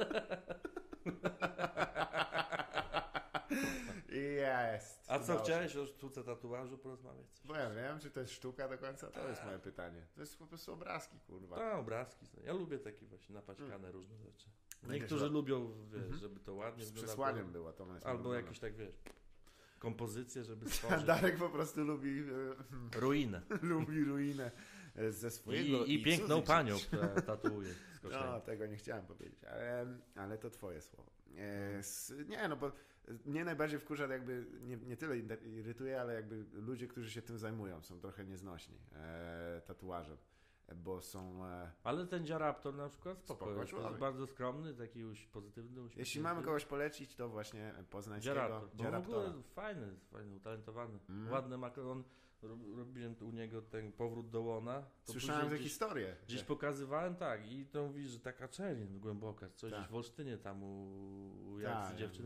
[SPEAKER 1] Jest.
[SPEAKER 2] A co, chciałeś o sztuce tatuażu porozmawiać? Coś?
[SPEAKER 1] Bo ja wiem, czy to jest sztuka do końca, to jest moje pytanie. To jest po prostu obrazki, kurwa.
[SPEAKER 2] Tak, obrazki. Ja lubię takie właśnie napaćkane różne rzeczy. Niektórzy lubią, wiesz, żeby to ładnie
[SPEAKER 1] wyglądało. Z przesłaniem było to.
[SPEAKER 2] Albo jakieś tak, wiesz, kompozycje, żeby stworzyć.
[SPEAKER 1] Darek po prostu lubi...
[SPEAKER 2] ruinę.
[SPEAKER 1] Lubi ruinę ze swojego
[SPEAKER 2] i piękną panią, która tatuuje.
[SPEAKER 1] No, tego nie chciałem powiedzieć, ale to twoje słowo. Nie, no bo mnie najbardziej wkurza jakby, nie tyle irytuje, ale jakby ludzie, którzy się tym zajmują, są trochę nieznośni tatuażem, bo są...
[SPEAKER 2] Ale ten Dziaraptor na przykład spoko, jest bardzo skromny, taki pozytywny.
[SPEAKER 1] Jeśli mamy kogoś polecić, to właśnie poznańskiego
[SPEAKER 2] Dziaraptora. W ogóle fajny, utalentowany, ładny makaron. Robiłem u niego ten powrót do łona.
[SPEAKER 1] Słyszałem tę historię.
[SPEAKER 2] Gdzieś pokazywałem, tak, i to mówi, że taka czerń głęboka, coś gdzieś w Olsztynie tam u jakiejś dziewczyny,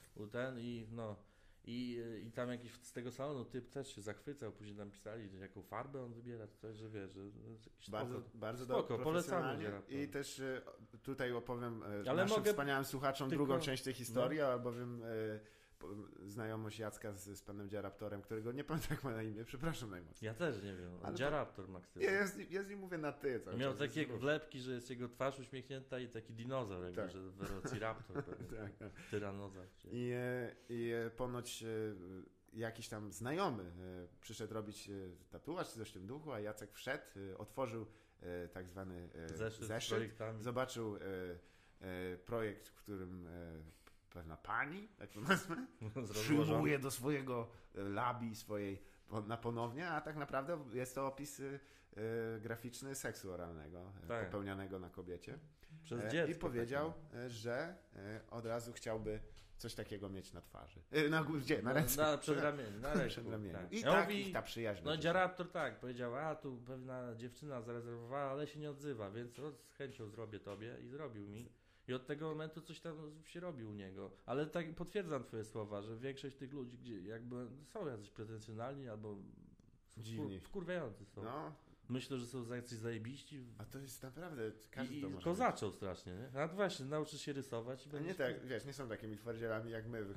[SPEAKER 2] i tam jakiś z tego salonu typ też się zachwycał, później nam pisali, że jaką farbę on wybiera, czy coś, że wiesz, że jakiś
[SPEAKER 1] bardzo
[SPEAKER 2] spoko, polecamy.
[SPEAKER 1] I też tutaj opowiem naszym wspaniałym słuchaczom drugą część tej historii, albowiem znajomość Jacka z panem Dziaraptorem, którego nie pamiętam jak ma na imię, przepraszam najmocniej.
[SPEAKER 2] Ja też nie wiem, Dziaraptor ma ksywę.
[SPEAKER 1] Ja z nim mówię na ty.
[SPEAKER 2] Miał takie wlepki, że jest jego twarz uśmiechnięta i taki dinozaur, jakby, że Velociraptor, tyranozaur.
[SPEAKER 1] I ponoć jakiś tam znajomy przyszedł robić tatuaż czy coś w tym duchu, a Jacek wszedł, otworzył tak zwany zeszyt, zobaczył projekt, w którym pewna pani, tak to nazwę, przyjmuje do swojego labi swojej na ponownie, a tak naprawdę jest to opis graficzny seksu oralnego popełnianego na kobiecie.
[SPEAKER 2] Przez dziecko.
[SPEAKER 1] I powiedział, że od razu chciałby coś takiego mieć na twarzy. Gdzie? Na ręce.
[SPEAKER 2] Na przedramieniu. Na ręku.
[SPEAKER 1] Tak. I ta przyjaźń.
[SPEAKER 2] No Dziaraptor powiedział, tu pewna dziewczyna zarezerwowała, ale się nie odzywa, więc z chęcią zrobię tobie i zrobił mi. I od tego momentu coś tam się robi u niego. Ale tak potwierdzam twoje słowa, że większość tych ludzi, gdzie jakby są jacyś pretensjonalni albo
[SPEAKER 1] dziwni,
[SPEAKER 2] wkurwiający są.
[SPEAKER 1] No.
[SPEAKER 2] Myślę, że są jacyś zajebiści.
[SPEAKER 1] A to jest naprawdę, każdy to może
[SPEAKER 2] kozaczą strasznie, nie? A właśnie, nauczysz się rysować.
[SPEAKER 1] A nie tak, wiesz, nie są takimi twardzielami jak my,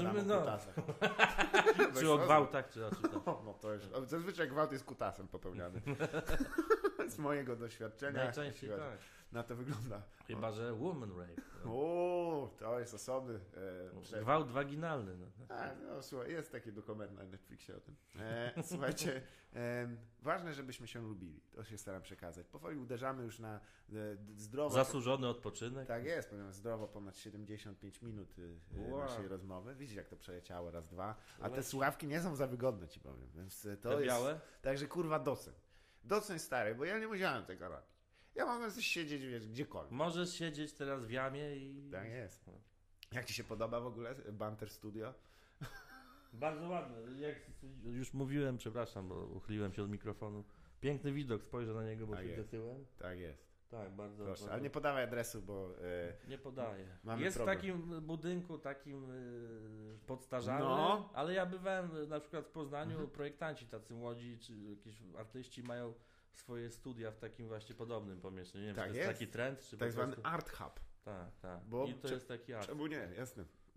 [SPEAKER 2] czy o gwałtach, czy o czym tam.
[SPEAKER 1] No to już, zazwyczaj gwałt jest kutasem popełniany. Z mojego doświadczenia.
[SPEAKER 2] Najczęściej tak.
[SPEAKER 1] Na to wygląda.
[SPEAKER 2] Chyba, że woman rape.
[SPEAKER 1] To jest osobny.
[SPEAKER 2] Gwałt waginalny.
[SPEAKER 1] Słuchaj, jest taki dokument na Netflixie o tym. Słuchajcie, ważne, żebyśmy się lubili. To się staram przekazać. Powoli uderzamy już na zdrowo.
[SPEAKER 2] Zasłużony odpoczynek.
[SPEAKER 1] Tak jest, ponieważ zdrowo ponad 75 minut naszej rozmowy. Widzisz, jak to przeleciało raz, dwa. A te słuchawki nie są za wygodne, ci powiem. Więc to jest
[SPEAKER 2] białe?
[SPEAKER 1] Także kurwa doceń. Doceń stary, bo ja nie musiałem tego robić. Ja mogę coś siedzieć, wiesz, gdziekolwiek.
[SPEAKER 2] Możesz siedzieć teraz w jamie i...
[SPEAKER 1] Tak jest. Jak ci się podoba w ogóle Banter Studio?
[SPEAKER 2] Bardzo ładne. Jak już mówiłem, przepraszam, bo uchyliłem się od mikrofonu. Piękny widok, spojrzę na niego, bo siedzę tyłem.
[SPEAKER 1] Tak jest.
[SPEAKER 2] Tak, bardzo.
[SPEAKER 1] Proszę, ale nie podawaj adresu, bo...
[SPEAKER 2] nie podaję.
[SPEAKER 1] Jest
[SPEAKER 2] problem. W takim budynku, takim podstarzanym, ale ja bywałem na przykład w Poznaniu, projektanci tacy młodzi, czy jakieś artyści mają swoje studia w takim właśnie podobnym pomieszczeniu. Nie wiem, czy to jest taki trend, czy
[SPEAKER 1] tak zwany art hub.
[SPEAKER 2] Tak.
[SPEAKER 1] Bo
[SPEAKER 2] i to jest taki art.
[SPEAKER 1] Czemu nie? Jasne.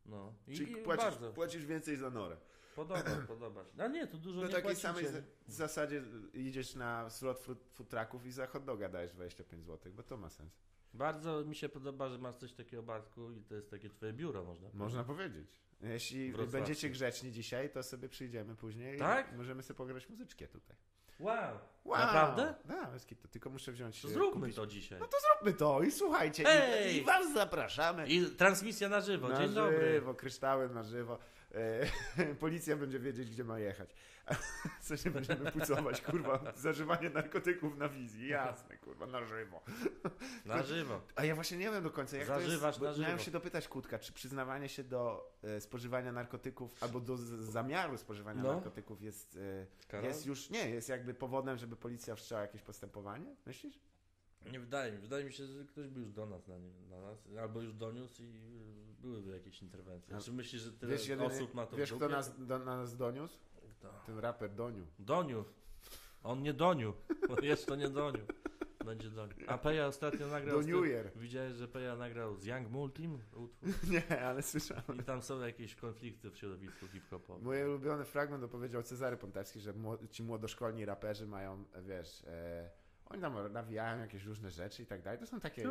[SPEAKER 2] No.
[SPEAKER 1] Czyli
[SPEAKER 2] bardzo.
[SPEAKER 1] płacisz więcej za norę.
[SPEAKER 2] Podoba się. No nie, tu dużo
[SPEAKER 1] na
[SPEAKER 2] nie
[SPEAKER 1] takiej
[SPEAKER 2] płacicie.
[SPEAKER 1] samej zasadzie idziesz na slot food trucków i za hot doga dajesz 25 zł, bo to ma sens.
[SPEAKER 2] Bardzo mi się podoba, że masz coś takiego, Bartku, i to jest takie twoje biuro,
[SPEAKER 1] Można powiedzieć. Jeśli będziecie grzeczni dzisiaj, to sobie przyjdziemy później i możemy sobie pograć muzyczkę tutaj.
[SPEAKER 2] Wow. Naprawdę?
[SPEAKER 1] No, tylko muszę wziąć...
[SPEAKER 2] To zróbmy to dzisiaj.
[SPEAKER 1] No to zróbmy to i słuchajcie. I was zapraszamy.
[SPEAKER 2] I transmisja na żywo. Dzień dobry.
[SPEAKER 1] Kryształem na żywo. Policja będzie wiedzieć, gdzie ma jechać. Co się będziemy pucować, kurwa, zażywanie narkotyków na wizji. Jasne, kurwa, na żywo.
[SPEAKER 2] Na żywo.
[SPEAKER 1] A ja właśnie nie wiem do końca, jak
[SPEAKER 2] Zażywasz
[SPEAKER 1] to jest.
[SPEAKER 2] Miałem
[SPEAKER 1] się dopytać Kutka, czy przyznawanie się do spożywania narkotyków albo do zamiaru spożywania narkotyków jest już, jest jakby powodem, żeby policja wszczęła jakieś postępowanie? Myślisz?
[SPEAKER 2] Nie wydaje mi. Wydaje mi się, że ktoś by już do nas, albo już doniósł i byłyby jakieś interwencje. Czy myślisz, że tyle osób ma to
[SPEAKER 1] Wiesz, kto nas doniósł?
[SPEAKER 2] Kto?
[SPEAKER 1] Ten raper Doniu.
[SPEAKER 2] Doniu. On nie doniu. On jeszcze nie doniu. Będzie doniu. A Peja ostatnio nagrał... Widziałeś, że Peja nagrał z Young Multim utwór?
[SPEAKER 1] Nie, ale słyszałem.
[SPEAKER 2] I tam są jakieś konflikty w środowisku hip-hopowym.
[SPEAKER 1] Mój ulubiony fragment opowiedział Cezary Pontewski, że ci młodoszkolni raperzy mają, wiesz... Oni tam nawijają jakieś różne rzeczy i tak dalej. To są takie...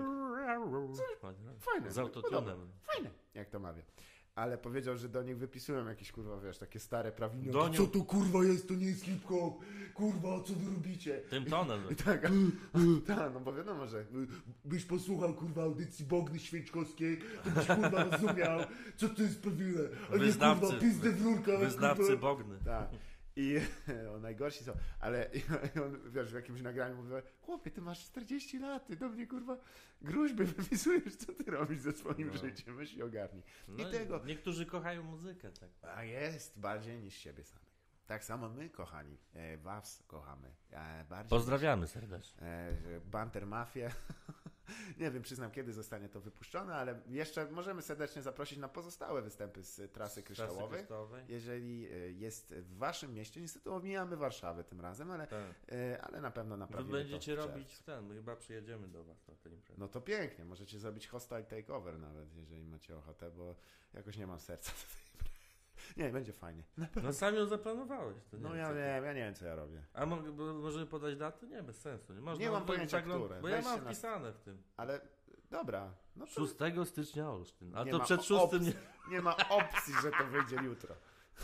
[SPEAKER 1] Fajne.
[SPEAKER 2] Z autotunem.
[SPEAKER 1] Fajne, jak to mawia. Ale powiedział, że do nich wypisują jakieś, kurwa, wiesz, takie stare prawidłowe.
[SPEAKER 2] Doniu...
[SPEAKER 1] Co to, kurwa, jest? To nie jest hip-hop. Kurwa, co wy robicie?
[SPEAKER 2] Tym tonem.
[SPEAKER 1] Tak, no bo wiadomo, że byś posłuchał, kurwa, audycji Bogny Święczkowskiej, to byś, kurwa, rozumiał, co to jest prawdziwe. A nie, kurwa, pizdę w rurkę.
[SPEAKER 2] Wyznawcy Bogny.
[SPEAKER 1] Tak. I najgorsi są, ale on, wiesz, w jakimś nagraniu mówił, chłopie, ty masz 40 lat, ty do mnie, kurwa, gruźby wypisujesz, co ty robisz ze swoim życiem, weź i ogarnij.
[SPEAKER 2] No niektórzy kochają muzykę, tak.
[SPEAKER 1] A jest, bardziej niż siebie samych. Tak samo my, kochani, was kochamy.
[SPEAKER 2] Pozdrawiamy serdecznie.
[SPEAKER 1] Banter Mafię. Nie wiem, przyznam, kiedy zostanie to wypuszczone, ale jeszcze możemy serdecznie zaprosić na pozostałe występy z Trasy Kryształowej. Jeżeli jest w waszym mieście, niestety omijamy Warszawę tym razem, ale na pewno naprawimy.
[SPEAKER 2] Wy będziecie robić my chyba przyjedziemy do was na ten imprezę.
[SPEAKER 1] No to pięknie, możecie zrobić hostile takeover nawet, jeżeli macie ochotę, bo jakoś nie mam serca do tej imprezy. Nie, będzie fajnie.
[SPEAKER 2] No sam ją zaplanowałeś. To nie
[SPEAKER 1] ja nie wiem, co ja robię.
[SPEAKER 2] A możemy podać datę? Nie, bez sensu.
[SPEAKER 1] Nie mam pojęcia, które.
[SPEAKER 2] Bo ja mam wpisane w tym.
[SPEAKER 1] Ale dobra. No to...
[SPEAKER 2] 6 stycznia Olsztyn. A
[SPEAKER 1] nie
[SPEAKER 2] to przed 6
[SPEAKER 1] nie ma opcji, że to wyjdzie jutro.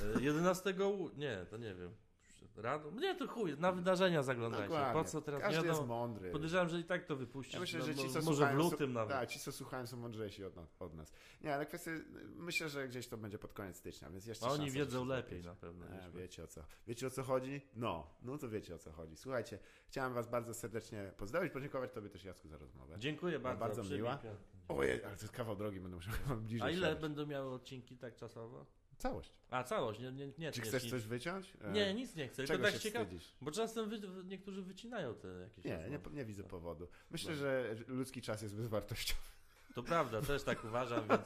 [SPEAKER 2] 11 nie, to nie wiem. Nie, to chuj, na wydarzenia zaglądajcie.
[SPEAKER 1] Dokładnie.
[SPEAKER 2] Po co teraz?
[SPEAKER 1] Każdy jest mądry.
[SPEAKER 2] Podejrzewam, że i tak to wypuścisz.
[SPEAKER 1] Ja myślę, że ci, co
[SPEAKER 2] może
[SPEAKER 1] słuchają,
[SPEAKER 2] w lutym nawet.
[SPEAKER 1] Tak, ci, co słuchają, są mądrzejsi od nas. Nie, ale myślę, że gdzieś to będzie pod koniec stycznia, więc jeszcze
[SPEAKER 2] oni wiedzą lepiej na pewno.
[SPEAKER 1] Wiecie o co chodzi? No to wiecie o co chodzi. Słuchajcie, chciałem was bardzo serdecznie pozdrowić, podziękować tobie też, Jacku, za rozmowę.
[SPEAKER 2] Dziękuję bardzo.
[SPEAKER 1] Bardzo miła. Ojej, ale to jest kawał drogi, będę musiał bliżej.
[SPEAKER 2] A ile będą miały odcinki tak czasowo?
[SPEAKER 1] Całość.
[SPEAKER 2] A, całość, nie.
[SPEAKER 1] Czy chcesz coś wyciąć?
[SPEAKER 2] Nie, nic nie chcę.
[SPEAKER 1] Czego
[SPEAKER 2] tak
[SPEAKER 1] się wstydzisz?
[SPEAKER 2] Bo czasem niektórzy wycinają te jakieś...
[SPEAKER 1] Nie widzę powodu. Myślę, że ludzki czas jest bezwartościowy.
[SPEAKER 2] To prawda, też tak uważam, więc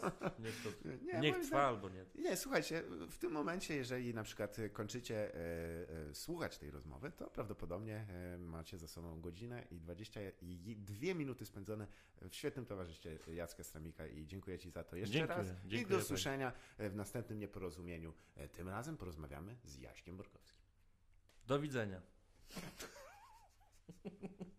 [SPEAKER 2] niech trwa albo nie.
[SPEAKER 1] Nie, słuchajcie, w tym momencie, jeżeli na przykład kończycie słuchać tej rozmowy, to prawdopodobnie macie za sobą godzinę i 22 minuty spędzone w świetnym towarzystwie Jacka Stramika i dziękuję ci za to jeszcze raz. I do usłyszenia w następnym nieporozumieniu. Tym razem porozmawiamy z Jaśkiem Borkowskim.
[SPEAKER 2] Do widzenia.